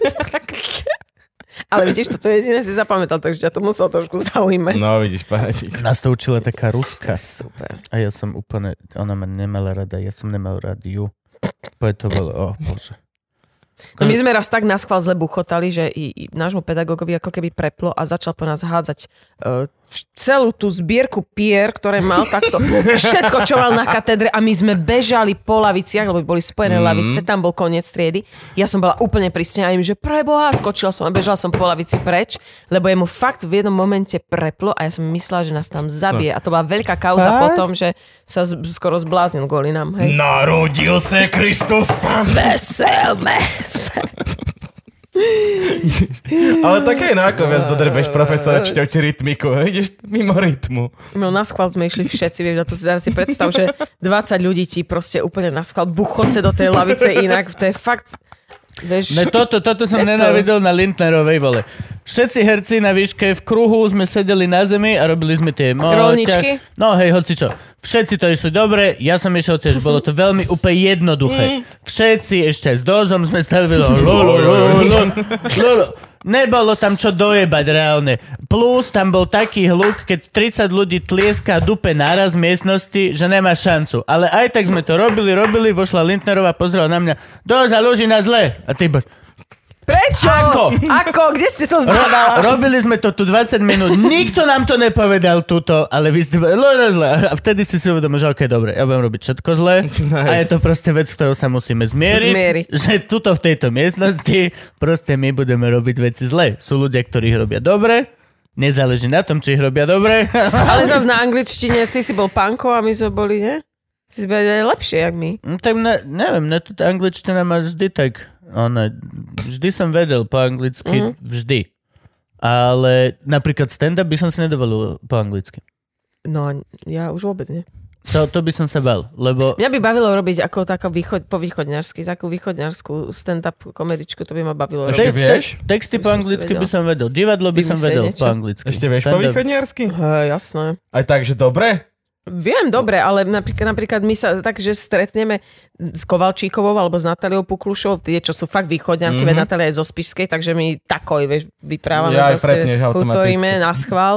Ale vidíš, toto jediné si zapamätal, takže ťa to muselo trošku zaujímať. No vidíš, pamätík. Nás to učila taká Ruska. Super. A ja som úplne, ona ma nemala rada, ja som nemal rád ju. Poď to bolo, oh bože. No my sme raz tak naschvál zle buchotali, že i, i nášmu pedagógovi ako keby preplo a začal po nás hádzať uh, celú tú zbierku pier, ktoré mal takto. Všetko, čo mal na katedre a my sme bežali po laviciach, lebo boli spojené mm. lavice, tam bol koniec triedy. Ja som bola úplne prísne a im, že preboha, skočila som a bežala som po lavici preč, lebo jemu fakt v jednom momente preplo a ja som myslela, že nás tam zabije. A to bola veľká kauza Fakt? potom, že sa z, skoro zbláznil kvôli nám. Hej. Narodil sa Kristus Pán. Veselme sa. Ale také je no, ako viac dodrbeš profesora, či ťa učí rytmiku. Ideš mimo rytmu. No na schvál sme išli všetci, vieš, a to si teraz si predstav, že dvadsať ľudí ti proste úplne na schvál buchoce do tej lavice inak, to je fakt, vieš... Ne, toto, toto som Je to- nenávidel na Lindnerovej vole. Všetci herci na výške v kruhu sme sedeli na zemi a robili sme tie... mo- Rolničky? ťa- No hej, hocičo. Všetci to išli dobre, ja som išiel tiež, bolo to veľmi úplne jednoduché. Všetci ešte s dozom sme stavili... lo, lo, lo, lo, lo, lo. Nebolo tam čo dojebať reálne. Plus tam bol taký hluk, keď tridsať ľudí tlieska dupe naraz v miestnosti, že nemá šancu. Ale aj tak sme to robili, robili, vošla Lindnerová, pozrela na mňa, doza, loží na zle. A ty... bo- Prečo? Ako? Ako? Kde ste to Ro- zbadala? robili sme to tu dvadsať minút, nikto nám to nepovedal túto, ale vy ste... lo, lo, zle. A vtedy si si uvedomil, že okej, dobre, ja budem robiť všetko zle a je to proste vec, ktorou sa musíme zmieriť, Zmieriť. že tuto v tejto miestnosti proste my budeme robiť veci zle. Sú ľudia, ktorí ich robia dobre, nezáleží na tom, či ich robia dobre. Ale zase na angličtine, ty si bol panko a my sme boli, ne? Ty si boli aj lepšie, jak my. No, tak ne, neviem, ne, tá angličtina má vždy tak... Ono, vždy som vedel po anglicky, Mhm. vždy. Ale napríklad stand-up by som si nedovolil po anglicky. No, ja už vôbec nie. To, to by som sa bal, lebo... Mňa by bavilo robiť ako taká východ, po východňarsky, takú východňarskú stand-up komedičku, to by ma bavilo Ešte robiť. vieš? Texty By po som si anglicky by vedel. som vedel. Divadlo by som Vymyslieť vedel niečo. po anglicky. Ešte vieš po Stand-up. východniarsky? Hej, jasné. Aj tak, že dobre? Viem, dobre, ale napríklad, napríklad my sa tak, že stretneme s Kovalčíkovou alebo s Natáliou Puklušovou, tie, čo sú fakt východňanky, Mhm. mm-hmm. Natália je zo Spišskej, takže my takoj, vieš, vyprávame, Ja aj proste, prepneš automaticky. hutoríme na schvál.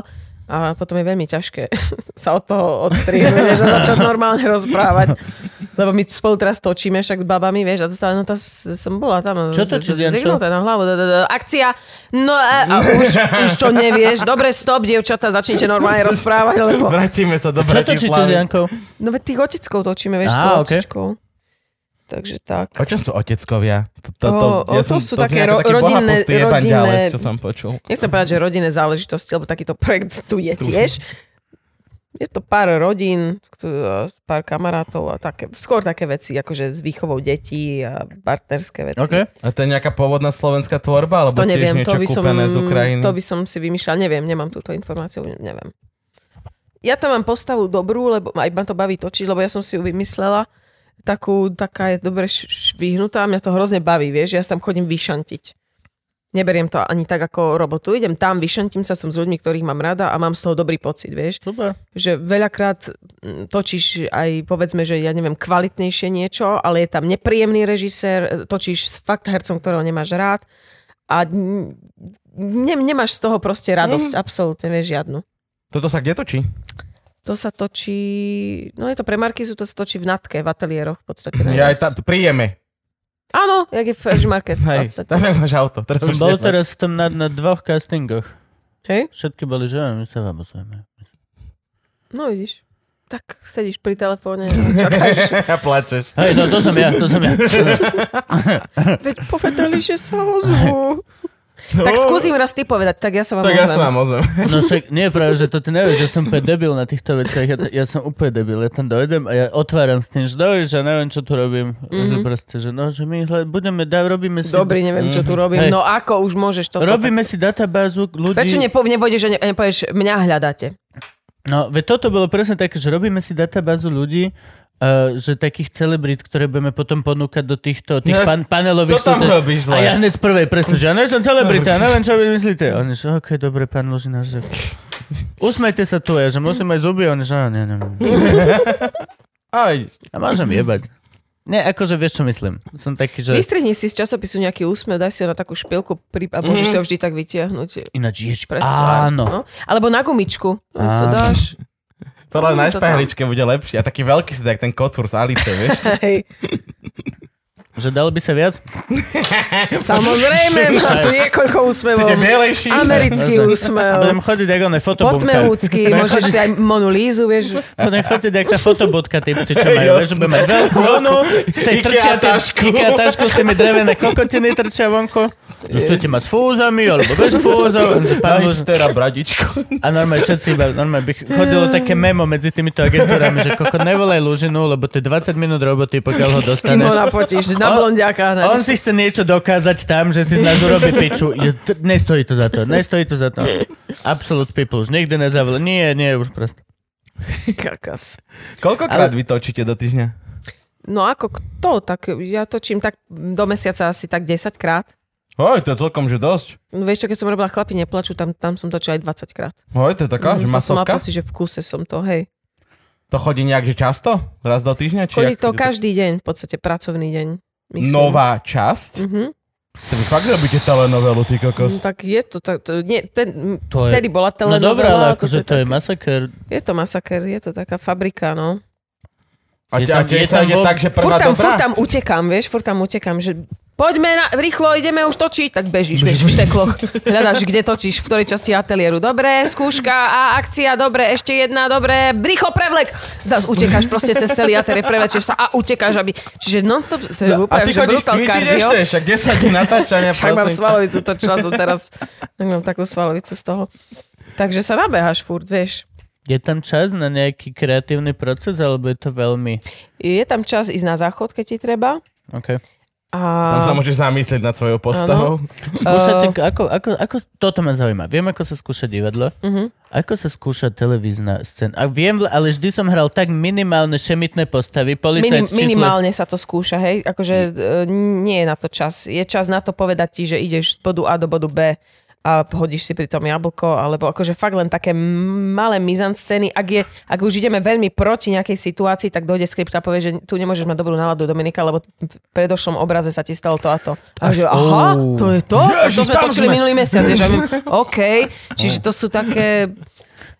A potom je veľmi ťažké sa od toho odstrihnúť, vieš, a začať normálne rozprávať. Lebo my spolu teraz točíme však s babami, vieš, a dostala, no tá som bola tam. Čo to, čo Zignuté na hlavu. Akcia. No a už, už to nevieš. Dobre, stop, dievčatá, začnite normálne rozprávať, lebo... Vrátime sa do Čo točíte s Jankou? No veď tých oteckov točíme, vieš, s tou otičkou. Takže tak. O čom sú oteckovia? To, to, to, o, ja to som, sú to také ro- ro- rodinné, rodinné, čo som počul. Nechcem povedať, že rodinné záležitosti, lebo takýto projekt tu je tiež. Je to pár rodín, pár kamarátov a také, skôr také veci, akože s výchovou detí a partnerské veci. Okay. A to je nejaká pôvodná slovenská tvorba? Alebo to tiež neviem, niečo to by, som, kúpené z Ukrajiny? to by som si vymýšľal, neviem, nemám túto informáciu, neviem. Ja tam mám postavu dobrú, lebo aj ma to baví točiť, lebo ja som si ju vymyslela. Takú, taká je dobre švihnutá, mňa to hrozne baví, vieš, ja sa tam chodím vyšantiť. Neberiem to ani tak ako robotu. Idem tam, vyšantím sa, som s ľuďmi, ktorých mám rada a mám z toho dobrý pocit, vieš. Super. Že veľakrát točíš aj, povedzme, že ja neviem, kvalitnejšie niečo, ale je tam nepríjemný režisér, točíš s fakt hercom, ktorého nemáš rád a ne, nemáš z toho proste radosť, mm. absolútne, vieš, žiadnu. Toto sa kde točí? To sa točí, no je to pre Markizu, to sa točí v Natke, v ateliéroch v podstate. Ja aj tá, príjeme. Áno, jak je Fresh Market v Hej, podstate. tam máš auto. Teraz Som bol teraz v tom na, na dvoch castingoch. Hej? Všetky boli, že my sa vám ozveme. No vidíš. Tak sedíš pri telefóne a čakáš. A plačeš. Hej, no to som ja, to som ja. Veď povedali, že sa ozvú. Tak skúsim raz ty povedať, tak ja sa vám tak ozvem. Tak ja sa vám ozvem. No však, nie práve, že to ty nevieš, že som úplne debil na týchto veciach. Ja, ja som úplne debil. Ja tam dojdem a ja otváram s tým, že dobre, že neviem, čo tu robím. Mm-hmm. Že proste, že no, že my hle, budeme, dá, robíme si... Dobrý, neviem, čo tu robím. Hej. No ako už môžeš toto... Robíme tak... si databázu ľudí... Prečo nepo, nepovieš, že ne, nepovieš, mňa hľadáte? No, veď toto bolo presne také, že robíme si databázu ľudí, Uh, že takých celebrít, ktoré budeme potom ponúkať do týchto tých pan- panelových... To tam súte... robíš zle. A ja hneď z prvej presne, že ja nie som celebrita, neviem, čo vy myslíte. Oni že, okej, okay, dobre, pán Lužina, že... Usmejte sa tu, ja, že musím aj zuby, oni že, nie, nie, nie. Aj. A môžem jebať. Nie, akože vieš, čo myslím. Som taký, že... Vystrihni si z časopisu nejaký úsmev, daj si ho na takú špilku pri... a môžeš mm. si ho vždy tak vytiahnuť. Ináč jež... Áno. No? Alebo na gumičku. Áno. Dáš... Podľa na špehličke bude lepšie. A taký veľký si tak ten kocúr z Alice, vieš? Hej. Že dalo by sa viac? Samozrejme, má tu niekoľko úsmevov. Chcete bielejší? Americký úsmev. Budem chodiť ako na fotobudka. Potmehúcky, môžeš si aj Monu Lízu, vieš. Budem chodiť ako tá fotobudka, typci, čo majú. Vieš, budem mať veľkú onu, z tej trčia Ikea tašku, s tými drevené kokotiny trčia vonku. Že chcete mať s fúzami, alebo bez fúzov. Hipstera bradičku. A normálne všetci iba, normálne by chodilo také memo medzi týmito agentúrami, že koko nevolaj Lužinu, lebo to je dvadsať minút roboty, pokiaľ ho dostaneš. Ty ho nafotíš na blondiaka. On, on si chce niečo dokázať tam, že si z nás urobí piču. Nestojí to za to, nestojí to za to. Absolute people, už nikdy nezavolá. Nie, nie, už proste. Kakas. Koľkokrát Ale... vy točíte do týždňa? No ako kto? Tak ja točím tak do mesiaca asi tak desaťkrát. Hoj, to je celkom, že dosť. No, vieš čo, keď som robila Chlapi neplačú, tam, tam som točila aj dvadsaťkrát. Hoj, to je taká, mm, že masovka? To som mala pocit, že v kúse som to, hej. To chodí nejak, že často? Raz do týždňa? Či chodí to každý to... deň, v podstate pracovný deň. Myslím. Nová časť? Mhm. To vy fakt robíte telenovelu, ty kokos. No, tak je to, tak, to nie, ten, to vtedy je... bola telenovela. No dobré, ale akože to, to je masaker. Je to masaker, je to taká fabrika, no. A te, tiež sa ide tak, že prvá furt tam, dobrá? Furt tam utekám, vieš, furt tam utekám, že poďme na, rýchlo, ideme už točiť, tak bežíš, vieš, v štekloch. Hľadáš, kde točíš, v ktorej časti ateliéru. Dobre, skúška a akcia, dobre, ešte jedna, dobre, rýchlo prevlek. Zas utekáš proste cez celý ateliér, prevlečeš sa a utekáš, aby... Čiže non-stop, to je úplne, že brutal kardio. A ty chodíš cvičiť ešte, však desať dní natáčania. Však mám svalovicu, točila som teraz, tak mám takú svalovicu z toho. Takže sa nabeháš furt, vieš. Je tam čas na nejaký kreatívny proces, alebo je to veľmi... Je tam čas ísť na záchod, keď ti treba. OK. A... Tam sa môžeš zamyslieť nad svojou postavou. Skúšate, uh... ako, ako, ako, toto ma zaujíma. Viem, ako sa skúša divadlo. Uh-huh. Ako sa skúša televízna scéna. A viem, ale vždy som hral tak minimálne šemitné postavy. Policajt, Minim, minimálne číslo... sa to skúša, hej. Akože hmm. nie je na to čas. Je čas na to povedať ti, že ideš z bodu A do bodu B a hodíš si pri tom jablko, alebo akože fakt len také malé mizanscény. Ak, je, ak už ideme veľmi proti nejakej situácii, tak dojde skript a povie, že tu nemôžeš mať dobrú náladu, Dominika, lebo v predošlom obraze sa ti stalo to a to. A že aha, to je to? Ježiš, to sme točili sme. minulý mesiac. Vieš, my, OK, čiže to sú také...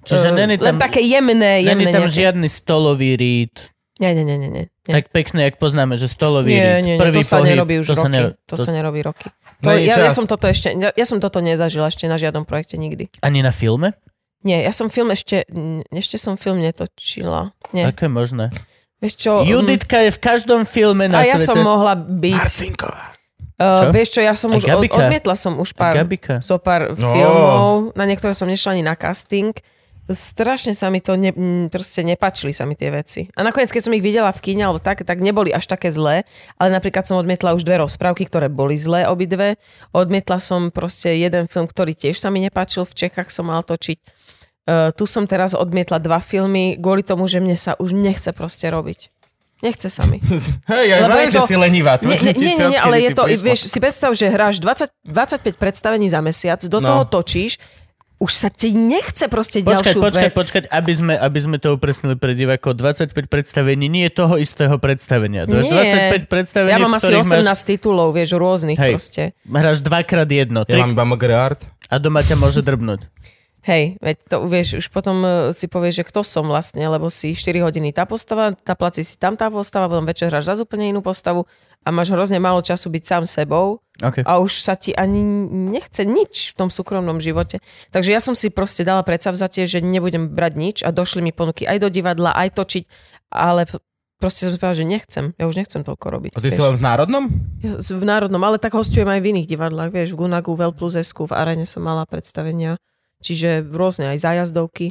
Čiže uh, není tam, len také jemné, jemné. není tam nejaké. žiadny stolový rít. Nie, nie, nie, nie. nie. Tak pekne, jak poznáme, že stolový Nie, rít. nie, nie, Prvý to sa pohyb, nerobí už to roky. Sa nero... To sa nerobí roky. No To, ja, ja, čas. som toto ešte, ja, ja som toto nezažila ešte na žiadnom projekte nikdy. Ani na filme? Nie, ja som film ešte, ešte som film netočila. Nie. Aké možné? Vieš čo? Juditka je v každom filme mm, na A ja svete. som mohla byť... Marcinková. Uh, vieš čo, ja som A už, od, Gabika? odmietla som už A pár, Gabika? zo pár No. filmov, na niektoré som nešla ani na casting. Strašne sa mi to, ne, m, proste nepáčili sa mi tie veci. A nakoniec, keď som ich videla v kine, alebo tak, tak neboli až také zlé, ale napríklad som odmietla už dve rozprávky, ktoré boli zlé obidve. Odmietla som proste jeden film, ktorý tiež sa mi nepáčil, v Čechách som mal točiť. Uh, tu som teraz odmietla dva filmy, kvôli tomu, že mne sa už nechce proste robiť. Nechce sa mi. Hej, ja Lebo viem, je to- že si lenivá. Nie, nie, nie, nie, nie, ale je to, vieš, vieš... si predstav, že hráš dvadsať, dvadsaťpäť predstavení za mesiac, do No. toho točíš, už sa ti nechce proste Počkať, ďalšiu počkať, vec. počkať, aby sme, aby sme to upresnili pre divákov. dvadsaťpäť predstavení nie je toho istého predstavenia. To je Nie. dvadsaťpäť predstavení, Ja mám v asi ktorých osemnásť máš... titulov, vieš, rôznych Hej. proste. Hráš dvakrát jedno. Ja Tri... mám iba Mogrart. A doma ťa môže drbnúť. Hej, veď to vieš, už potom uh, si povieš, že kto som vlastne, lebo si štyri hodiny tá postava, na placi si tam tá postava, potom večer hráš za úplne inú postavu a máš hrozne málo času byť sám sebou Okay. a už sa ti ani nechce nič v tom súkromnom živote. Takže ja som si proste dala predsavzatie, že nebudem brať nič a došli mi ponuky aj do divadla, aj točiť, ale proste som povedala, že nechcem. Ja už nechcem toľko robiť. A ty si vieš. len v Národnom? Ja v národnom, ale tak hostujem aj v iných divadlách, vieš, v Gunagu, Vel plus Esku, v Arene som mala predstavenia, čiže rôzne aj zájazdovky.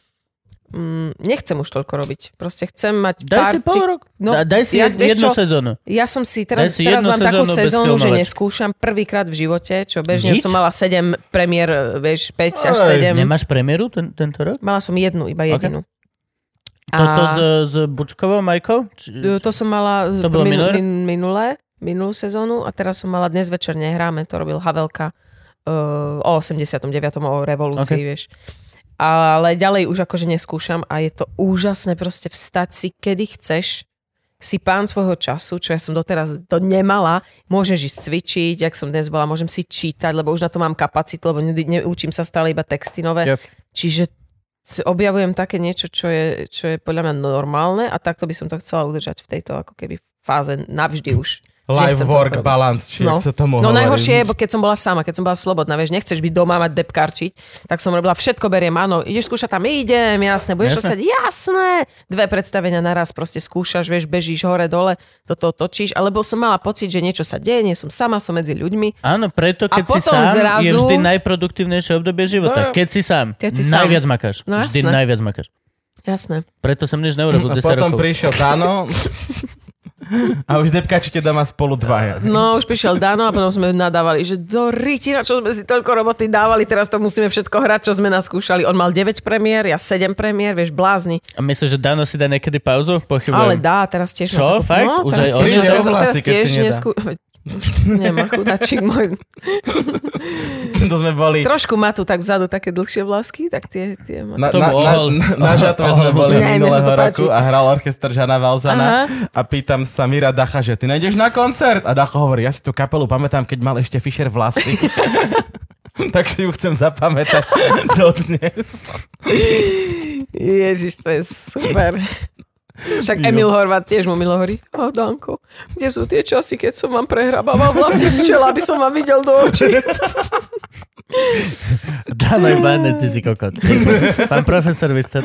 Mm, nechcem už toľko robiť. Proste chcem mať Daj pár... si pol rok. No, Da- Daj si ja- jed- vieš jednu čo? sezónu. Ja som si Daj teraz, si teraz jednu mám takú sezónu bez sezónu, že filmovačky. neskúšam prvýkrát v živote, čo bežne Nič? som mala sedem premiér, vieš, päť až Ej, sedem. Nemáš premiéru ten, tento rok? Mala som jednu, iba jedinú. Toto s, s Bučkovou Majkou? Či... To som mala To bolo minulé? min, minulé, minulú sezónu a teraz som mala dnes večer nehráme, to robil Havelka uh, o osemdesiatom deviatom o revolúcii, Okay. vieš. Ale ďalej už akože neskúšam a je to úžasné proste vstať si, kedy chceš, si pán svojho času, čo ja som doteraz to nemala, môžeš ísť cvičiť, jak som dnes bola, môžem si čítať, lebo už na to mám kapacitu, lebo ne, neučím sa stále iba texty nové. Yep. Čiže objavujem také niečo, čo je, čo je podľa mňa normálne a takto by som to chcela udržať v tejto ako keby fáze navždy už. Life work balance, či No. jak sa tomu No hovorí. najhoršie je, bo keď som bola sama, keď som bola slobodná, vieš, nechceš byť doma, mať depkarčiť, tak som robila všetko, beriem, áno, ideš skúšať tam, idem, jasné, budeš to Jasné. sať, jasné, dve predstavenia naraz proste skúšaš, vieš, bežíš hore, dole, toto točíš, alebo som mala pocit, že niečo sa deje, nie som sama, som medzi ľuďmi. Áno, preto A keď si potom sám, zrazu- je vždy najproduktívnejšie obdobie života. No. Keď si sám, Keď si sám. najviac makáš. No Vždy jasné. najviac makáš. Jasné. Preto som nič neurobil A desať potom rokov. prišiel Dano a už depkačite doma spolu dvaja. No, už prišiel Dano a potom sme nadávali, že do riti, na čo sme si toľko roboty dávali, teraz to musíme všetko hrať, čo sme naskúšali. On mal deväť premiér, ja sedem premiér, vieš, blázni. A myslíš, že Dano si dá niekedy pauzu? Pochybujem. Ale dá, teraz tiež... Čo? má takú- Fakt? No, Už teraz aj tiež, on je teraz, to teraz hlasy, keď tiež si nedá. neskú... Nemá chudáčik môj. To sme boli... Trošku má tu tak vzadu také dlhšie vlásky, tak tie... tie má... Na, To na, bol na, ohol. na, na žatve sme Ohol. boli Ne, mne minulého sa to páči. roku a hral orchester Žana Valžana Aha. a pýtam sa Mira Dacha, že ty nejdeš na koncert? A Dacho hovorí, ja si tú kapelu pamätám, keď mal ešte Fischer vlasy. Tak si ju chcem zapamätať dodnes. Ježiš, to je super. Však Jo. Emil Horváth tiež mu milo hovorí, a Danko, kde sú tie časy, keď som vám prehrabával vlasy z čela, aby som vám videl do očí. Dano je báne, ty si kokot. Pán profesor, vy ste...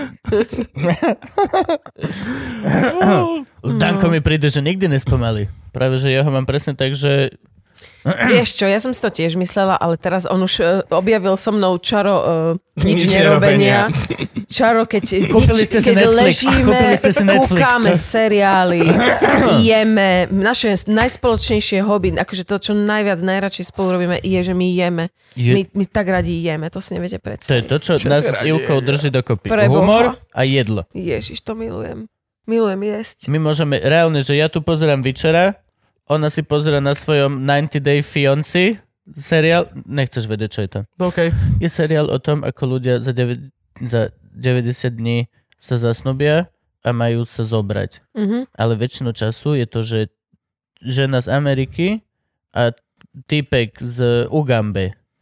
Danko mi príde, že nikdy nespomalí. Práve, že ja ho mám presne tak, že... Vieš čo, ja som si to tiež myslela, ale teraz on už uh, objavil so mnou čaro uh, nič, Nič nerobenia. Čaro, keď, Kúpili nič, ste si keď Netflix. ležíme, Kúpili ste si Netflix, kúkame čo? seriály, jeme. Naše najspoločnejšie hobby, akože to, čo najviac, najradšej spolu robíme, je, že my jeme. Je- My, my tak radi jeme, to si neviete To je predstaviť. to, čo nás s Ivkou drží dokopy. Preboha. Humor a jedlo. Ježiš, to milujem. Milujem jesť. My môžeme, reálne, že ja tu pozerám Večera, ona si pozera na svojom ninety day fiancé seriál, nechceš vedieť, čo je to. OK. Je seriál o tom, ako ľudia za, deväť, za deväťdesiat dní sa zasnubia a majú sa zobrať. Mhm. Ale väčšinu času je to, že žena z Ameriky a týpek z Ugambe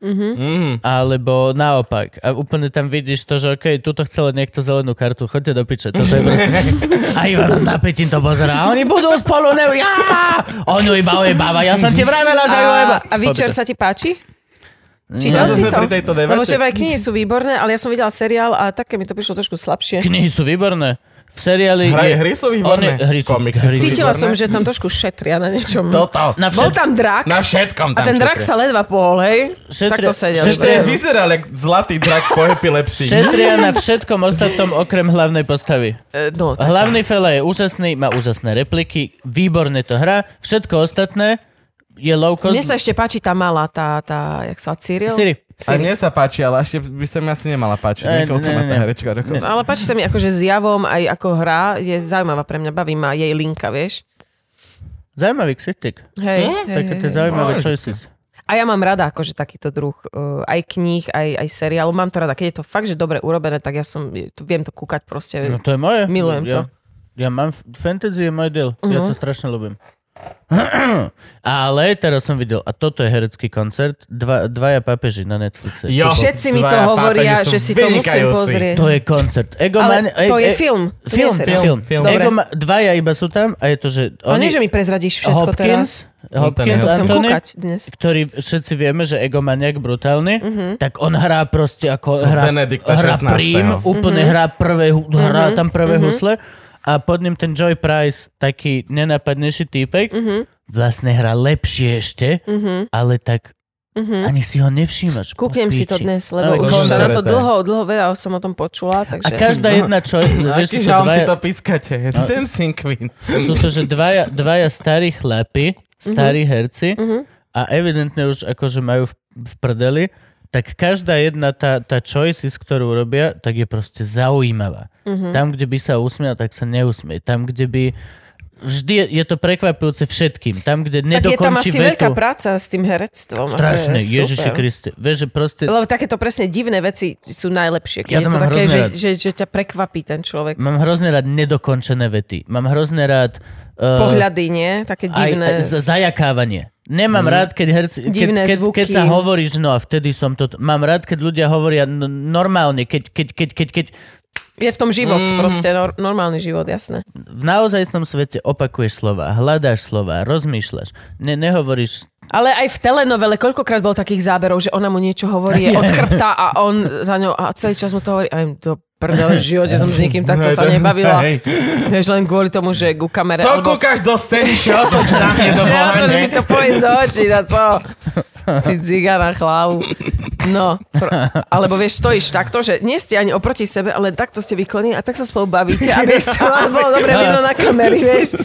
Mm. alebo naopak. A úplne tam vidíš to, že okej, okay, tuto chcelo niekto zelenú kartu, choďte do piče. Toto je proste... A Ivan s napätím to pozerá. Oni budú spolu, ne... Ja! On ju iba ojebáva. Ja som ti vravela, že ju ojebáva. A Witcher sa ti páči? Čítal si to? Lebo že vraj knihy sú výborné, ale ja som videla seriál a také mi to prišlo trošku slabšie. Knihy sú výborné. V seriáli... Hra, je... hry sú výborné. Hry sú... Komik, hry sú Cítila výborné. som, že tam trošku šetria na niečom. Toto. Na Bol všet... tam drak. Na všetkom tam A ten drak šetria. sa ledva pohol, hej? Šetria- Tak to sedel. šetria- To vyzeral jak zlatý drak po epilepsii. Šetria na všetkom ostatnom okrem hlavnej postavy. E, No, tak. Hlavný fela je úžasný, má úžasné repliky, výborne to hrá, všetko ostatné je low cost. Mne sa ešte páči tá malá, tá, tá, jak sa Cyril? Siri. A mne sa páči, ale ešte by sa mi asi nemala páčiť. Ej, Niekoľko ne, má ne, tá ne. herečka. dokonca. Ale páči sa mi akože s javom aj ako hra, je zaujímavá pre mňa, baví ma jej linka, vieš? Zaujímavý ksichtik. Hej, hej, Také hej, tie hej. zaujímavé Oj. choices. A ja mám rada akože takýto druh uh, aj kníh, aj, aj seriálu. Mám to rada. Keď je to fakt, že dobre urobené, tak ja som, to, viem to kúkať proste. No to je moje. Milujem ja, to. Ja mám, fantasy je môj deal. Uh-huh. Ja Mhm. to strašne ľúbim. Ale teraz som videl, a toto je herecký koncert, dva, dvaja pápeži na Netflixe. Jo, Všetci mi to dvaja hovoria, pápeži sú že si to musím vynikajúci. pozrieť. To je koncert. Ego Ale Man- to e- je e- film. to nie Film, je seriál. film, film. Dobre. Ego ma- dvaja iba sú tam a je to, že Ale oni... nie, že mi prezradíš všetko Hopkins, teraz. Hopkins, To Chcem Anthony, kúkať dnes. ktorý všetci vieme, že egomaniak brutálny, Mhm. tak on hrá proste ako hrá, Benedikta hrá šestnásteho. prím, úplne Mhm. hrá prvé, hu- hrá tam prvé husle a pod ním ten Joy Price, taký nenápadnejší týpek, Mhm. vlastne hrá lepšie ešte, ale tak ani si ho nevšímaš. Kúknem si to Piči. dnes, No, lebo už koncert. sa na to koncerte. dlho, dlho veľa som o tom počula, A takže... každá jedna čo... vieš, Aký sú to žalm si dvaja- to pískate? Dancing Queen. Sú to, že dvaja, dvaja starí chlapi, starí Mhm. herci a evidentne už akože majú v, v prdeli, tak každá jedna tá, tá choices, ktorú robia, tak je proste zaujímavá. Mhm. Tam, kde by sa usmiel, tak sa neusmie. Tam, kde by... Vždy je, je to prekvapujúce všetkým. Tam, kde Tak je tam nedokončí asi veľká vetu... práca s tým herectvom. a to je Strašne, super. Ježiši Kriste. Vieš, že proste... Lebo takéto presne divné veci sú najlepšie. Keď Ja je to to mám také, hrozne že, rád. že, že ťa prekvapí ten človek. Mám hrozne rád nedokončené vety. Mám hrozne rád... Uh, Pohľady, nie? Také aj, divné. aj z- zajakávanie. Nemám rád, keď, herci, keď, Divné keď, zvuky. keď sa hovoríš, no a vtedy som to... Mám rád, keď ľudia hovoria n- normálne, keď, keď, keď, keď, keď Je v tom život, mm. proste nor- normálny život, jasné. v naozajstnom svete opakuješ slova, hľadáš slova, rozmýšľaš, ne, nehovoríš... Ale aj v telenovele, koľkokrát bol takých záberov, že ona mu niečo hovorí, je od chrbta a on za ňou a celý čas mu to hovorí. A im do prdele, v živote som s nikým takto sa nebavila. Hej. Vieš, len kvôli tomu, že ku kamere... Co kúkaš do scény, čo otoč na mne do Že to, že mi pohľadne. to povie do očí, na to. Ty dziga na hlavu. No, pr- alebo vieš, stojíš takto, že nie ste ani oproti sebe, ale takto ste vyklonení a tak sa spolu bavíte, aby sa vám bolo dobre vidno na kamery, vieš.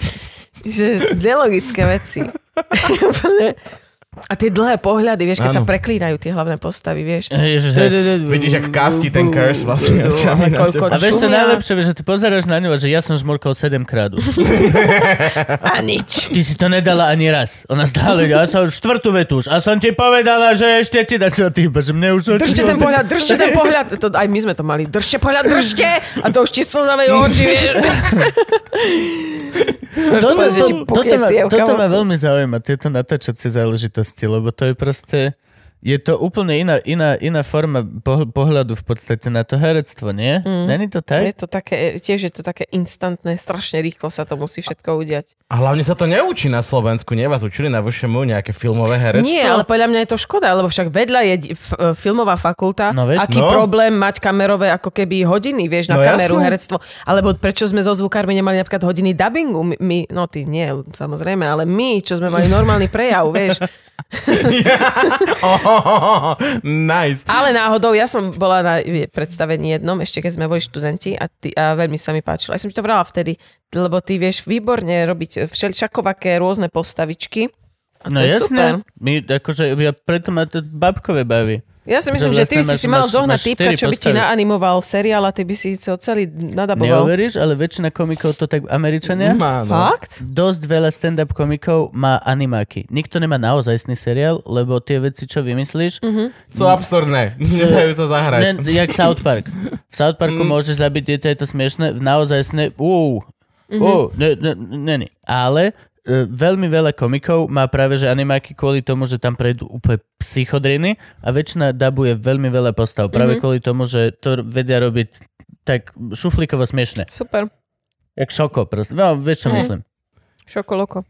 Že nelogické veci. Úplne. A tie dlhé pohľady, vieš, keď Áno. sa preklínajú tie hlavné postavy, vieš. Ježiš, hej. Vidíš, jak kasti ten curse vlastne. očami na Koľko teba. A vieš to šumia. najlepšie, vieš, že ty pozeráš na ňu a že ja som žmurkol sedemkrát už. A nič. Ty si to nedala ani raz. Ona stále, ja som štvrtú vetu už. A som ti povedala, že ešte ti dá čo ty, že mne už... Držte ten pohľad, držte ten pohľad. To, aj my sme to mali. Držte pohľad, držte. A to už ti slzavé oči, vieš. Toto, Povedz, že ti to, pukne toto, ma, cievka. toto ma veľmi zaujíma, tieto natáčacie záležitosti, lebo to je proste... Je to úplne iná, iná, iná forma poh- pohľadu v podstate na to herectvo, nie? Mm. Není to Je tak? to také, tiež je to také instantné, strašne rýchlo sa to musí všetko udiať. A hlavne sa to neučí na Slovensku, nie? Vás učili na vé š em u nejaké filmové herectvo? Nie, ale podľa mňa je to škoda, lebo však vedľa je di- f- filmová fakulta. No veď. Aký No. problém mať kamerové ako keby hodiny, vieš, na No kameru jasné. herectvo. Alebo prečo sme so zvukármi nemali napríklad hodiny dubbingu? My, my, no ty nie, samozrejme, ale my, čo sme mali normálny prejav, vieš. Oh, nice. Ale náhodou, ja som bola na predstavení jednom, ešte keď sme boli študenti a, ty, a veľmi sa mi páčilo. Ja som ti to vrala vtedy, lebo ty vieš výborne robiť všeličakovaké rôzne postavičky. A to No je jasné. super. My, akože, ja preto ma to babkové baví. Ja si myslím, Že že ty by vlastne si si máš- mal máš- zohnať máš týpka, štyri čo by ti postavy. naanimoval seriál a ty by si to celý nadaboval. Neuveríš, ale väčšina komikov to tak Američania. Má, no. Fakt? Dosť veľa stand-up komikov má animáky. Nikto nemá naozajstný seriál, lebo tie veci, čo vymyslíš, Mhm. Sú absurdné. Nedajú sa zahrať. ne, jak South Park. V South Parku môžeš zabiť dieťa, je to smiešné, v naozajstné, uú, Mhm. uú, ne, ne, ne, ne. Ale uh, veľmi veľa komikov má práve, že animáky kvôli tomu, že tam prejdú úplne psychodriny a väčšina dabuje veľmi veľa postav. Práve mm-hmm. kvôli tomu, že to vedia robiť tak šuflíkovo smiešne. Super. Jak Šoko proste. No, vieš, čo myslím. Šoko loko.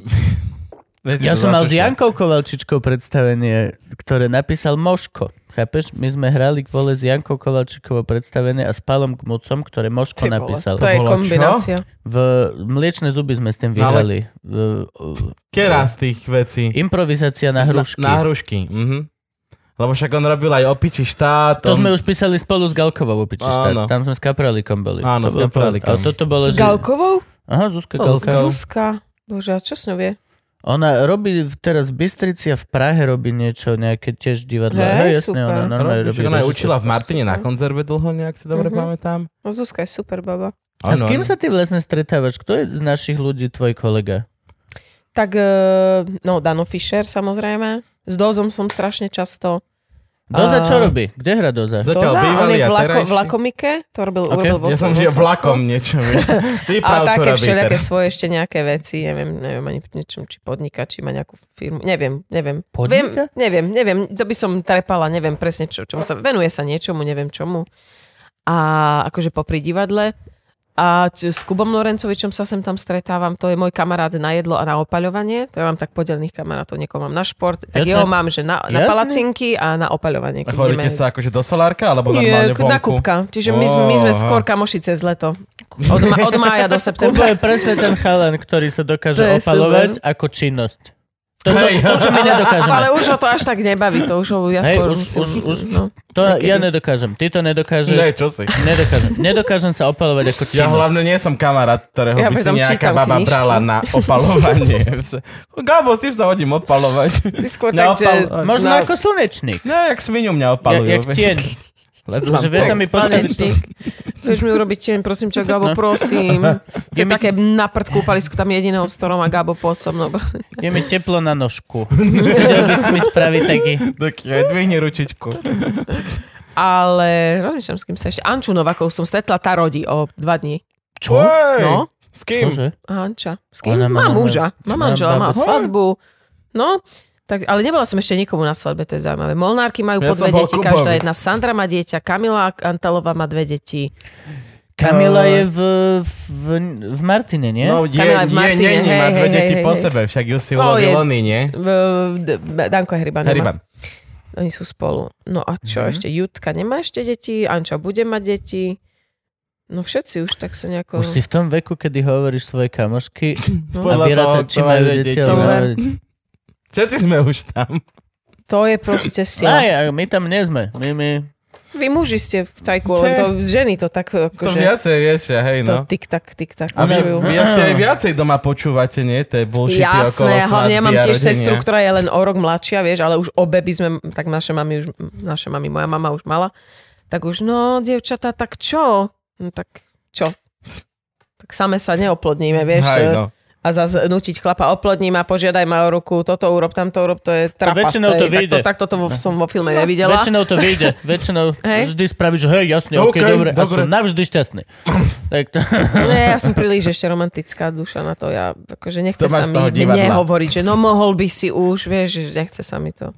Ja som mal s Jankou Kovalčičkou predstavenie, ktoré napísal Moško. Chápeš? My sme hrali kvôli s Jankou Kovalčičkovou predstavenie a s Pálom Gmucom, ktoré Moško Cibole. napísal. To je kombinácia. V Mliečne zuby sme s tým vyhrali. Ale... Kera z tých vecí. Improvizácia na hrušky. Na, na hrušky, mhm. Lebo však on robil aj Opičí štát. To on... sme už písali spolu s Galkovou Opičí štát. Áno. Tam sme s Kapralikom boli. Áno, to s Kapralikom. A toto bolo, S že... Galkovou? Aha, Zuzka No, Galková. Zuzka. Bože, a čo s ňou vie? Ona robí teraz v Bystrici a v Prahe robí niečo, nejaké tiež divadlo. Hej, Hej, jasne, super. ona normálne robí. Ona režisér. učila v Martine na konzerve dlho, nejak si dobre Mhm. pamätám. No, Zuzka je super baba. A s kým sa ty vlastne stretávaš? Kto je z našich ľudí tvoj kolega? Tak, e, no, Dano Fischer, samozrejme. S Dozom som strašne často. Doza A- čo robí? Kde hrá Doza? Zatiaľ Doza, on bývalý je a vlako, terajší. vlakomike, to robil, Ok, urobil vo Ja som vo žil Sopku. vlakom niečo. vieš. Ty A práv, čo také robí všelijaké teraz. svoje ešte nejaké veci, neviem, neviem ani niečom, či podniká, či má nejakú firmu, neviem, neviem. Podniká? Viem, neviem, neviem, to by som trepala, neviem presne, čo, čomu sa, venuje sa niečomu, neviem čomu. A akože popri divadle. A č- s Kubom Lorencovičom sa sem tam stretávam, to je môj kamarát na jedlo a na opaľovanie. To ja mám tak podelených kamarátov, niekoho mám na šport, tak Jasne. jeho mám, že na, na Jasne. palacinky a na opaľovanie. A chodíte sa akože do solárka, alebo Nie, normálne vonku? na Kubka. Čiže my, sme- my sme Ó, skôr kamoši cez leto. Od, ma, od mája do Kubo septembra. je presne ten chalan, ktorý sa dokáže To je opalovať ako činnosť. To, čo, Hej. to, čo my nedokážeme. Ale už ho to až tak nebaví, to už ho ja Hej, skôr už- musím... už- už- no. To Niekedy. ja nedokážem. Ty to nedokážeš. Ne, čo si? Nedokážem. Nedokážem sa opalovať ako Ja činnosť. hlavne nie som kamarát, ktorého Ja by si pritom nejaká čítam baba knižky. brala na opalovanie. Gabo, s tým sa hodím opalovať. Ty skôr tak, že... Neopal- Možno na- ako slnečník. No, jak svinu mňa Ja, opalujú. jak vieš. tieň. Len Že vie sa mi postaviť. Slnečník. Vieš mi urobiť tieň, prosím ťa, Gabo, No. prosím. To Je je mi- také na prd kúpalisku, tam jediného storom a Gabo pod so mnou. prosím. Je mi teplo na nožku. Vedel by si mi spraviť taký... Tak aj dvihni ručičku. Ale rozmýšľam, s kým sa ešte... Anču Novakov som stretla, tá rodí o dva dní. Čo? Ej, No, S kým? Čože? Anča. S kým? Ona má Má normálne- muža. Má má manžela, má babu. svadbu. No, tak, ale nebola som ešte nikomu na svadbe, to je zaujímavé. Molnárky majú Ja po som dve bol deti, Kubovi. každá jedna. Sandra má dieťa, Kamila Antalová má dve deti. Kamila Uh, je v, v, v Martine, nie? No, je, Kamila je v je, Martine, nie, nie, má hej, dve hej, deti hej, po hej. sebe, však ju si No, ulovil je- oný, nie? V- d- Danko Heriban. nemá. Heriban. Oni sú spolu. No a čo Mhm. ešte? Jutka nemá ešte deti, Anča bude mať deti. No všetci už tak sa nejako... Už si v tom veku, kedy hovoríš svoje kamošky a Podľa vyrátať, toho, či kto majú má deti. deti, alebo no. nemajú. Všetci sme už tam. To je proste Aj, sila. aj, my tam nie sme. My, my... Vy muži ste v cajku, len to ženy to tak To akože... viacej vieš, hej, To no. tik-tak, tik-tak. A vy, počujú. vy asi aj viacej doma počúvate, nie? Tie bullshity okolo Jasné, hlavne ja mám svadby a tiež rodenia. sestru, ktorá je len o rok mladšia, vieš, ale už obe by sme, tak naše mami už, naše mami, moja mama už mala, tak už, no, dievčatá, tak čo? No tak čo? Tak same sa neoplodníme, vieš. Hej, no. A zase nutiť chlapa, oplodní ma, požiadaj ma o ruku, toto urob, tamto urob, to je trapasej. väčšinou to vyjde. Takto, takto to vo, som vo filme nevidela. Väčšinou to vyjde. Väčšinou Hej. vždy spravíš, že hej, jasne, OK, ok, dobre. A dobre. som navždy šťastný. Tak to... Nie, ja som príliš ešte romantická duša na to. Ja akože nechce To máš sa z mi toho divadla. nehovoriť, že no mohol by si už, vieš, že nechce sa mi to.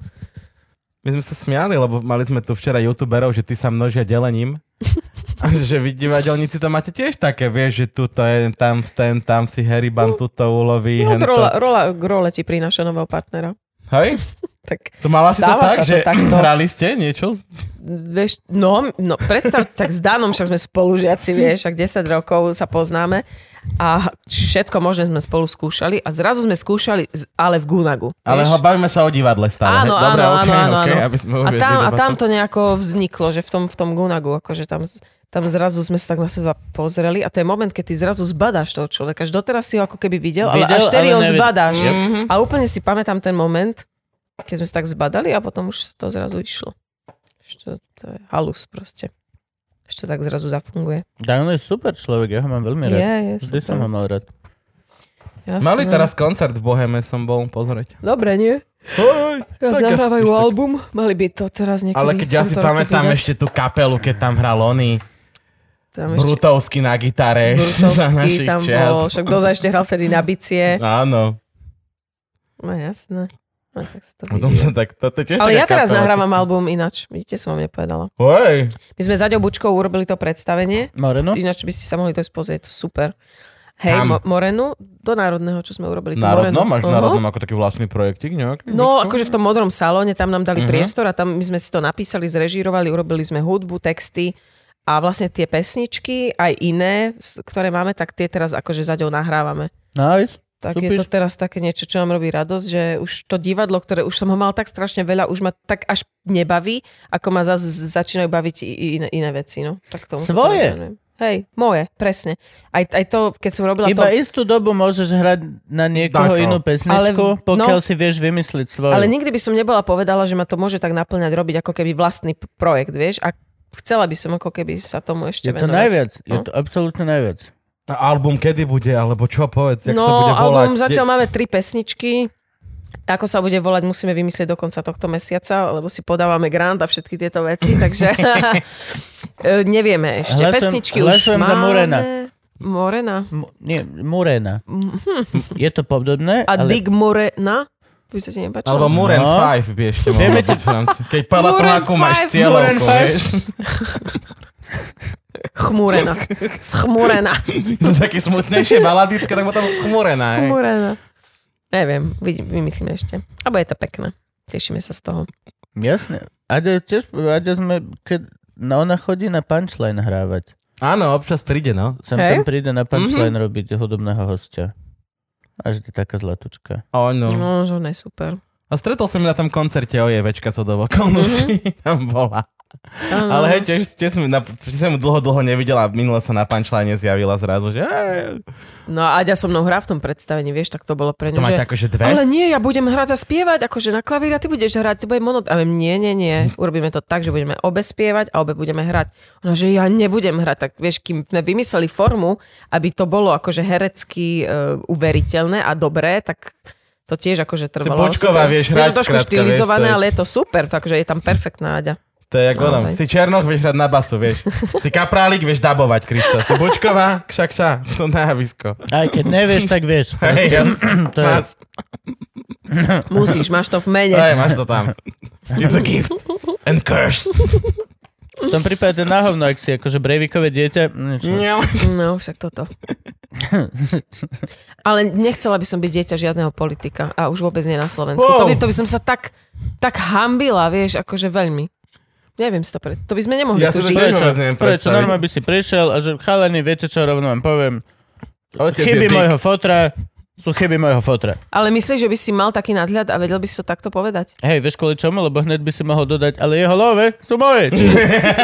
My sme sa smiali, lebo mali sme tu včera youtuberov, že ty sa množia delením. A že vy divadelníci to máte tiež také, vieš, že tuto je, tam ten, tam si Heriban, tuto uloví. No, hento. rola, rola, role ti prináša nového partnera. Hej? Tak To mala si to Stáva tak, sa to že takto. hrali ste niečo? vieš, no, no predstav, tak s Danom, však sme spolužiaci, vieš, však desať rokov sa poznáme a všetko možné sme spolu skúšali a zrazu sme skúšali, z- ale v Gunagu. Ale vieš. ho bavíme sa o divadle stále. Áno, hej? Dobre, áno, okay, áno, áno, okay, áno. aby sme A uviedli tam, a debatu. tam to nejako vzniklo, že v tom, v tom Gunagu, akože tam, tam zrazu sme sa tak na seba pozreli a to je moment, keď ty zrazu zbadáš toho človeka, že doteraz si ho ako keby videl, ale Videl, až tedy ale ho nevid- zbadáš. Yep. Mm-hmm. A úplne si pamätám ten moment, keď sme sa tak zbadali a potom už to zrazu išlo. Ešte to je halus proste. Ešte tak zrazu zafunguje. Dano je super človek, ja ho mám veľmi rád. Je, je, Vždy som ho super. mal rád. Jasné. Mali teraz koncert v Boheme, som bol pozrieť. Dobre, nie? Hoj, Teraz tak ja nahrávajú spíš tak- album. Mali by to teraz niekedy Ale keď ja v si tomto roku pamätám vydať. ešte tú kapelu, keď tam hral oný, Brutovský na gitare. Brutovský tam bol, však Doza ešte hral vtedy na bicie. Áno. No jasné. No, tak sa to tak, to, to je Ale ja teraz nahrávam album ináč. Vidíte, som vám nepovedala. Hej. My sme s Aďou Bučkou urobili to predstavenie. Moreno? Ináč by ste sa mohli dojsť pozrieť, to super. Hej, Mo- Morenu, do Národného, čo sme urobili. Národnom? Máš uh-huh. Národnom ako taký vlastný projektik nejaký? No, akože v tom modrom salóne, tam nám dali uh-huh. priestor a tam my sme si to napísali, zrežírovali, urobili sme hudbu, texty a vlastne tie pesničky, aj iné, ktoré máme, tak tie teraz akože za ňou nahrávame. Nice. Tak Súpiš? Je to teraz také niečo, čo nám robí radosť, že už to divadlo, ktoré už som ho mal tak strašne veľa, už ma tak až nebaví, ako ma zase začínajú baviť iné, iné veci. No. Tak tomu Svoje? Hej, moje, presne. Aj, aj to, keď som robila Iba to... istú dobu môžeš hrať na niekoho Dačo. inú pesničku, Ale- pokiaľ no. si vieš vymysliť svoju. Ale nikdy by som nebola povedala, že ma to môže tak naplňať robiť ako keby vlastný p- projekt, vieš? A chcela by som ako keby sa tomu ešte Je to venovať. najviac. Je No. to absolútne najviac. A album kedy bude, alebo čo povedz, jak No, sa bude volať? album, zatiaľ máme tri pesničky. Ako sa bude volať, musíme vymyslieť do konca tohto mesiaca, lebo si podávame grant a všetky tieto veci, takže e, nevieme ešte. Hlasujem- Pesničky už hlasujem máme. za Morena. Morena. M- nie, Murena. Je to podobné, A ale... Dig Morena. By sa ti nepáčilo? Alebo Muren No. päť by ešte mohlo Vieme byť v rámci. Keď Pala Muren Trháku máš five, Muren cieľovku, five. vieš. Chmúrena. Schmúrena. To taký smutnejšie, baladické, tak potom schmúrená. hej. Chmúrena. Neviem, vidím, vymyslíme ešte. Abo je to pekné. Tešíme sa z toho. Jasne. Aďa tiež, Aďa sme, keď no, ona chodí na punchline hrávať. Áno, občas príde, no. Sem Hej. tam príde na punchline mm-hmm. robiť hudobného hostia. A vždy taká zlatučka. Áno. No, že ona je super. A stretol som ju na tom koncerte Ojevečka, co do okolností tam bola. Áno. Ale hej, tiež, tiež som, na, tiež som ju dlho, dlho nevidela. Minule sa na punchline zjavila zrazu, že... Ej. No a Aďa so mnou hrá v tom predstavení, vieš, tak to bolo pre ňu, To že... máte akože dve? Ale nie, ja budem hrať a spievať, akože na klavír a ty budeš hrať, to bude mono... Ale nie, nie, nie, urobíme to tak, že budeme obe spievať a obe budeme hrať. Ona, že ja nebudem hrať, tak vieš, kým sme vymysleli formu, aby to bolo akože herecky uh, uveriteľné a dobré, tak to tiež akože trvalo. Si Bočková, vieš hrať, je to trošku skrátka, štylizované, vieš, to je- ale je to super, takže je tam perfektná Aďa. To je jak ono. Naozaj. Si Černoch, vieš hrať na basu, vieš. Si Kaprálik, vieš dabovať, Kristo. Si Bočková, kšakša, to nájavisko. Aj keď nevieš, tak vieš. Hej, jasne. To je, Máš, Musíš, máš to v mene. hej, máš to tam. It's a gift and curse. v tom prípade to je na hovno, ak si akože Breivikové dieťa. nič. No, však toto. Ale nechcela by som byť dieťa žiadneho politika a už vôbec nie na Slovensku. Wow. To, by, to by som sa tak, tak hambila, vieš, akože veľmi. Neviem si to pre... To by sme nemohli Ja tu si to žiť. tiež Prečo? vôbec neviem Prečo? predstaviť. Normálne by si prišiel a že chalani, viete čo, rovno vám poviem. Otec je Chyby dick. môjho fotra sú chyby môjho fotra. Ale myslíš, že by si mal taký nadhľad a vedel by si to takto povedať? Hej, vieš kvôli čomu? Lebo hneď by si mohol dodať, ale jeho love sú moje. Čiže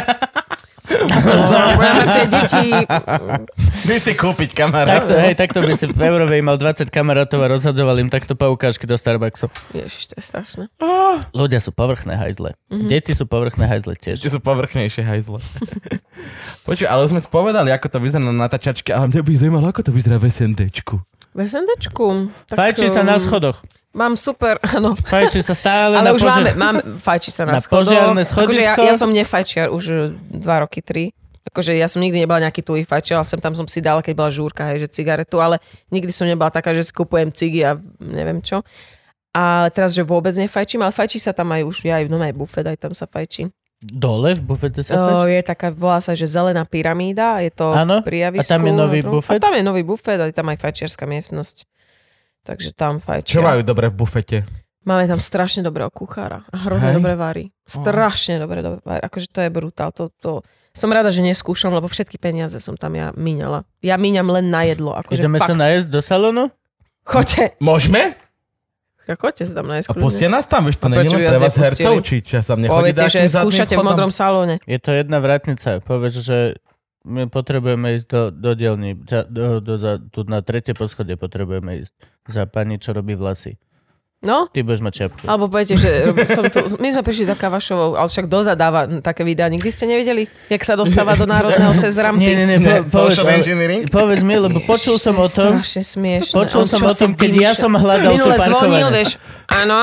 No, tie deti... Vieš si kúpiť, kamarát. takto, hej, takto by si v Eurovej mal dvadsať kamarátov a rozhadzoval im takto poukážky do Starbucksu. Ježiš, to je strašné. Ľudia sú povrchné hajzle. Deti sú povrchné hajzle tiež. Ešte sú povrchnejšie hajzle. Počuj, ale sme spovedali, ako to vyzerá na natáčačke, ale mňa by zaujímalo, ako to vyzerá v es en déčku. V es en déčku. Tak, Fajčí sa na um, schodoch. Mám super, áno. Fajčí sa stále Ale na už požiar... máme, máme, fajčí sa na, Na schodoch. požiarne Akože ja, schodisko. ja som nefajčiar už uh, dva roky, tri. Akože ja som nikdy nebola nejaký tuhý fajčiar, ale sem tam som si dala, keď bola žúrka, hej, že cigaretu, ale nikdy som nebola taká, že si kupujem cigy a neviem čo. A teraz, že vôbec nefajčím, ale fajčí sa tam aj už, ja aj no aj bufet, aj tam sa fajčí. Dole v bufete sa O, fajčí? je taká, volá sa, že zelená pyramída, je to Áno? pri javisku. A tam je nový no, bufet? A tam je nový bufet a je tam aj fajčiarská miestnosť. Takže tam fajčia. Čo majú dobre v bufete? Máme tam strašne dobrého kuchára a hrozne Hej. dobre varí. Strašne dobre, dobre varí. Akože to je brutál. To, to... Som rada, že neskúšam, lebo všetky peniaze som tam ja míňala. Ja míňam len na jedlo. Akože Ideme sa fakt. najesť do salónu? Choďte. Môžeme? Choďte sa tam najesť. A pustia nás tam, vieš, to A nie je prečo len by pre vás vás nepustili? hercov, či čas tam nechodí Poviete, že takým zadným skúšate v vchodom? modrom salóne. Je to jedna vratnica. Povieš, že my potrebujeme ísť do, do dielny. Do, do, do, za, tu na tretie poschodie potrebujeme ísť. Za pani, čo robí vlasy. No? Ty budeš mať čiapku. Alebo poviete, že som tu, my sme prišli za Kavašovou, ale však Doza dáva také videá. Nikdy ste nevideli, jak sa dostáva do Národného cez rampy? Nie, nie, nie. Ne, Po, povedz, social ale- engineering? povedz mi, lebo počul som o tom. Strašne smiešne. Počul On som čo o tom, si keď ja vymýšľa? som hľadal tú Minule zvonil, parkovanie. vieš, áno,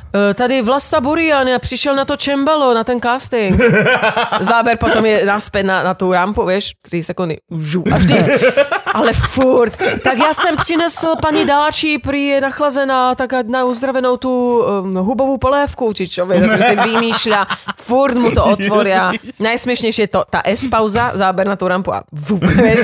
Uh, tady Vlasta Burian přišel na to čembalo, na ten casting. Záber potom je naspäť na, na tú rampu, vieš, tri sekundy. Žu, a vždy. Ale furt. Tak ja sem přinesl pani Dáči, prý je nachlazená, tak na uzdravenou tú um, hubovú polévku, či čo, vieš, že si vymýšľa. Furt mu to otvoria. Najsmiešnejšie je to, tá S-pauza, záber na tú rampu a vú, vieš.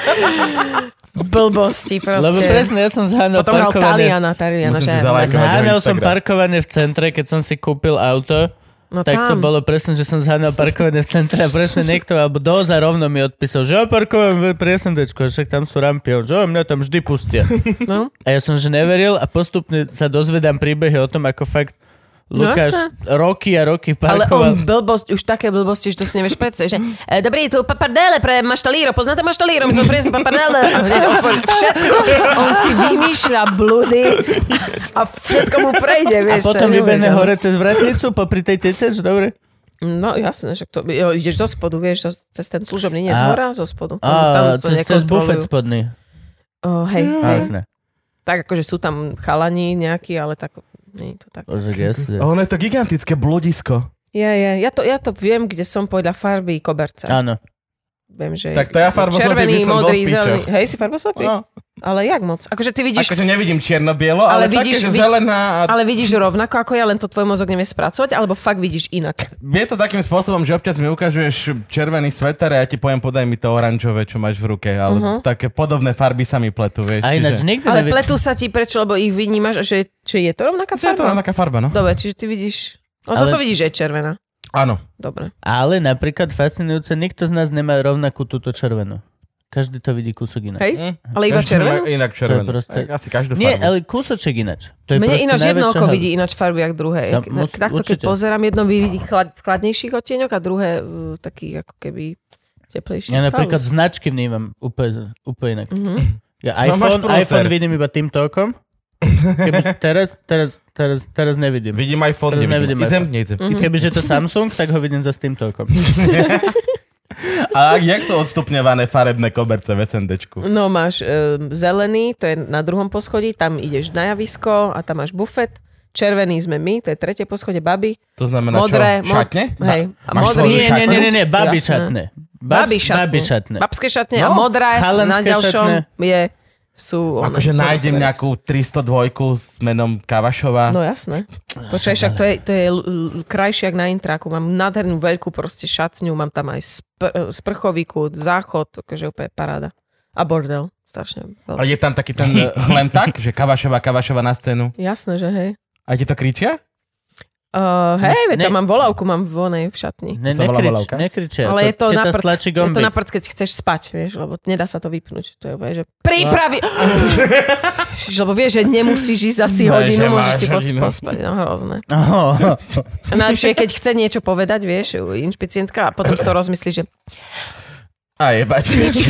Blbosti proste. Lebo presne, ja som zháňal potom parkovanie. Potom Taliana, Taliana. Zháňal som parkovanie v centre, keď som si kúpil auto. No tak to tam. bolo presne, že som zháňal parkovanie v centre a presne niekto, alebo doza rovno mi odpísal, že ja parkujem pri SNDčku, však tam sú rampy, že o, mňa tam vždy pustia. No. A ja som že neveril a postupne sa dozvedám príbehy o tom, ako fakt Lukáš no, roky a roky ale parkoval. on blbosť, už také blbosti, že to si nevieš predstaviť, že e, dobrý, tu papardele pre maštalíro, poznáte maštalíro, my sme priniesli papardele a hneď otvorí všetko, on si vymýšľa bludy a všetko mu prejde, vieš. A potom vybehne hore cez vratnicu popri tej tete, že dobre? No jasne, že to, jo, ideš zo spodu, vieš, cez ten služobný, nie z hora, zo spodu. A, cez, cez bufet spodný. Oh, hej, hej. Jasne. Tak akože sú tam chalani nejakí, ale tak nie je to tak. Bože, jasne. Ono je to gigantické bludisko. Je, je. Ja to, ja to viem, kde som podľa farby koberce. Áno. Viem, že tak to ja farboslepý červený, by som modrý, bol v zelený. pičoch. Hej, si farboslepý? No. Ale jak moc? Akože ty vidíš... Akože nevidím čierno-bielo, ale, ale vidíš, také, že vid... zelená a... Ale vidíš rovnako ako ja, len to tvoj mozog nevie spracovať, alebo fakt vidíš inak? Je to takým spôsobom, že občas mi ukážeš červený sveter a ja ti poviem, podaj mi to oranžové, čo máš v ruke, ale uh-huh. také podobné farby sa mi pletú, vieš. A ináč čiže... nikdy Ale nevid... pletú sa ti prečo, lebo ich vnímaš, že, že je to rovnaká farba? Je to rovnaká farba, no. Dobre, čiže ty vidíš... No ale... toto vidíš, že je červená. Áno. Dobre. Ale napríklad fascinujúce, nikto z nás nemá rovnakú túto červenú. Každý to vidí kúsok inak. Hej? Mm. Ale iba Každý červenú? Inak červenú. Proste... Asi každú Nie, farbu. ale kúsoček inač. To je mne proste ináč jedno najväčšia oko hal- vidí ináč farby, jak druhé. Sam, mus, Takto keď určite. pozerám, jedno vidí chlad, v chladnejších odtieňoch a druhé uh, taký ako keby teplejší. Ja napríklad Paus. značky vnímam úplne, úplne inak. Mhm. Ja No, máš iPhone, prúser. iPhone vidím iba týmto okom. Keby teraz, teraz, teraz, teraz nevidím. Vidím iPhone, Teraz nevidím. nevidím Idem, iPhone. nejdem. Mhm. Kebyže to Samsung, tak ho vidím za s týmto okom. A jak sú odstupňované farebné koberce v SNDčku? No máš e, zelený, to je na druhom poschodí, tam ideš na javisko a tam máš bufet. Červený sme my, to je tretie poschodie, baby. To znamená Modré, čo? Šatne? Mo- hej. A Máš modrý- svoju Nie, nie, nie, nie, nie, babi Jasné. šatné. Babi Babs- šatne. Babi šatné. Babské šatne a No, modré na chalanské ďalšom šatne. je, sú... one, Akože nájdem koberec. nejakú tristodva s menom Kavašová. No jasné. Počkaj, však to je, to je l- l- krajšie jak na intráku. Mám nádhernú veľkú proste šatňu, mám tam aj spr- sprchovíku, záchod, takže úplne paráda. A bordel. Strašne A veľký. je tam taký ten eh, chlem tak, že Kavašová, Kavašová na scénu. Jasné, že hej. A ti to kričia? Uh, hej, Ne- veď tam ne- mám volávku, mám v onej v šatni. Ne, To sa volá nekrič, volavka? nekričia. Ale je to na teta prd, stlačí je to gombík. na prd, keď chceš spať, vieš, lebo nedá sa to vypnúť. To je úplne, že prípravy... Lebo vieš, že nemusíš ísť asi No, hodinu, že môžeš máš si poď hodinu. pospať. No hrozné. Oh. A najlepšie je, keď chce niečo povedať, vieš, inšpicientka a potom si to rozmyslí, že A jebať.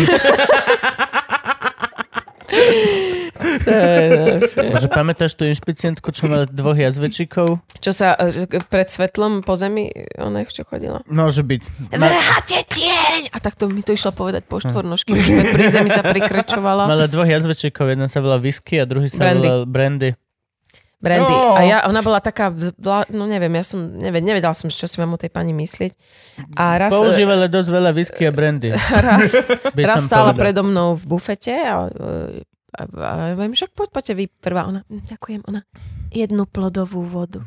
Že pamätáš tú inšpicientku, čo má dvoch jazvečíkov? čo sa e, pred svetlom po zemi, ona čo chodila. Môže byť. Ma- Vrháte tieň! A tak to mi to išlo povedať po štvornožky, že pri zemi sa prikrečovala. Mala dvoch jazvečíkov, jeden sa volal whisky a druhý sa Brandy. volal brandy. Brandy. No. A ja, ona bola taká, vla, no neviem, ja som, neviem, nevedal som, čo si mám o tej pani myslieť. A raz, Používala dosť veľa whisky a brandy. raz, By raz som stála povedal. predo mnou v bufete a, a, a, a viem, však poď, poďte vy prvá. Ona, "Hm, ďakujem, ona, jednu plodovú vodu.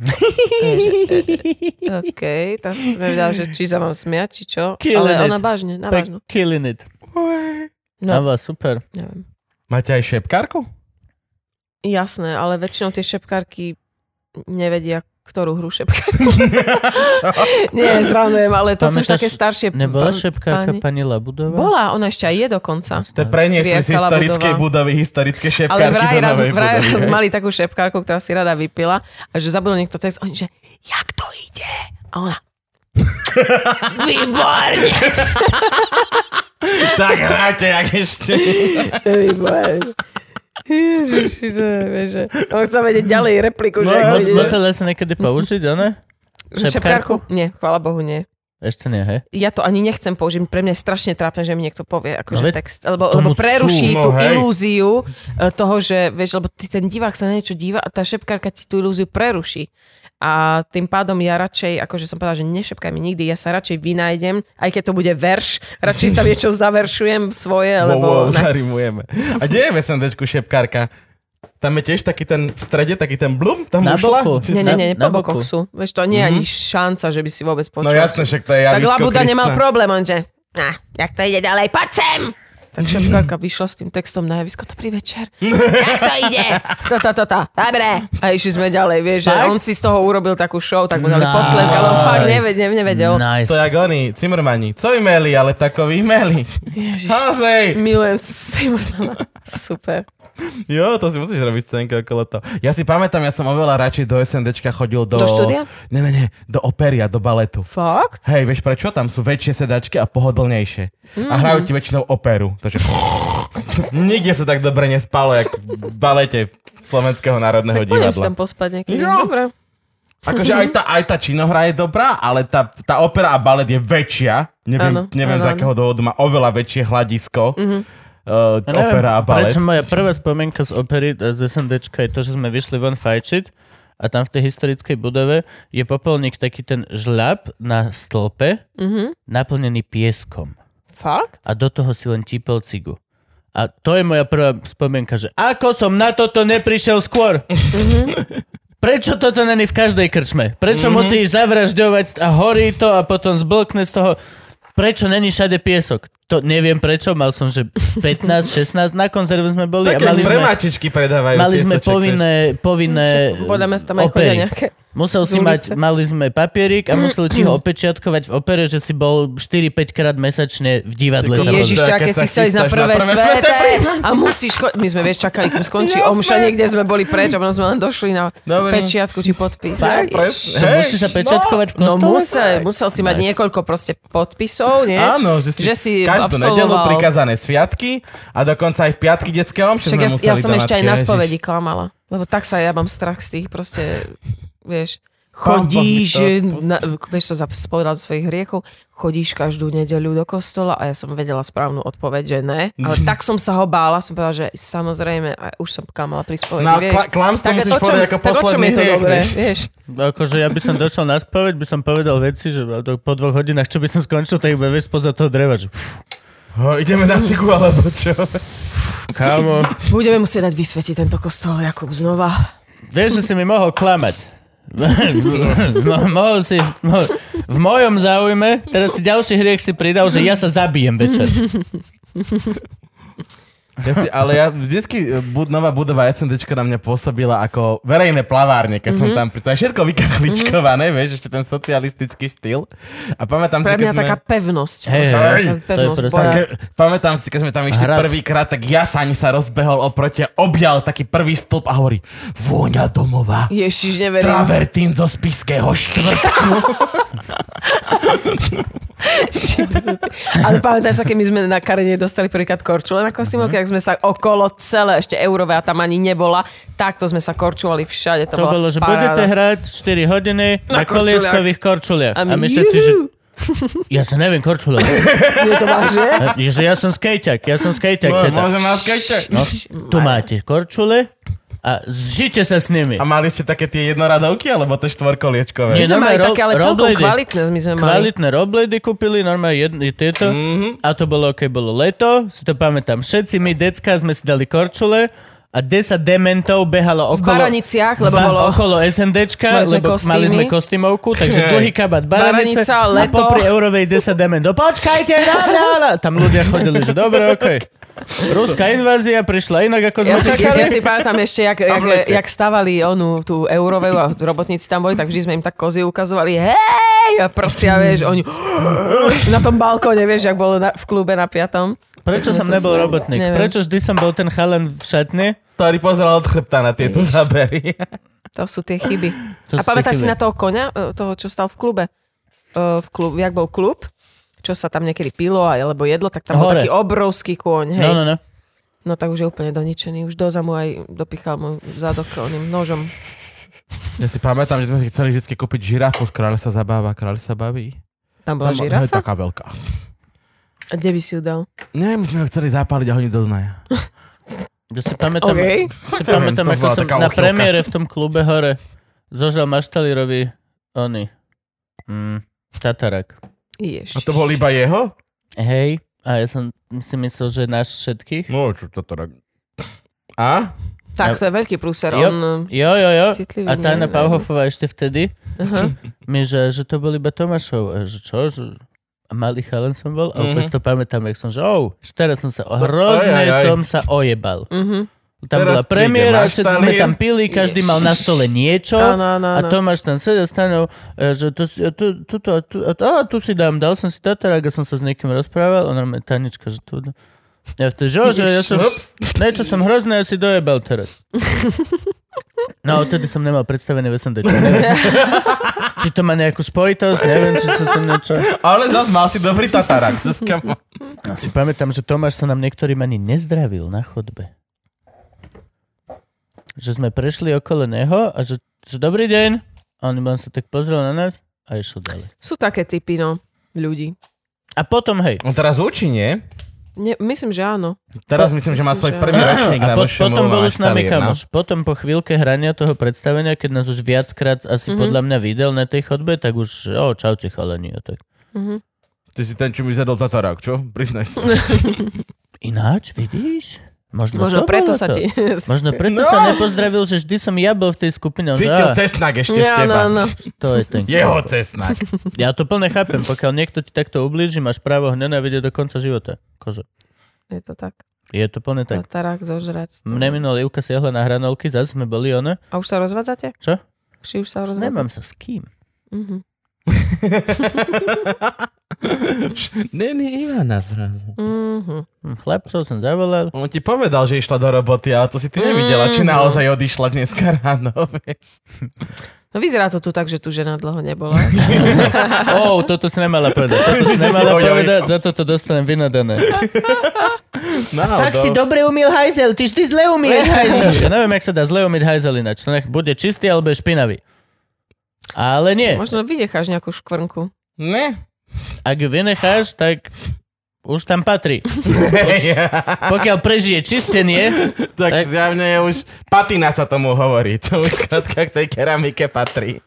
OK, tak som vedel, že či sa mám smiať, či čo. Killing Ale ona it. vážne, na Tak vážno. killing it. No. No. super. Neviem. Máte aj šepkárku? Jasné, ale väčšinou tie šepkárky nevedia, ktorú hru šepkajú. Nie, zraunujem, ale to sú už Pamätáš, také staršie Nebola pán- šepkárka páni. pani Labudová? Bola, ona ešte aj je dokonca. To je preniesli z Vierka historickej Labudová. budovy, historické Ale šepkárky vraj do raz, novej vraj budovy. raz hej? mali takú šepkárku, ktorá si rada vypila a že zabudol niekto text, oni, že jak to ide? A ona výborne. Tak hráte, jak ešte. Výborne. Ježiši, to je, vieš, že... On chce vedieť ďalej repliku, že No, ako mus- ide. musela sa niekedy použiť, ona? Šepkárku? Nie, chvála Bohu, nie. Ešte nie, hej? Ja to ani nechcem použiť, pre mňa je strašne trápne, že mi niekto povie akože No veď text, lebo, tomu lebo preruší chcú, no tú hej. ilúziu e, toho, že vieš, lebo ty, ten divák sa na niečo díva a tá šepkárka ti tú ilúziu preruší. A tým pádom ja radšej, akože som povedala, že nešepkaj mi nikdy, ja sa radšej vynájdem, aj keď to bude verš, radšej sa niečo zaveršujem svoje, lebo... Wow, wow, zarimujeme. A kde je v es en déčku šepkárka? Tam je tiež taký ten v strede, taký ten blum, tam Na ušla? boku. Či Nie, sa- nie, nie, Na po boku. bokoch sú. Vieš, to nie je ani šanca, že by si vôbec počul. No jasné, však to je Tak javisko Labuda Krista. nemal problém, on že, nah, jak to ide ďalej, poď sem! Tak šepkárka vyšla s tým textom na javisko, dobrý večer. Jak to ide? To, to, to, to. Dobre. A išli sme ďalej, vieš, že Fakt? on si z toho urobil takú show, tak mu dali Nice. potlesk, ale on fakt nevedel. nevedel. Nice. To je jak oni, Cimrmani. Co imeli, ale takový imeli. Ježiš, Hozej! milujem Cimrmana. Super. Jo, to si musíš robiť scénku okolo toho. Ja si pamätám, ja som oveľa radšej do es en déčka chodil do... Do štúdia? Ne, ne, ne, do opery a do baletu. Fakt? Hej, vieš prečo? Tam sú väčšie sedačky a pohodlnejšie. Mm. A hrajú ti väčšinou operu. Takže... Nikde sa tak dobre nespalo, jak v balete Slovenského národného Tak poďme si divadla. tam pospať niekedy. Jo. Dobre. Akože aj tá, aj tá činohra je dobrá, ale tá, tá opera a balet je väčšia. Neviem, Áno, neviem áno, z akého dôvodu má oveľa väčšie hľadisko. Mm-hmm. Uh, Ja neviem, opera a balet. prečo moja prvá spomienka z opery z es en déčka je to, že sme vyšli von fajčiť a tam v tej historickej budove je popolník taký ten žľab na stĺpe Mhm. naplnený pieskom. Fakt? A do toho si len típel cigu. A to je moja prvá spomienka, že ako som na toto neprišiel skôr? Prečo toto není v každej krčme? Prečo musíš zavražďovať a horí to a potom zblkne z toho? Prečo není všade piesok? To neviem prečo, mal som, že pätnásť šestnásť, na konzerve sme boli a Také mali sme, premáčičky predávajú. mali sme piesoček, povinné, povinné Podľa mňa tam aj chodia opery. nejaké... Musel si z mať, ulice. mali sme papierik a museli ti ho opečiatkovať v opere, že si bol štyri päť krát mesačne v divadle. Ty sa kokos. Ježiš, Keď to aké sa si chceli ísť na chystáš prvé na prvé sveté sveté a musíš... Cho- My sme, vieš, čakali, kým skončí Jasné. omša, niekde sme boli preč a potom sme len došli na Dobre. pečiatku či podpis. Tak, Ježiš. presne. Že Hej, musí sa pečiatkovať v No kostole? musel, musel si mať Nice. niekoľko proste podpisov, nie? Áno, že si, Že si každú nedelu absolvoval. prikazané sviatky a dokonca aj v piatky detské omše Však sme ja, museli ja som do ešte aj matky, na Ježiš. spovedi klamala. Lebo tak sa ja mám strach z tých proste, vieš, Pán Boh mi chodíš, to na, vieš, to spovedal zo svojich hriechov, chodíš každú nedeľu do kostola a ja som vedela správnu odpoveď, že ne. Ale tak som sa ho bála, som povedala, že samozrejme, a už som klamala pri spovedi, No, vieš. kla- klamstvo musíš o čom- povedať ako tak o čom posledný je to hriech, dobré, vieš. vieš. Akože ja by som došiel na spoveď, by som povedal veci, že po dvoch hodinách, čo by som skončil, tak iba vieš spoza toho dreva, že Ho, ideme na cigu, alebo čo? kámo, Budeme musieť dať vysvetiť tento kostol, Jakub, znova. vieš, že si mi mohol klamať. Mo- mohol si, mo- v mojom záujme, teraz si ďalší hriech si pridal, že ja sa zabijem večer. Ja si, ale ja vždycky bud, nová budova SNDčka na mňa pôsobila ako verejné plavárne, keď mm-hmm. som tam pri... To je všetko vykachličkované, mm-hmm. vieš, ešte ten socialistický štýl. A pamätám Pre si, keď mňa sme... taká pevnosť. Hej, proste, hej, taká to je pevnosť presne- boja. Ke, pamätám si, keď sme tam išli Hrad. prvýkrát, tak Jasaň sa rozbehol oproti a objal taký prvý stĺp a hovorí vôňa domova. Ježiš, neverím. Travertín zo Spišského štvrtku. Ale pamätáš sa, keď my sme na Karene dostali prvýkrát korčule na kostýmovke, tak sme sa okolo celé, ešte Eurová tam ani nebola, takto sme sa korčovali všade. To, To bolo, že budete hrať štyri hodiny na, Na kolieskových korčuliach. A A my, my všetci, že juhu. ja sa neviem korčulovať. Je to vážne? Že ja som skejťak, ja som skejťak. No, teda. môžem na skejte. No, tu máte korčule a zžite sa s nimi. A mali ste také tie jednoradovky, alebo to štvorkoliečkové? My Nie, sme mali normálne také, ale ro- celkom rollerblady. kvalitné my sme mali. Kvalitné roblady kúpili, normálne jedny tieto. Mhm. A to bolo, keď bolo leto, si to pamätám. Všetci my, decka, sme si dali korčule a desať dementov behalo V okolo... Baraniciach, lebo ba- bolo... okolo SNDčka, Mali sme lebo kostýmy. mali sme kostýmovku, takže dlhý kabát Baranice Baranica, a leto. popri Eurovej desať dementov. Počkajte, no, no, no. Tam ľudia chodili, že dobre, okej. Ruská invázia prišla inak, ako sme Ja si, čakali. ja si pamätám ešte, jak, jak, jak stavali onú tú Euroveu a robotníci tam boli, tak vždy sme im tak kozy ukazovali, hej, a prsia, vieš, oni na tom balkóne, vieš, jak bolo na, v klube na piatom. Prečo som Ja nebol som- robotník? neviem. Prečo vždy som bol ten chalan v šatne? Ktorý pozeral od chrbta na tieto Ježiš. zábery. To sú tie chyby. To sú A pamätáš tie si chyby. na toho koňa, e, toho, čo stal v klube? E, V klub, jak bol klub, čo sa tam niekedy pilo alebo jedlo, tak tam bol Hore. taký obrovský kôň, hej. No, no, no. No tak už je úplne doničený. Už doza mu aj dopichal mu zadok oným nožom. Ja si pamätám, že sme si chceli vždy kúpiť žirafu z Kráľ sa zabáva, Kráľ sa baví. Tam bola Tam, je žirafa? taká veľká. A kde by si ju dal? Nie, my sme ho chceli zapáliť a honiť do Dunaja. Ja si pamätám, Okay. si pamätám To ako bola som taká na uchylka. premiére v tom klube hore zožal Maštalírovi oni. Mm, Tatarak. Ježiš. A to bol iba jeho? Hej, a ja som si myslel, že náš všetkých. No, čo to tak... A? Tak, to je veľký prúser. Jo. On Jo, jo, jo. citlivý, A Tajna nie? Pauhofová ešte vtedy Aha. mi, že, že to bol iba Tomášov. A že čo? Že... A malý chalan som bol. A Mhm. úplne si to pamätám, jak som, že oh, teraz som sa, hrozne aj, aj. som sa ojebal. Mhm. Tam Teraz bola premiéra, príde všetci sme Maštalír. tam pili, každý mal na stole niečo. Áno, áno, A áno. Tomáš tam sedel stanul, že tu, si- tu, tu, tu, tu, tu, a tu si dám, dal som si Tatarák a som sa s niekým rozprával, on normálne Tanička, že tu... Ja vtedy, že, že ja som, niečo som hrozné, ja si dojebal teraz. No, odtedy som nemal predstavené v es em dé. Neviem, či to má nejakú spojitosť, neviem, či sa to niečo... Ale zase mal si dobrý Tatarak. No, si pamätám, že Tomáš sa nám niektorým ani nezdravil na chodbe. Že sme prešli okolo neho a že, že dobrý deň. A on len sa tak pozrel na nás a išiel ďalej. Sú také typy, no, ľudí. A potom, hej, On teraz učí, nie? Ne, myslím, že áno. Teraz myslím, že má myslím, svoj že- prvý ročník a na po, vé š em potom bol už s nami Maštalír, no. kamoš. Potom po chvíľke hrania toho predstavenia, keď nás už viackrát asi Mhm. podľa mňa videl na tej chodbe, tak už, o, čaute chalani. A tak. Mhm. Ty si ten, čo mi zjedol Tatarak, čo? Priznaj sa. Ináč, vidíš? Možno, Možno to preto bolo sa to. ti... Možno preto No. sa nepozdravil, že vždy som ja bol v tej skupine. Že, Cítil á, cesnak ešte z Ja, teba. no, no. to je ten. Jeho cesnak. Ja to plne chápem. Pokiaľ niekto ti takto ublíži, máš právo ho nenávidieť do konca života. Kože. Je to tak. Je to plne tak. Tatarák zožrať. Mne minul Ivka siahla na hranolky, zase sme boli one. A už sa rozvádzate? Čo? Či už sa rozvádzate? Nemám sa s kým. Mhm. Není Ivana zrazu. Mhm. Hm, Chlapcov som zavolal. On ti povedal, že išla do roboty, ale to si ty nevidela, či Mm, no. naozaj odišla dneska ráno, vieš. No vyzerá to tu tak, že tu žena dlho nebola. Ó, oh, toto si nemala povedať. Toto si nemala Oj, oj. povedať, za toto dostanem vynadané. Náhodou. Tak si dobre umiel hajzel, ty vždy zle umieš hajzel. Ja neviem, jak sa dá zle umyť hajzel ináč. To nech bude čistý alebo je špinavý. Ale nie. Možno vynecháš nejakú škvrnku. Ne. Ak ju vynecháš, tak už tam patrí. Už, pokiaľ prežije čistenie, Tak, Tak. zjavne je už patina sa tomu hovorí. To už skrátka k tej keramike patrí.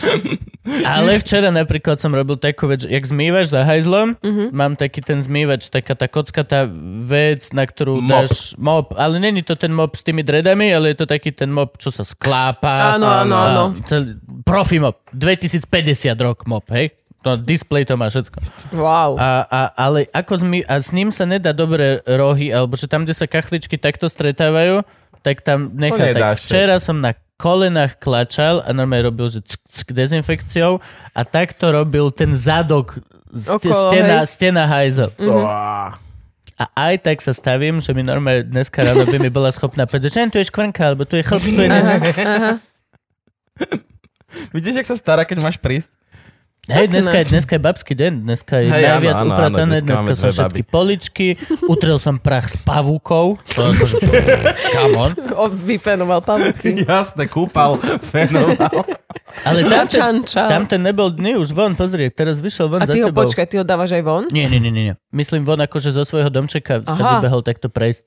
ale včera napríklad som robil takú vec, že jak zmývaš za hajzlom, Mhm. mám taký ten zmývač, taká tá kockatá vec, na ktorú Mop. dáš mop, ale není to ten mop s tými dredami, ale je to taký ten mop, čo sa sklápa. Áno, áno, A áno. Celý, profi mop, dvetisícpäťdesiat rok mop, hej? No, display to má všetko. Wow. A, a, ale ako zmy, a s ním sa nedá dobre rohy, alebo že tam, kde sa kachličky takto stretávajú, tak tam nechá. Tak nedáš, včera som na kolenách klačal a normálne robil, že ck, ck, dezinfekciou a takto robil ten zadok ste, Okolo, stena, hej. stena hajzel. To... A aj tak sa stavím, že mi normálne dneska ráno by mi bola schopná povedať, že tu je škvrnka, alebo tu je chlp, tu je... Aha. Vidíš, jak sa stará, keď máš prísť? Hej, dneska je, Pekné. dneska je babský deň, dneska je Hej, najviac áno, áno, upratané, áno, dneska dneska máme sú dve všetky baby. poličky, utrel som prach s pavúkou, to akože, come on. O, vyfenoval pavúky. Jasne, kúpal, fenoval. Ale Na tamten, čanča. tamten nebol dny, už von, pozri, teraz vyšiel von A za ty ho, tebou. počkaj, ty ho dávaš aj von? Nie, nie, nie, nie, nie. Myslím von akože zo svojho domčeka sa Aha. vybehol takto prejsť.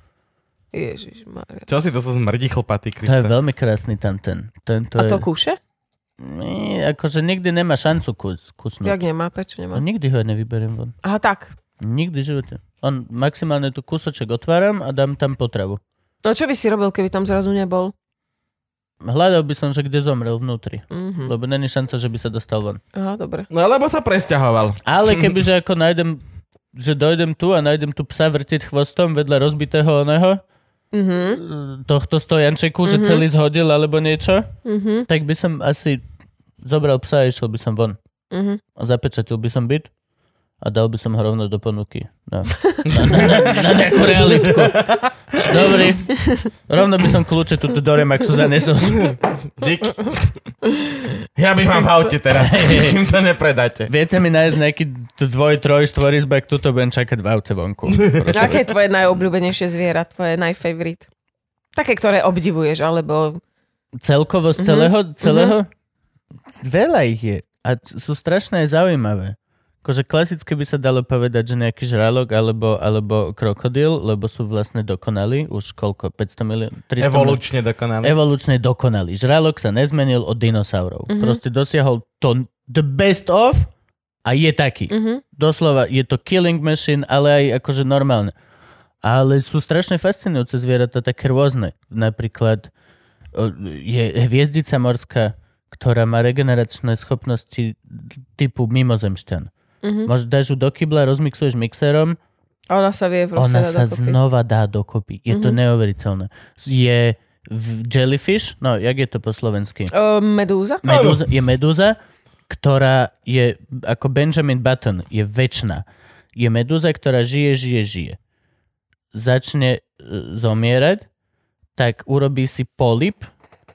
Ježišmaria. Čo si to sú smrdí chlpatý, To je Krista? veľmi krásny tamten. Tento A to je... kúše? Nie, akože nikdy nemá šancu kus, kusnúť. Jak nemá, prečo No, nemá? nikdy ho nevyberiem von. Aha, tak. Nikdy v živote. On maximálne tu kúsoček otváram a dám tam potravu. No čo by si robil, keby tam zrazu nebol? Hľadal by som, že kde zomrel vnútri. Mhm. Lebo není šanca, že by sa dostal von. Aha, dobre. No lebo sa presťahoval. Ale kebyže ako nájdem, že dojdem tu a nájdem tu psa vrtiť chvostom vedľa rozbitého oného, Mhm. tohto stojančeku, že Mhm. celý zhodil alebo niečo, Mhm. tak by som asi zobral psa a išiel by som von. Mhm. A zapečatil by som byt a dal by som ho rovno do ponuky. Na, na, na, na, na nejakú realitku. Dobre. Rovno by som kľúče tu do Remaxu zanesol. Dík. Ja by vám v aute teraz, kým to nepredáte. Viete mi nájsť nejaký dvoj, troj, štvorizbak, tuto budem čakať v aute vonku. Aké je tvoje najobľúbenejšie zviera, tvoje najfavorit? Také, ktoré obdivuješ, alebo... Celkovo z celého, celého? Veľa ich je. A c- sú strašné aj zaujímavé. Akože klasicky by sa dalo povedať, že nejaký žralok alebo, alebo krokodil, lebo sú vlastne dokonalí, už koľko, päťsto miliónov? Evolučne dokonalí. Evolučne dokonalí. Žralok sa nezmenil od dinosaurov. Mm-hmm. Proste dosiahol to the best of a je taký. Mm-hmm. Doslova, je to killing machine, ale aj akože normálne. Ale sú strašne fascinujúce zvieratá, také rôzne. Napríklad je hviezdica morská, ktorá má regeneračné schopnosti typu mimozemšťan. Mm-hmm. Môžeš dáš ju do kybla, rozmixuješ mixerom. A ona sa vie proste Ona dá sa dokopy. znova dá dokopy. Je mm-hmm. to neuveriteľné. Je jellyfish, no, jak je to po slovensky? Uh, medúza? Medúza? Je medúza, ktorá je ako Benjamin Button, je večná. Je medúza, ktorá žije, žije, žije. Začne zomierať, tak urobí si polyp,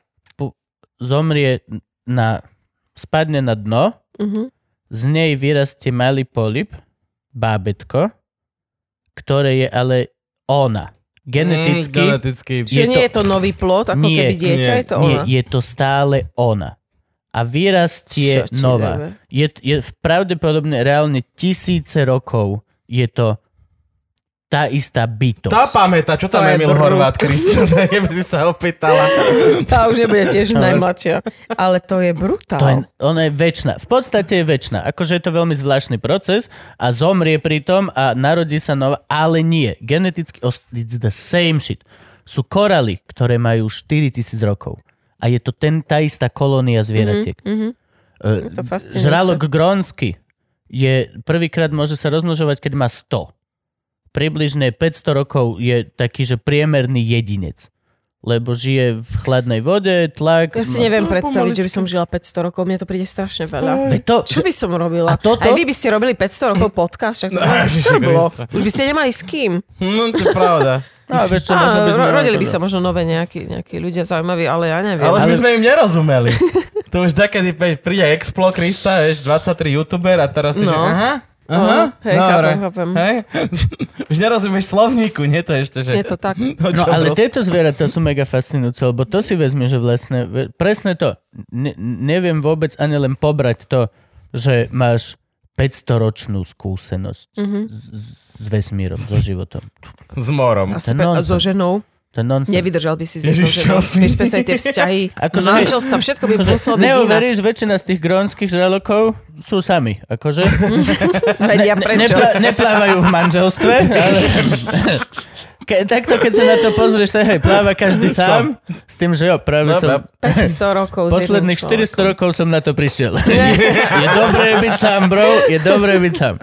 zomrie na, spadne na dno, uh-huh. z nej vyrastie malý polyp, bábätko, ktoré je ale ona. Geneticky. Mm, geneticky. Čiže nie je to nový plod, ako nie, keby dieťa, nie, je to nie, ona? je to stále ona. A vyrastie nová. Je, je pravdepodobne reálne tisíce rokov je to tá istá bytosť. Tá pamätá, čo tam Emil Horvát, Krista, keby si sa opýtala. Tá už nebude tiež najmladšia. Ale to je brutál. To je, ona je večná. V podstate je večná. Akože je to veľmi zvláštny proces a zomrie pri tom a narodí sa nová, ale nie. Geneticky, it's the same shit. Sú koraly, ktoré majú štyritisíc rokov. A je to ten, tá istá kolónia zvieratiek. Mm-hmm. Uh, žralok grónsky je prvýkrát môže sa rozmnožovať, keď má sto. Približne päťsto rokov je taký, že priemerný jedinec. Lebo žije v chladnej vode, tlak... Ja si neviem no, predstaviť, pomalička. Že by som žila päťsto rokov. Mne to príde strašne veľa. To, Čo by som robila? A toto? Aj vy by ste robili päťsto rokov podcast, však to no, už by ste nemali s kým. No, to je pravda. No, vieš čo, Á, možno by sme... Rodili by sa možno nové nejakí, nejakí ľudia zaujímaví, ale ja neviem. Ale, ale... my sme im nerozumeli. To už takedy príde Explo, Krista, vieš, dvadsaťtri youtuber a teraz ty, no. že aha... Aha, oh, hej, chápem, chápem. Hej. Už nerozumieš slovníku, nie to ešte, že... Je to tak. No ale tieto zvieratá sú mega fascinujúce, lebo to si vezme, že vlastne, presne to, ne, neviem vôbec ani len pobrať to, že máš päťstoročnú skúsenosť mm-hmm. s, s vesmírom, so životom. S morom. A spe- so ženou. Nevydržal by si s jednou ženou. Vieš, presne tie vzťahy, akože, manželstva, všetko by pôsobí inak. Neuveríš, väčšina z tých grónskych žralokov sú sami, akože. Vedia prečo. Nepl- neplávajú v manželstve, ale... Ke, takto, keď sa na to pozrieš, tak hej, pláva každý sám, s tým, že jo, práve no, som... päťsto rokov posledných štyristo rokov som na to prišiel. Je dobré byť sám, bro, je dobré byť sám.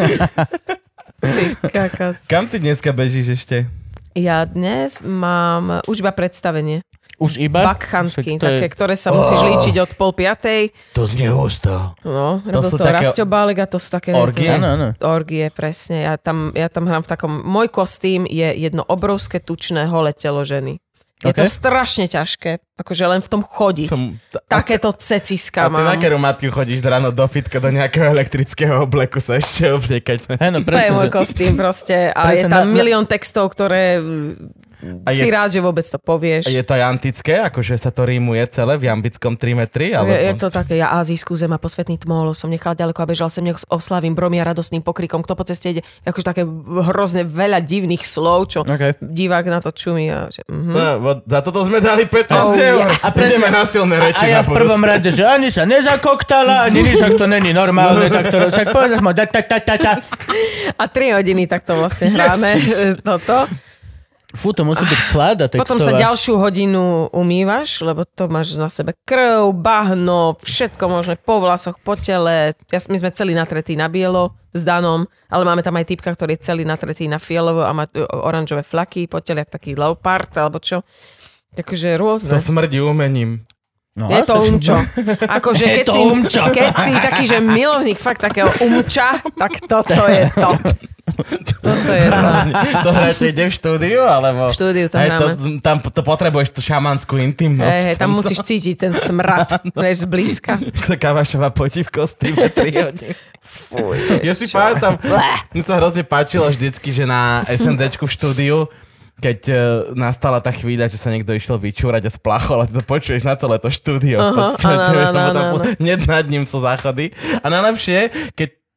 Ty kakas. Kam ty dneska bežíš ešte? Ja dnes mám už iba predstavenie. Už iba? Bakchantky, také, je... ktoré sa musíš líčiť od pol piatej. To znie husto. No, robil to, to také... Rastio Bálik a to sú také... Orgie? Áno, áno. Orgie, presne. Ja tam, ja tam hrám v takom... Môj kostým je jedno obrovské tučné holé telo ženy. Je okay. to strašne ťažké, akože len v tom chodiť. Tom, t- Takéto ceciska mám. A ty na kerú matku chodíš ráno do fitka, do nejakého elektrického obleku sa ešte obliekať. Hey, no, to je môj kostým proste. A presne je tam na, milión textov, ktoré a si je, rád, že vôbec to povieš. A je to aj antické? Akože sa to rímuje celé v jambickom tri metry? Alebo... Je, je to také, ja azijskú zem a posvetný tmol som nechala ďaleko a bežal sem, nech oslavím bromia radostným pokrikom. Kto po ceste ide, akože také hrozne veľa divných slov, čo okay. divák na to čumí. A, že, uh-huh. no, za toto sme dali pätnásť oh, eur. Ja. A ideme na silné reči. A, a ja v prvom rade, že ani sa nezakoktala, ani nič, ak to není normálne, tak to však povedať ma, da, ta, ta, ta, ta. A tri hodiny takto vlastne hráme toto. Fú, to musí byť kláda textová. Potom sa ďalšiu hodinu umývaš, lebo to máš na sebe krv, bahno, všetko možné po vlasoch, po tele. Ja, my sme celý natretí na bielo s Danom, ale máme tam aj typka, ktorý je celý natretý na fialovo a má oranžové flaky po tele, jak taký leopard, alebo čo. Takže rôzne. To smrdí umením. No, je to umčo. Akože keď, to si, umčo. keď si taký, že milovník fakt takého umča, tak toto je to. Toto je to. To hráte ide v štúdiu, alebo... V štúdiu to hej, hráme. To, tam to potrebuješ tú šamanskú intimnosť. Hej, hej, tam musíš cítiť ten smrad, vieš, zblízka. Sa Kavašová potí v kostýme tri hodiny. Fuj, ja si pamätám, mi sa hrozne páčilo vždycky, že na SNDčku v štúdiu, keď uh, nastala tá chvíľa, že sa niekto išiel vyčúrať a splachol a ty to počuješ na celé to štúdio. Uh-huh, Hneď nad ním sú záchody. A najlepšie, keď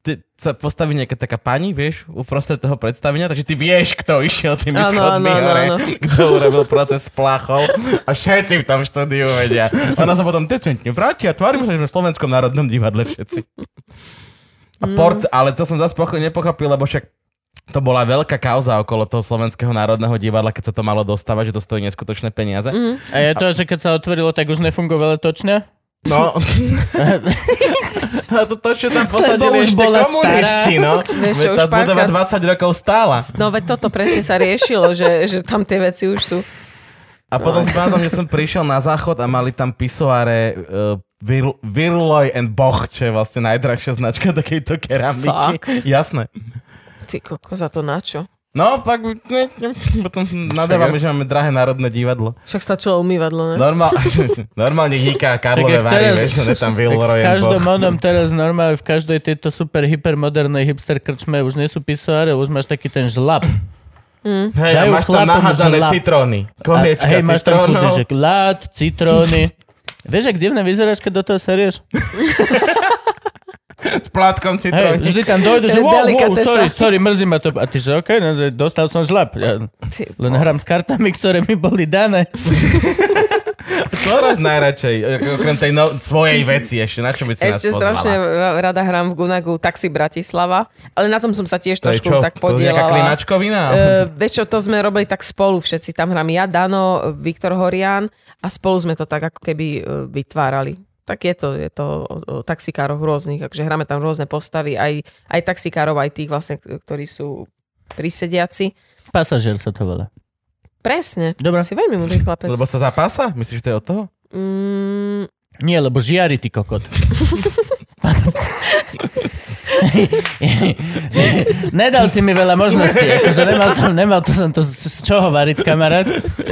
ty, sa postaví nejaká taká pani, vieš, uprostred toho predstavenia, takže ty vieš, kto išiel tými Áno, schodmi áno, hore, áno. kto urobil proces pláchov a všetci v tom štúdiu vedia. Ona sa potom decentne vráti a tvárime sa, že sme v Slovenskom národnom divadle všetci. A porc, ale to som zase poch- nepochopil, lebo však to bola veľká kauza okolo toho Slovenského národného divadla, keď sa to malo dostávať, že to stojí neskutočné peniaze. Mm. A je to, že keď sa otvorilo, tak už nefungovalo točne? No. A to točne tam posadili už ešte bola komunisti, no. Vieš čo, Veď už tá budova párkrát- dvadsať rokov stála. No veď toto presne sa riešilo, že, že tam tie veci už sú. A potom si pamätám, že som prišiel na záchod a mali tam pisoáre uh, Vir, Virloy and Boch, čo je vlastne najdrahšia značka takejto keramiky. Fakt? Jasné. Ty koko, za to na čo? No, pak ne, ne, potom nadávame, že máme drahé národné divadlo. Však stačilo umývadlo, ne? Normál, normálne Nika a Karlové Tak jak Vary, teraz- vieš, že tam Tak Vilroy v and každom Boch. onom teraz normálne, v každej tejto super hypermodernej hipster krčme už nie sú pisoáre, už máš taký ten žlab. Hej, a dajú máš tam chlapom nahádzané žlab. citróny. A, Koniečka hej, máš tam kľudne, citrónov. že lát, citróny. Vieš, ak divne vyzeráš, keď do toho serieš? S plátkom Hej, citróny. vždy tam dojde, že To je wow, wow, delikatesa. sorry, sorry, mrzí ma to. A ty, že okej, okay, no, dostal som žlab. Ja Ty, len hrám s kartami, ktoré mi boli dané. Čo hráš najradšej? Okrem tej no, svojej veci ešte. Na čo by si Ešte nás strašne pozvala? rada hrám v Gunagu Taxi Bratislava, ale na tom som sa tiež To je trošku čo? tak To je nejaká podielala. klinačkovina? Uh, vieš čo, to sme robili tak spolu všetci. Tam hrám ja, Dano, Viktor Horian a spolu sme to tak ako keby uh, vytvárali. Tak je to, je to o, o taxikároch rôznych, takže hráme tam rôzne postavy, aj, aj taxikárov, aj tých vlastne, ktorí sú prisediaci. Pasažier sa to volá. Presne. Dobre. Si veľmi múdry chlapec. Lebo sa zapása? Myslíš, že to je od toho? Mm, Nie, lebo žiari, ty kokot. Nedal si mi veľa možností, akože nemal som, nemal to som to z čoho variť, kamarát.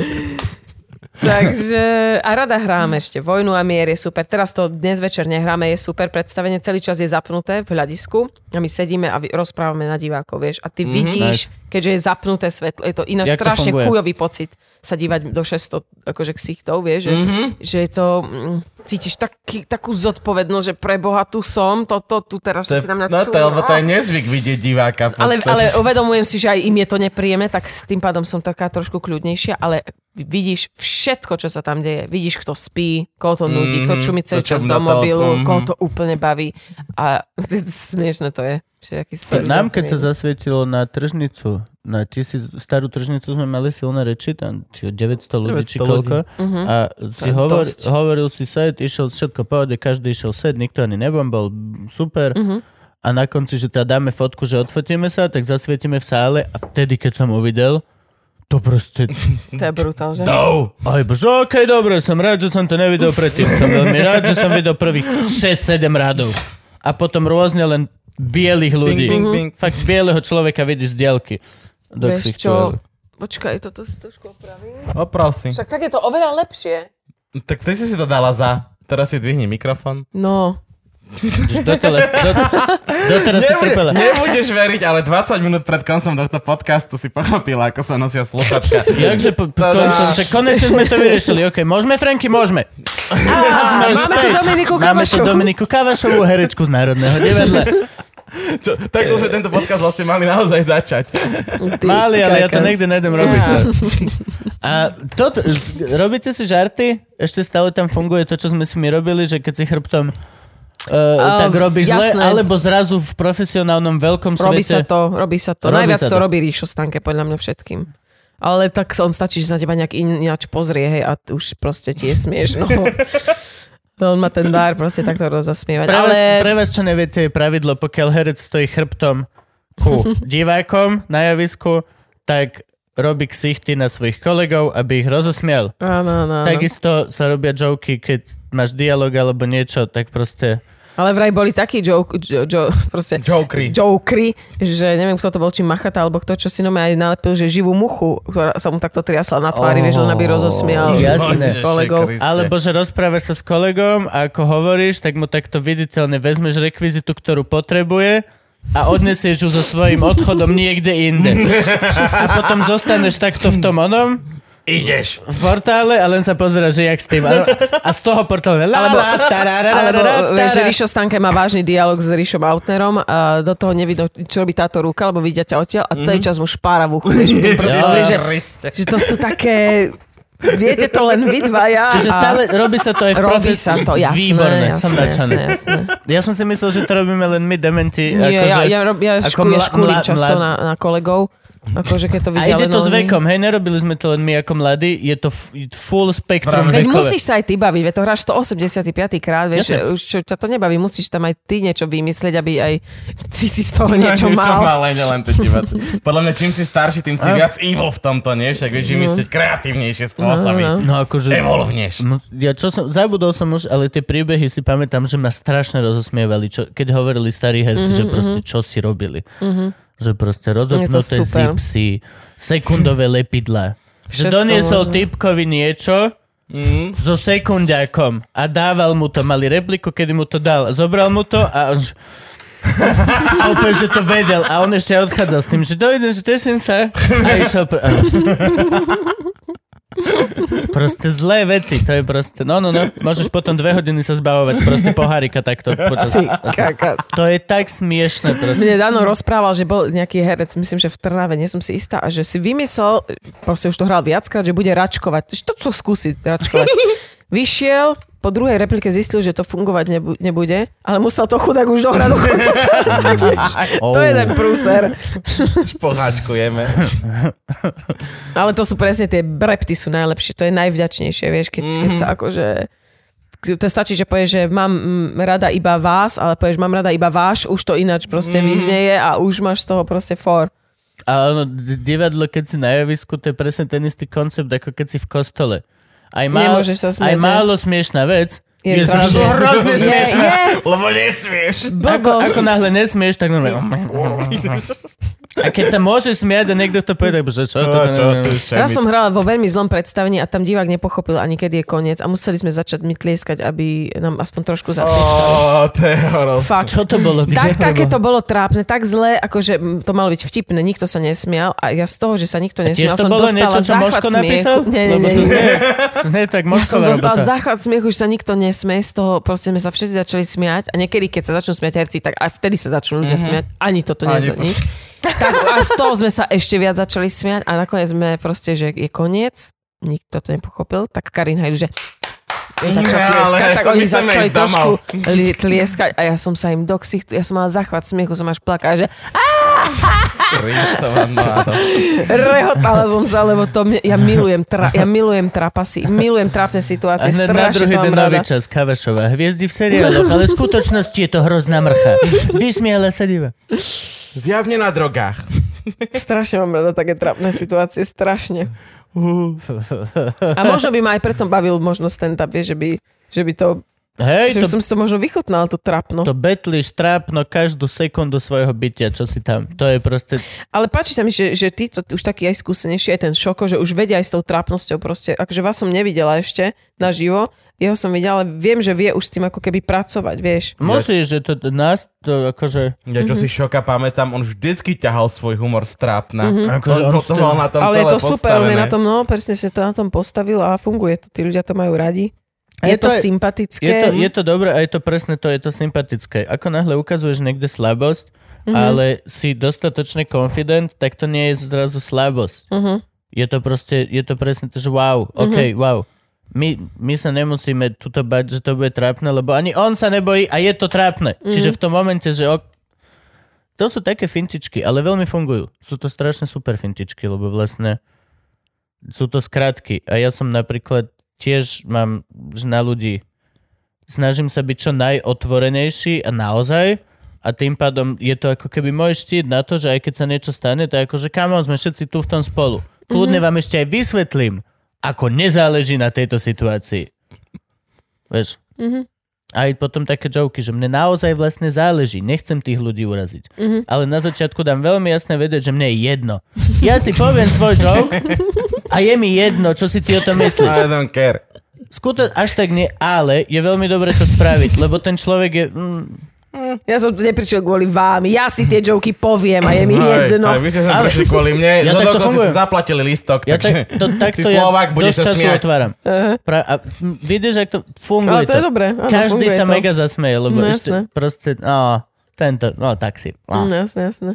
takže a rada hráme ešte. Vojnu a mier je super. Teraz to dnes večer nehráme, je super predstavenie. Celý čas je zapnuté v hľadisku a my sedíme a vy- rozprávame na divákov, vieš. A ty mm-hmm, vidíš, keďže je zapnuté svetlo, je to ináč Jak to strašne funguje? chujový pocit sa dívať do šesťsto akože ksichtov, vieš, že, mm-hmm. že je to, mm, cítiš taký, takú zodpovednosť, že pre Boha tu som, toto tu teraz To je, všetci na mňa no to, je- čujú. lebo to je nezvyk vidieť diváka. v Ale, podstate. ale uvedomujem si, že aj im je to nepríjemné, tak s tým pádom som taká trošku kľudnejšia, ale vidíš všetko, čo sa tam deje. Vidíš, kto spí, koho to nudí, kto čumí celý to, čo čas na do mobilu, telku, koho mhm. to úplne baví. A smiešne to je. Všelijaký spí- Nám, keď sa zasvietilo na tržnicu, na tisíc, starú tržnicu sme mali silné reči, tam či deväťsto ľudí, či deväťsto ľudí. koľko. Mhm. A si je hovor, dosť. hovoril si set, išiel všetko pohode, každý išiel set, nikto ani nebol, bol super. Mhm. A na konci, že teda dáme fotku, že odfotíme sa, tak zasvietime v sále a vtedy, keď som uvidel, to proste... To je brutál, že? No. Aj bože, okej, dobre, som rád, že som to nevidel predtým. Som veľmi rád, že som videl prvých šesť sedem radov. A potom rôzne len bielých ľudí. Bing, bing, bing. Fakt bieleho človeka vidíš z diaľky. Do Vieš ksichtu. čo? Počkaj, toto si trošku opravím. Oprav si. Však tak je to oveľa lepšie. Tak ty si si to dala za. Teraz si dvihni mikrofón. No. Že Doteraz, do, doteraz si trpela. Nebudeš veriť, ale dvadsať minút pred koncom tohto podcastu si pochopila, ako sa nosia sluchatka. Jakže po, po koncom, že konečne sme to vyriešili. OK, môžeme, Franky, môžeme. A sme máme tu späť. Dominiku Máme tu Kavašovú. Dominiku Kavašovú, herečku z Národného divadla. Čo, tak sme tento podcast vlastne mali naozaj začať. Ty Mali, ale ja to kakas. nikdy nejdem robiť. A toto, z- robíte si žarty? Ešte stále tam funguje to, čo sme si my robili, že keď si chrbtom Uh, tak robíš zle, jasné. alebo zrazu v profesionálnom veľkom Robí sa svete. to, robí sa to. Robí Najviac sa to to. robí Ríšo Stanke, podľa mňa všetkým. Ale tak on stačí, že sa teba nejak in, ináč pozrie, hej, a už proste ti je smiešno. On má ten dar proste takto rozosmievať. Pre vás, Ale pre vás, čo neviete, je pravidlo, pokiaľ herec stojí chrbtom ku divákom na javisku, tak robí ksichty na svojich kolegov, aby ich rozosmial. áno, áno, áno. Takisto sa robia joky, keď máš dialog alebo niečo, tak proste... Ale vraj boli takí joke, jo, jo, proste, Jokery. jokery, že neviem, kto to bol, či Machata, alebo kto, čo si nome aj nalepil, že živú muchu, ktorá sa mu takto triasla na tvári, Oh, vieš, len aby rozosmial jasné. kolegov. Alebo že rozprávaš sa s kolegom a ako hovoríš, tak mu takto viditeľne vezmeš rekvizitu, ktorú potrebuje a odnesieš ju so svojím odchodom niekde inde. A potom zostaneš takto v tom onom ideš. V portále a len sa pozera, že jak s tým. A, a z toho portále la, Alebo, la, tararara, alebo tarara. vieš, že Rišo Stanke má vážny dialog s Rišom Autnerom a do toho nevidno, čo robí táto ruka, lebo vidia ťa odtiaľ a celý čas mu špára v uchu. Vieš, v tom prstom, vieš, že, že to sú také... Viete to len vy dvaja. Čiže stále robí sa to aj v Robí profesii. sa to, jasné, Výborné, jasné, som nadšený. jasné, jasné. Ja som si myslel, že to robíme len my dementi. Nie, akože, ja, ja, rob, ja, ako škú, ja mla- škúlim mla- často mla- na, na kolegov. Akože keď to A vidia ide len to s oni. vekom, hej, nerobili sme to len my ako mladí, je to f- full spektrum Veď vekové. musíš sa aj ty baviť, veď to hráš stoosemdesiatpäť krát, vieš, Jasne. že už čo ťa to nebaví, musíš tam aj ty niečo vymyslieť, aby aj ty si z toho niečo Niečo mal. malé, len to diváci. Podľa mňa čím si starší, tým si A? viac evil v tomto, nie? Však vieš vymyslieť kreatívnejšie spôsoby. No, no, No akože... Evolvneš. No, ja čo som, zabudol som už, ale tie príbehy si pamätám, že ma strašne rozosmievali, čo, keď hovorili starí herci, mm-hmm, že proste čo si robili. Mm-hmm. Že proste rozopnuté zipsy, sekundové lepidla. Že Všetko doniesol možno. typkovi niečo mm. so sekundiakom a dával mu to, mali repliku, kedy mu to dal. Zobral mu to a on... A úplne, že to vedel. A on ešte odchádzal s tým, že dojdem, že teším sa. A išiel... Pr- a... Proste zlé veci, to je proste, no, no, no, môžeš potom dve hodiny sa zbavovať proste pohárika takto počas. To je tak smiešné proste. Mne Dano rozprával, že bol nejaký herec, myslím, že v Trnave, nie som si istá, a že si vymyslel, proste už to hral viackrát, že bude račkovať. Čo to skúsiť račkovať? Vyšiel, po druhej replike zistil, že to fungovať nebu- nebude, ale musel to chudák už dohrať do konca. Oh. To je ten prúser. Poháčkujeme. Ale to sú presne tie brepty sú najlepšie, to je najvďačnejšie, vieš, keď, mm-hmm. keď sa akože... To stačí, že povieš, že mám mm, rada iba vás, ale povieš, mám rada iba váš, už to ináč proste mm. vyznieje a už máš z toho proste for. A ono, divadlo, keď si na javisku, to je presne ten istý koncept, ako keď si v kostole. Aj, málo, Nemôžeš sa smiať, aj že? málo smiešná vec Je je zrazu strašne. hrozne Je, smiešná. je. Lebo nesmieš. Ako, ako náhle nesmieš, tak normálne... A keď sa môžeš smiať a niekto to povie, tak že čo? No, Toto čo neviem. tu Raz šemi- som hrala vo veľmi zlom predstavení a tam divák nepochopil ani kedy je koniec a museli sme začať mi tlieskať, aby nám aspoň trošku zatlieskali. Ó, to je horor. Fakt. Čo to bolo? Kde Tak, prebo? také to bolo trápne, tak zle, akože mm, to malo byť vtipné, nikto sa nesmial a ja z toho, že sa nikto Tiež nesmial, to som bolo dostala niečo, čo záchvat Moško smiechu. napísal? Nie, nie, Lebo nie, to nie. znie, to znie tak Ja som Mošková dostala robota. záchvat smiechu, že sa nikto nesmie, z toho proste sme sa všetci začali smiať a niekedy, keď sa začnú smiať herci, tak aj vtedy sa začnú ľudia mm-hmm. smiať, ani toto nie je nič. Tak a z toho sme sa ešte viac začali smiať a nakoniec sme proste, že je koniec, nikto to nepochopil, tak Karin Hajdu, že začal Ne, tlieskať, ale tak to oni by som začali aj zdamal. trošku li- tlieskať a ja som sa im do ksichtu, ja som mala záchvat smiechu, som až plakala, že Kristova máto. rehotala som sa, lebo to mne, ja milujem, tra, ja milujem trapasy, milujem trápne A situácie, hneď na strašne druhý to deň mám nový rada. čas, Kavašová. Hviezdi v seriáloch, ale v skutočnosti je to hrozná mrcha. Vysmiela sa diva. Zjavne na drogách. Strašne mám rada také trápne situácie, strašne. A možno by ma aj preto bavil možno stand-up, vieš, že by, že by to, Hej, že by to, som si to možno vychutnal, tú trápno. to betlíš trápno každú sekundu svojho bytia, čo si tam. To je proste... Ale páči sa mi, že, že ty to, už taký aj skúsenejší, aj ten Šoko, že už vedia aj s tou trápnosťou proste. Akože vás som nevidela ešte naživo, jeho som videla, ale viem, že vie už s tým ako keby pracovať, vieš. Musíš, že to nás to akože... Ja čo si Šoka pamätám, on vždycky ťahal svoj humor z trápna. Akože On on to mal na tom Ale je celé to super, on je postavené. na tom, no, presne si to na tom postavil a funguje to, tí ľudia to majú radi. A je, Je to, to- sympatické. Je to, je to dobré a je to presne to, je to sympatické. Ako náhle ukazuješ niekde slabosť, mm-hmm. ale si dostatočne confident, tak to nie je zrazu slabosť. Mm-hmm. Je to proste, je to presne to, že wow, Mhm. ok, wow. My, my sa nemusíme tuto bať, že to bude trápne, lebo ani on sa nebojí a je to trápne. Mhm. Čiže v tom momente, že ok, to sú také fintičky, ale veľmi fungujú. Sú to strašne super fintičky, lebo vlastne sú to skratky. A ja som napríklad tiež mám že na ľudí, snažím sa byť čo najotvorenejší a naozaj, a tým pádom je to ako keby môj štít na to, že aj keď sa niečo stane, to je ako, že come on, sme všetci tu v tom spolu. Kľudne vám ešte aj vysvetlím, ako nezáleží na tejto situácii. Vieš? Mhm. Aj potom také joky, že mne naozaj vlastne záleží. Nechcem tých ľudí uraziť. Mhm. Ale na začiatku dám veľmi jasne vedieť, že mne je jedno. Ja si poviem svoj joke a je mi jedno, čo si ty o tom myslíš. I don't care. Skuto, až tak nie, ale je veľmi dobre to spraviť, lebo ten človek je... Mm, Ja som tu neprišiel kvôli vám. Ja si tie joky poviem a je mi jedno. Aj, vy ste sa prišli kvôli mne. Ja No takto dokonca si fungujem. zaplatili listok, Ja takže tak, to, takto si ja Slovák, bude dosť sa času smiať. otváram. Pra, a vidíš, ak to funguje. Ale to je dobré. Áno, Každý funguje sa to. mega zasmeje, lebo No, ešte jasné. proste, no, tento, no tak si. No. Mm, jasné, jasné.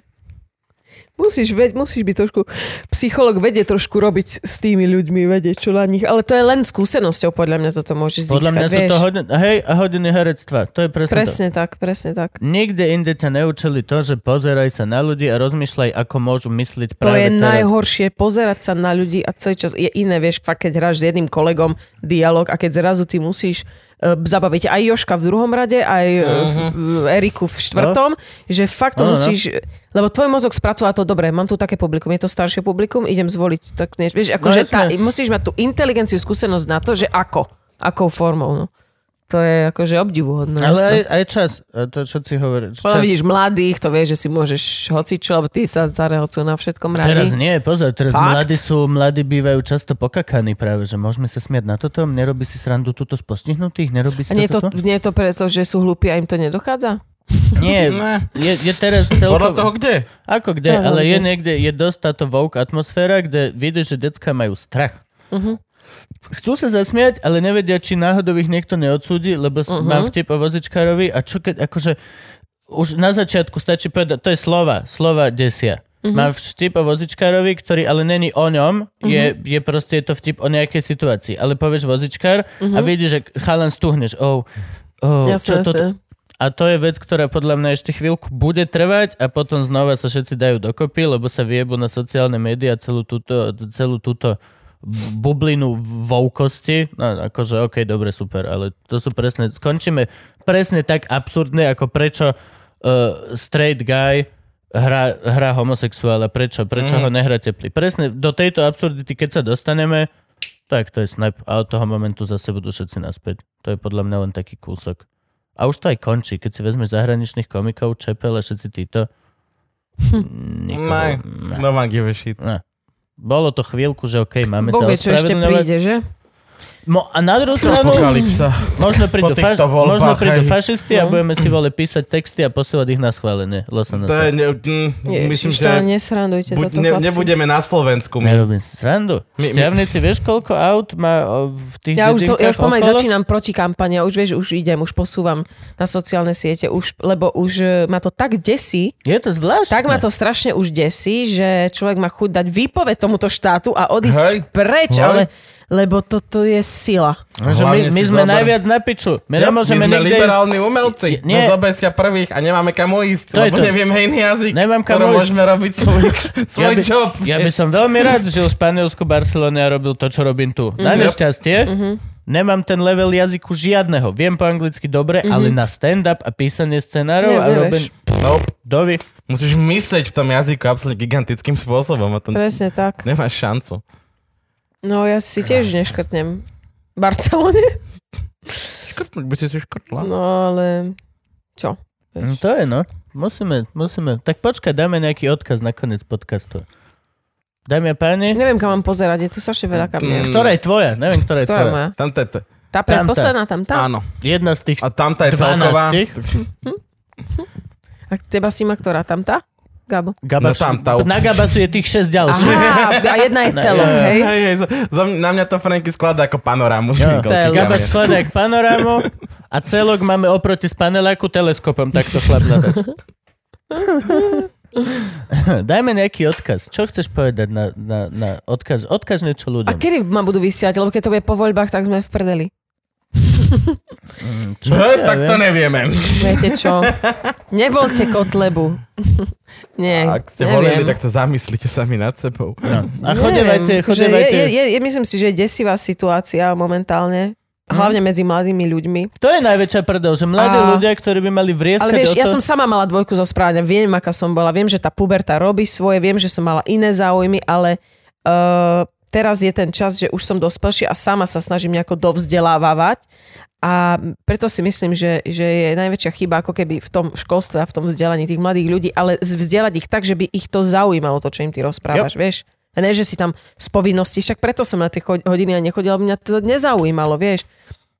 Musíš, veď, musíš byť trošku, psycholog vedie trošku robiť s tými ľuďmi, vedieť čo na nich, ale to je len skúsenosťou, podľa mňa toto môžeš získať, Podľa mňa sú vieš. to hodiny, hej, a hodiny herectva. To je presne, Presne tak, presne tak. to. Nikde inde ťa neučili to, že pozeraj sa na ľudí a rozmýšľaj, ako môžu mysliť To práve je teraz. najhoršie, pozerať sa na ľudí a celý čas je iné, vieš, fakt, keď hráš s jedným kolegom dialog a keď zrazu ty musíš uh, zabaviť aj Joška v druhom rade, aj uh, Mhm. v, Eriku v štvrtom, že fakt to No, no. musíš, lebo tvoj mozog spracová to dobre, mám tu také publikum, je to staršie publikum, idem zvoliť, tak nie, vieš, akože No, tá, jasné. musíš mať tú inteligenciu, skúsenosť na to, že ako, akou formou, no. To je akože obdivuhodné. Ale jasné. aj, aj čas. A to, čo si hovoríš. Potom vidíš mladých, to vieš, že si môžeš hocičo, lebo tí sa zarehocujú na všetkom radi. Teraz nie, pozor, teraz Fakt? mladí sú, mladí bývajú často pokakaní práve, že môžeme sa smiať na toto, nerobí si srandu túto z postihnutých, nerobí si A nie je to, toto? nie je to preto, že sú hlúpi a im to nedochádza? Nie, Ne. je, je teraz Podľa toho celkom... kde? Ako kde, Áno, ale kde. je niekde, je dosť táto woke atmosféra, kde vidíš, že decká majú strach. Uh-huh. Chcú sa zasmiať, ale nevedia, či náhodou ich niekto neodsúdi, lebo uh-huh. Mhm. mám vtip o vozičkárovi a čo keď, akože už na začiatku stačí povedať, to je slova, slova desia. Uh-huh. Mám vtip o vozičkárovi, ktorý ale není o ňom, uh-huh. je, je proste je to vtip o nejakej situácii. Ale povieš vozičkár uh-huh. a vidíš, že chalan stúhneš, oh, oh, Jasné, čo to... jasné. A to je vec, ktorá podľa mňa ešte chvíľku bude trvať a potom znova sa všetci dajú dokopy, lebo sa viebu na sociálne médiá celú túto, celú túto bublinu voukosti. No, akože, okej, okay, dobre, super, ale to sú presne, skončíme presne tak absurdné, ako prečo uh, straight guy hrá, hrá homosexuála, prečo, prečo mm. ho nehrá teplý. Presne do tejto absurdity, keď sa dostaneme, tak to je snap a od toho momentu zase budú všetci naspäť. To je podľa mňa len taký kúsok. A už to aj končí, keď si vezmeš zahraničných komikov, Čepel a všetci títo. Nikoho, Ne, ne. no one give a shit. Ne. Bolo to chvíľku, že okej, okay, máme Boh sa vie, čo ešte ospravedlňovať. príde, že? Mo, a na druhú stranu, Apokalypsa. možno prídu, Po faš, týchto voľbách možno prídu aj- fašisti a budeme si vole písať texty a posielať ich na schválenie. To je, ne, mm, myslím, Ježiš, že to nesrandujte buď, toto, ne, chlapci. nebudeme na Slovensku. My. Nerobím si srandu. My- my- Šťavnici, vieš, koľko aut má o, v tých Ja už, so, ja už dedinkách pomaly okolo? začínam proti kampani a už vieš, už idem, už posúvam na sociálne siete, už, lebo už e, ma to tak desí, Je to zvláštne. tak ma to strašne už desí, že človek má chuť dať výpoveď tomuto štátu a odísť Hej. preč, Hej. ale lebo toto je sila. No, že my, Hlavne my si sme zober- najviac na piču. My Ja, nemôžeme my sme nikde ísť. liberálni umelci. Nie. Nie. No zobesia prvých a nemáme kam ísť, To je lebo to. nevieme iný jazyk. Nemám kam ktoré ísť. môžeme robiť svoj, svoj ja by, job. Ja by som veľmi rád žil v Španielsku, Barcelone a robil to, čo robím tu. Mhm. Na nešťastie nemám ten level jazyku žiadneho. Viem po anglicky dobre, ale na stand-up a písanie scenárov Nie, a robím... nevieš. Nope. Dovi. Musíš myslieť v tom jazyku absolútne gigantickým spôsobom. A to Presne tak. nemáš šancu. No ja si tiež neškrtnem v Barcelone. Škrtnúť by si si škrtla. No ale čo? No, to je no. Musíme, musíme. Tak počkaj, dáme nejaký odkaz na koniec podcastu. Dámy a páni, Neviem, kam mám pozerať, je tu strašne veľa kamier. Mm. ktorá je tvoja? Neviem, ktorá je Ktorá je tvoja. moja? Tam to je to. Tá predposledná tam tá? Áno. Jedna z tých A tam tá je celková. dvanástich. A teba si ma ktorá? Tam tá? Gabo. Gaba, No tam tá- na Gabasu je tých šesť ďalších. Aha, a jedna je celom, hej? Hej, hej, za, za, na mňa to Franky skladá ako panorámu. Jo. To je Gaba Yes. skladá jak panorámu a celok máme oproti z paneláku teleskopom takto chlap nadač. Dajme nejaký odkaz. Čo chceš povedať na, na, na odkaz? Odkaz niečo A ľuďom. kedy ma budú vysielať? Lebo keď to bude po voľbách, tak sme v prdeli. Čo Hej, ja tak to viem? nevieme. Viete čo? Nevolte Kotlebu. Nie, Ak ste neviem. volili, tak sa zamyslite sami nad sebou. No. A Neviem, chodevajte, že chodevajte. Je, je, je, myslím si, že je desivá situácia momentálne. Hlavne medzi mladými ľuďmi. To je najväčšia prdel, že mladí A- ľudia, ktorí by mali vrieskať Ale vieš, o to... ja som sama mala dvojku zo správania. Viem, aká som bola. Viem, že tá puberta robí svoje. Viem, že som mala iné záujmy, ale uh, teraz je ten čas, že už som dospelšia a sama sa snažím nejako dovzdelávať. A preto si myslím, že, že je najväčšia chyba ako keby v tom školstve a v tom vzdelaní tých mladých ľudí, ale vzdelať ich tak, že by ich to zaujímalo, to, čo im ty rozprávaš, yep. vieš. A ne, že si tam z povinnosti, však preto som na tie chodiny a nechodila, mňa to nezaujímalo, vieš.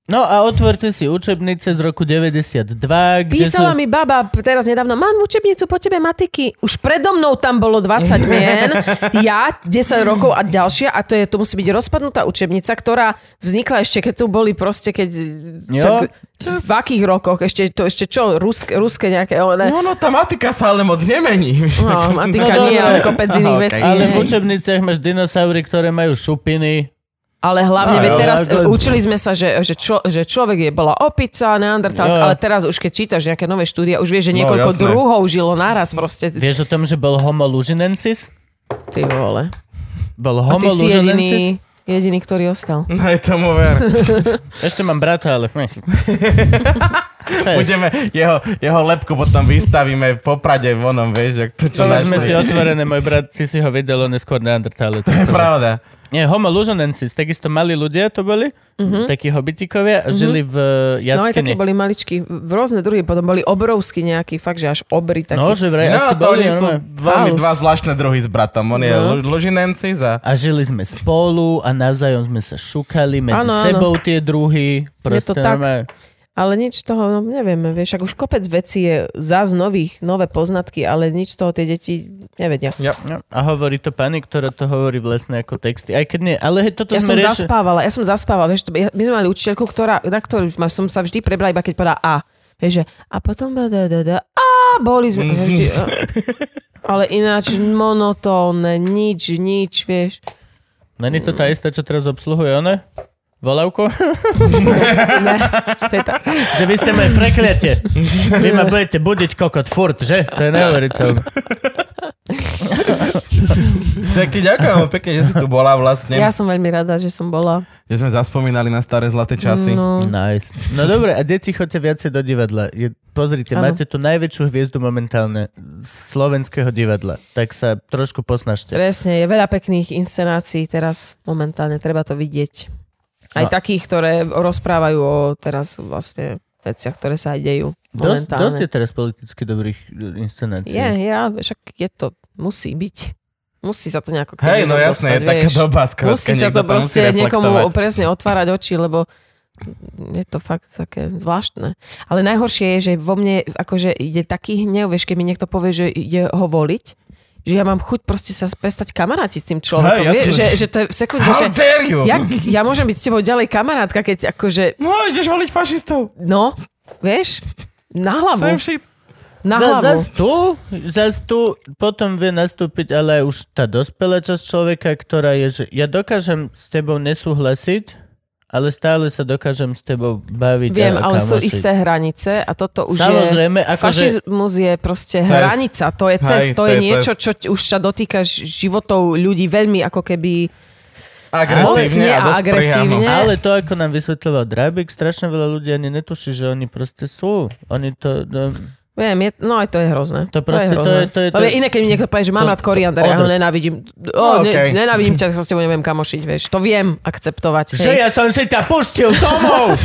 No a otvorte si učebnice z roku deväťdesiatdva, kde Písala sú... mi baba teraz nedávno, mám učebnicu po tebe matiky. Už predo mnou tam bolo dvadsať mien, ja desať rokov a ďalšia a to je, to musí byť rozpadnutá učebnica, ktorá vznikla ešte, keď tu boli proste, keď... Čak, v akých rokoch? Ešte, to ešte čo? Ruské, ruské nejaké... Ne? No, no, tá matika sa ale moc nemení. No, matika no, nie, ale kopec iných okay. vecí. Ale v učebniciach máš dinosaury, ktoré majú šupiny. Ale hlavne, No, veď jo, teraz ako- učili sme sa, že, že, čo, že človek je, bola opica, neandertálec, Jo. ale teraz už keď čítaš nejaké nové štúdia, už vieš, že No, niekoľko jasné. druhov žilo naraz proste. Vieš o tom, že bol Homo lužinensis? Ty vole. Bol A ty Homo si lužinensis? jediný, jediný, ktorý ostal. Aj tomu ver. Ešte mám brata, ale... Budeme, jeho, jeho lepku potom vystavíme v Poprade vonom, vieš, jak to čo Povedzme si našli. otvorené, môj brat, ty si ho videl, on je skôr neandertálec. To je pravda. Nie, Homo lužinensis, takisto malí ľudia to boli, Mhm. takí hobitikovia, žili v No aj také jaskyni. boli maličky, v rôzne druhy, potom boli obrovskí nejakí, fakt, že až obry takí. No, že vraj No, asi to boli. oni sú normálne. veľmi Halus. dva zvláštne druhy s bratom. On je No. Lu- Lužinensis a... A žili sme spolu a navzájom sme sa šukali medzi Áno, áno. sebou tie druhy. Proste to tak. normálne- Ale nič z toho, no nevieme, vieš, ak už kopec vecí je zás nových, nové poznatky, ale nič z toho tie deti nevedia. Ja. No, a hovorí to pani, ktorá to hovorí vlastne ako texty. Aj keď nie, ale hej, toto Ja som sme riešili. zaspávala, ja som zaspávala, vieš, to, ja- my sme mali učiteľku, ktorá, na ktorú ma- som sa vždy prebrala, iba keď povedala A. Vieš, že a potom da, da, da, da, a boli sme, mm-hmm. vždy, a, ale ináč monotónne, nič, nič, vieš. Není to tá istá, čo teraz obsluhuje ona? Volávku? Ne, to je tak. Že vy ste moje prekliate. Vy ma budete budiť kokot furt, že? To je neuveriteľné. Tak ti ďakujem pekne, že si tu bola vlastne. Ja som veľmi rada, že som bola. Že sme zaspomínali na staré zlaté časy. No, Nice. No dobre, a deti, choďte viacej do divadla. Je, pozrite, Áno. máte tu najväčšiu hviezdu momentálne z slovenského divadla. Tak sa trošku posnažte. presne, je veľa pekných inscenácií teraz momentálne, treba to vidieť. Aj No. takých, ktoré rozprávajú o teraz vlastne veciach, ktoré sa aj dejú Dosť, momentálne. dosť je teraz politicky dobrých eh, inscenácií. Je, ja, však je to, musí byť. Musí sa to nejako k Hej, tomu no jasné, dostať, je taká vieš. doba, skrátka, Musí sa niekto to to musí proste niekomu reflektovať. presne otvárať oči, lebo je to fakt také zvláštne. Ale najhoršie je, že vo mne akože ide taký hnev, vieš, keď mi niekto povie, že ide ho voliť, že ja mám chuť proste sa prestať kamarátiť s tým človekom. Hej, Vieš, jasné. že, že to je v sekunde, How že dare you? jak, ja môžem byť s tebou ďalej kamarátka, keď akože, No, ideš voliť fašistov. no, vieš, na hlavu. Same shit. Na Za, hlavu. zas tu, zas tu potom vie nastúpiť ale aj už tá dospelá časť človeka, ktorá je, že ja dokážem s tebou nesúhlasiť, ale stále sa dokážem s tebou baviť. Viem, a ale sú kamošiť. isté hranice a toto už Samozrejme, je... akože- Fašizmus je proste Cez. hranica, to je cez, Hej, to je niečo, čo t- už sa dotýka ž- životov ľudí veľmi ako keby... Agresívne Mocne a a dosť agresívne. priamo. Ale to, ako nám vysvetľoval Drabik, strašne veľa ľudí ani netuší, že oni proste sú. Oni to... No, Viem, je, no aj to je hrozné. To proste, to hrozné. je- to je- to Lebo je- iné, keď mi niekto povie, že mám to- rád koriander, ja ho odr- nenávidím. No, O, ne, okej. nenávidím ťa, sa s tebou neviem kamošiť, vieš. To viem akceptovať. že Hej. ja som si ťa pustil domov!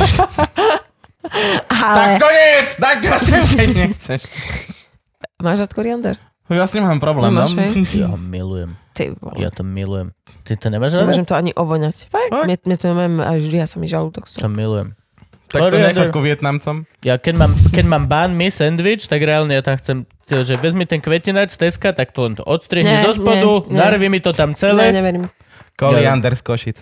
Tak Ale... koniec! Tak prosím, keď nechceš. Máš rád koriander? Ja s ním mám problém, no. Nemáš, hej? Ja ho milujem. Ty vole. Ja to milujem. Ty to nemáš rada? Nemôžem to ani ovoňať. Fakt? Fakt? Mne, mne to mám, až ja sa mi žalúdok z To toho. milujem. Tak to Koriander. nechá ku Vietnamcom. Ja keď mám, keď mám banh mi sandwich, tak reálne ja tam chcem, teda, že vezmi ten kvetináč z Teska, tak to len to odstrihni Nie, zo spodu, nie, nie. narvi mi to tam Ne, celé. neverím. Koliander z Košic.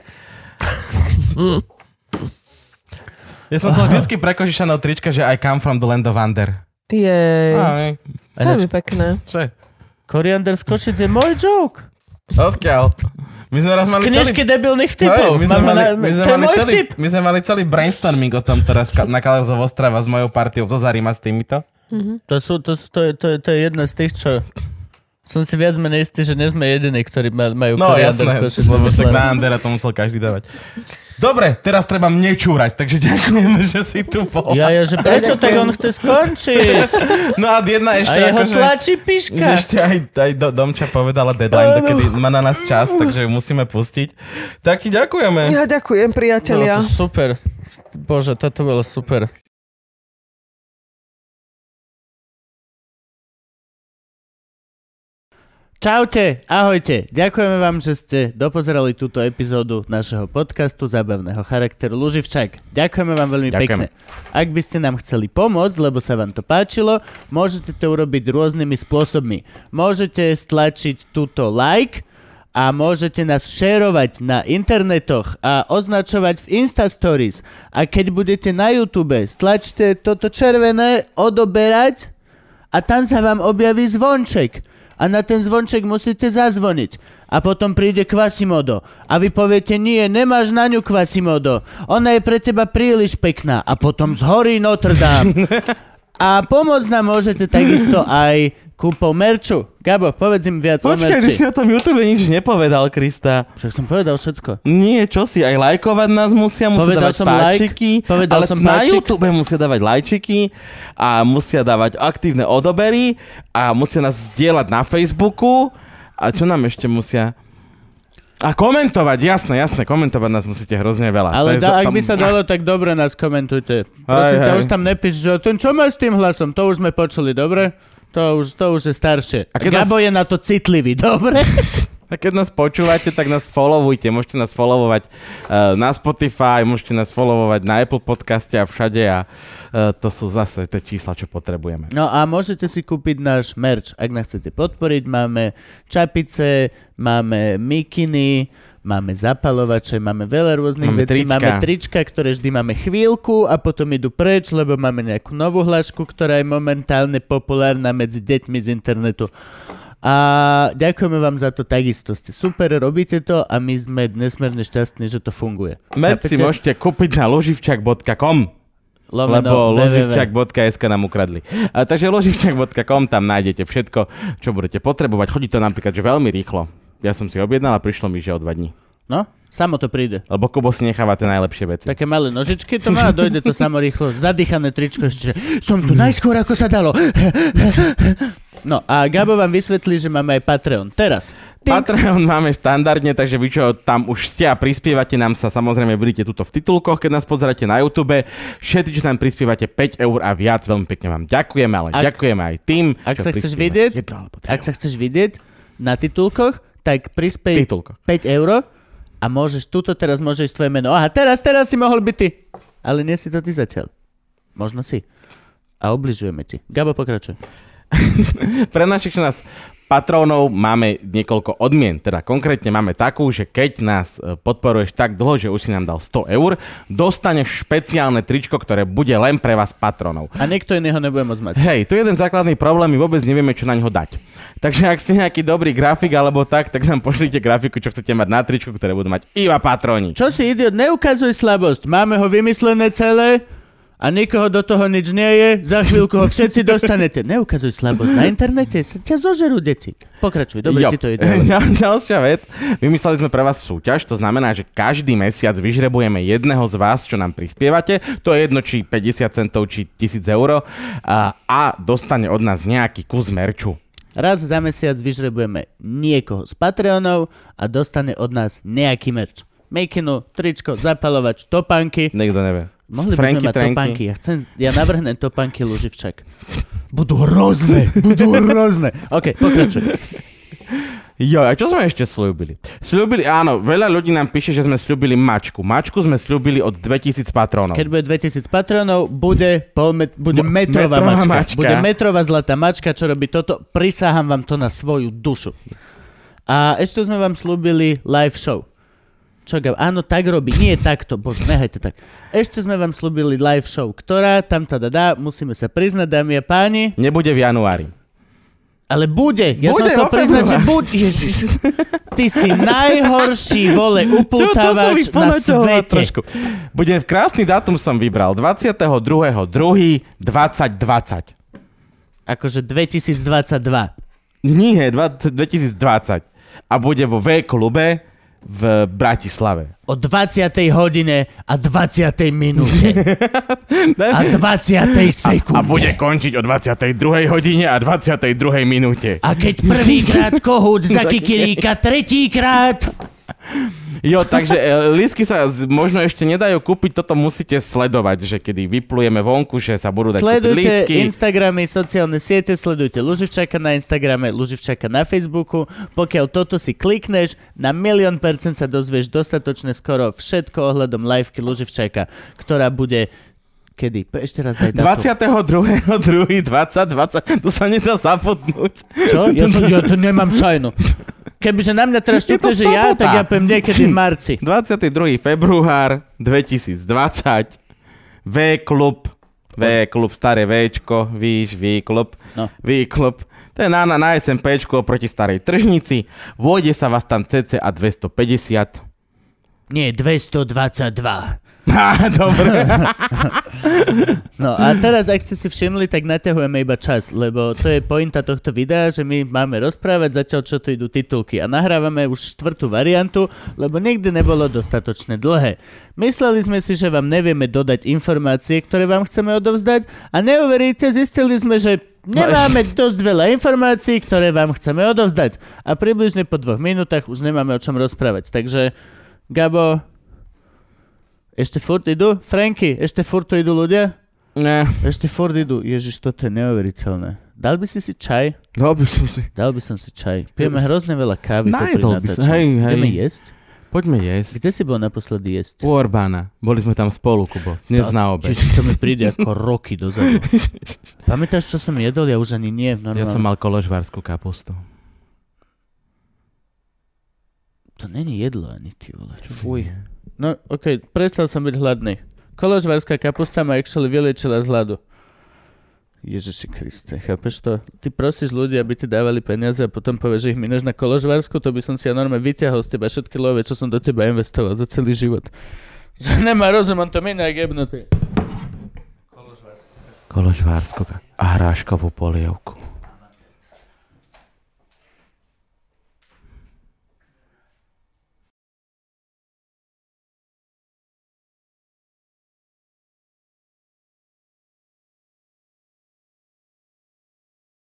Ja som chcel vždycky pre Košičanov trička, že I come from the land of under. Jej. Aj, Veľmi pekné. čo? Koriander z Košic je môj joke. Odkiaľ? My sme raz Z mali knižky celý... debilných Hej, vtipov. my sme Mám mali, na, my sme to je mali môj celý, vtip. my sme mali celý brainstorming o tom teraz v Ka- na Kalerzov Ostrava s mojou partiou. To zaríma s týmito. To, sú, to, sú, to, je, to, je, to je jedna z tých, čo... Som si viac menej istý, že nie sme jediní, ktorí ma- majú No koriander jasné, z Košic. lebo však vymyslené. na Andera to musel každý dávať. Dobre, teraz treba mne čúrať, takže ďakujeme, že si tu bol. Ja, ja, že prečo tak on chce skončiť? No a jedna ešte A jeho akože... tlačí Že piška. ešte aj, aj do, Domča povedala deadline, dokedy má na nás čas, takže ju musíme pustiť. Tak ti ďakujeme. Ja ďakujem, priatelia. Bolo to super. Bože, toto bolo super. Čaute, ahojte. Ďakujeme vám, že ste dopozerali túto epizódu našeho podcastu zábavného charakteru Luživčák. Ďakujeme vám veľmi Ďakujem. pekne. Ak by ste nám chceli pomôcť, lebo sa vám to páčilo, môžete to urobiť rôznymi spôsobmi. Môžete stlačiť túto like a môžete nás šerovať na internetoch a označovať v Insta Stories. A keď budete na YouTube, stlačte toto červené odoberať a tam sa vám objaví zvonček. A na ten zvonček musíte zazvoniť. A potom príde Quasimodo. A vy poviete, nie, nemáš na ňu Quasimodo. Ona je pre teba príliš pekná. A potom zhorí Notre Dame. A pomôcť nám môžete takisto aj kúpou merču. Gabo, povedz im viac Počkaj, o merči. Počkaj, ty si o tom YouTube nič nepovedal, Krista. Však som povedal všetko. Nie, čo si, aj lajkovať nás musia, musia Povedal dávať som páčiky, like, povedal ale som na páčik. YouTube musia dávať lajčiky a musia dávať aktívne odobery a musia nás zdieľať na Facebooku a čo nám ešte musia... A komentovať, jasné, jasné, komentovať nás musíte hrozne veľa. Ale To je da, za- ak tam- by sa dalo, tak dobre nás komentujte. Prosím Hej, ťa, hej. už tam nepíš, že ten čo má s tým hlasom, to už sme počuli, dobre? To už, to už je staršie. A keď Gabo nás- je na to citlivý, dobre? A keď nás počúvate, tak nás followujte. Môžete nás followovať uh, na Spotify, môžete nás followovať na Apple podcaste a všade a uh, to sú zase tie čísla, čo potrebujeme. No a môžete si kúpiť náš merch, ak nás chcete podporiť. Máme čapice, máme mikiny, máme zapalovače, máme veľa rôznych Máme vecí. trička. Máme trička, ktoré vždy máme chvíľku a potom idú preč, lebo máme nejakú novú hlášku, ktorá je momentálne populárna medzi deťmi z internetu. A ďakujeme vám za to takisto. Ste super, robíte to a my sme nesmierne šťastní, že to funguje. Merch si Chápete? môžete kúpiť na loživčak bodka com. Lomeno Lebo www. loživčak bodka es ká nám ukradli. A, takže loživčak bodka com, tam nájdete všetko, čo budete potrebovať. Chodí to napríklad, že veľmi rýchlo. Ja som si objednal a prišlo mi, že o dva dní. No, samo to príde. Lebo Kubo si necháva tie najlepšie veci. Také malé nožičky to má a dojde to samo rýchlo. Zadýchané tričko ešte, že som tu najskôr, ako sa dalo. No a Gabo vám vysvetlí, že máme aj Patreon. Teraz. Tým... Patreon máme štandardne, takže vy čo tam už ste a prispievate nám sa, samozrejme vidíte tuto v titulkoch, keď nás pozeráte na YouTube. Všetci, čo tam prispievate päť eur a viac, veľmi pekne vám ďakujeme, ale Ak- ďakujeme aj tým, Ak čo sa chceš prispievajú vidieť, jedno alebo dve ak sa eurá. chceš vidieť na titulkoch, tak prispej Titulkoch. päť eur a môžeš, tuto teraz môžeš tvoje meno. Aha, teraz, teraz si mohol byť ty. Ale nie si to ty zatiaľ. Možno si. A obližujeme ti. Gabo, pokračuj. Pre našich nás patrónov máme niekoľko odmien, teda konkrétne máme takú, že keď nás e, podporuješ tak dlho, že už si nám dal sto eur, dostaneš špeciálne tričko, ktoré bude len pre vás patrónov. A niekto iného nebude môcť mať. Hej, to je jeden základný problém, my vôbec nevieme, čo na ňo dať. Takže ak ste nejaký dobrý grafik alebo tak, tak nám pošlite grafiku, čo chcete mať na tričku, ktoré budú mať iba patróni. Čo si idiot, neukazuj slabosť. Máme ho vymyslené celé a nikoho do toho nič nie je. Za chvíľku ho všetci dostanete. Neukazuj slabosť. Na internete sa ťa zožerú deti. Pokračuj, dobre Jo. ti to ide. Ďal- Ďalšia vec, vymysleli sme pre vás súťaž, to znamená, že každý mesiac vyžrebujeme jedného z vás, čo nám prispievate, to je jedno, či päťdesiat centov, či tisíc eur a, a dostane od nás nejaký kus merču. Raz za mesiac vyžrebujeme niekoho z Patreonov a dostane od nás nejaký merč. Mikinu, tričko, zapalovač, topánky. Niekto nevie. Mohli by Franky, sme mať trenky. topánky. Ja, chcem, ja navrhnem topánky Luživčak. Budú hrozné, budú hrozné. OK, pokračuj. Jo, a čo sme ešte slúbili? Slúbili, áno, veľa ľudí nám píše, že sme slúbili mačku. Mačku sme slúbili od dvetisíc patrónov. Keď bude dvetisíc patronov, bude, polmet, bude Mo- metrová, metrová mačka. mačka. Bude metrová zlatá mačka, čo robí toto. Prisahám vám to na svoju dušu. A ešte sme vám slúbili live show. Čo, Gab? Áno, tak robí. Nie takto. Bože, nehajte tak. Ešte sme vám slúbili live show, ktorá tam tada dá, musíme sa priznať, dámy a páni. Nebude v januári. Ale bude. Ja Bude, som sa vo priznať, že februári. bude. Ježiš. Ty si najhorší, vole, upútávač na svete. Trošku. Bude v krásny dátum som vybral. dvadsiateho druhého druhého dvadsať dvadsať. Akože dvetisícdvadsaťdva. Nie, dva- dvetisícdvadsať. A bude vo V-klube v Bratislave. O dvadsiatej hodine a dvadsiatej minúte. A dvadsiatej sekunde. A bude končiť o dvadsiatej druhej hodine a dvadsiatej druhej minúte. A keď prvýkrát kohút zakikiríka tretíkrát. Jo, takže e, lístky sa z, možno ešte nedajú kúpiť, toto musíte sledovať, že kedy vyplujeme vonku, že sa budú dať Sledujte kúpiť lístky. Instagramy, sociálne siete, sledujte Luživčáka na Instagrame, Luživčáka na Facebooku. Pokiaľ toto si klikneš, na milión percent sa dozvieš dostatočne skoro všetko ohľadom liveky Luživčáka, ktorá bude... Kedy? Ešte raz daj dátum. dvadsiateho druhého druhého dvetisícdvadsať, to sa nedá zapotnúť. Čo? Ja, som, ja to nemám šajnu. Kebyže na mňa teraz šťukne, že ja, tak ja poviem niekedy v marci. dvadsiateho druhého február dvetisícdvadsať V-klub, V-klub, staré Včko, víš, V-klub, No. V-klub. To je na, na, na SMPčko proti starej tržnici. Vôjde sa vás tam cca dvestopäťdesiat. Nie, dvestodvadsaťdva. Á, dobre. No a teraz, ak ste si všimli, tak naťahujeme iba čas, lebo to je pointa tohto videa, že my máme rozprávať zatiaľ, čo tu idú titulky a nahrávame už štvrtú variantu, lebo nikdy nebolo dostatočne dlhé. Mysleli sme si, že vám nevieme dodať informácie, ktoré vám chceme odovzdať a neuveríte, zistili sme, že nemáme dosť veľa informácií, ktoré vám chceme odovzdať a približne po dvoch minútach už nemáme o čom rozprávať. Takže, Gabo... Ešte furt idú? Franky, ešte furt tu idú ľudia? Ne. Ešte furt idú. Ježiš, toto je neuveriteľné. Dal by si si čaj? Dal by som si. Dal by som si čaj. Pijeme hrozne veľa kávy. Najedol by som. Hej, hej. Ideme jesť? Poďme jesť. Kde si bol naposledy jesť? U Orbána. Boli sme tam spolu, Kubo. Dnes na obed. Čiže to mi príde ako roky dozadu. Pamätáš, čo som jedol? Ja už ani nie. Normálne. Ja som mal koložvárskú kapustu. To není jedlo ani, ty vole. Fuj. No, okej, okay, prestal som byť hladný. Koložvárska kapusta ma actually vyliečila z hladu. Ježiši Kriste, chápeš to? Ty prosíš ľudí, aby ti dávali peniaze a potom povieš, že ich mineš na koložvársku, to by som si ja normálne vyťahol z teba všetky love, čo som do teba investoval za celý život. Že nemá rozum, on to minie jak jebnutý. Koložvárska. A hráškovú polievku.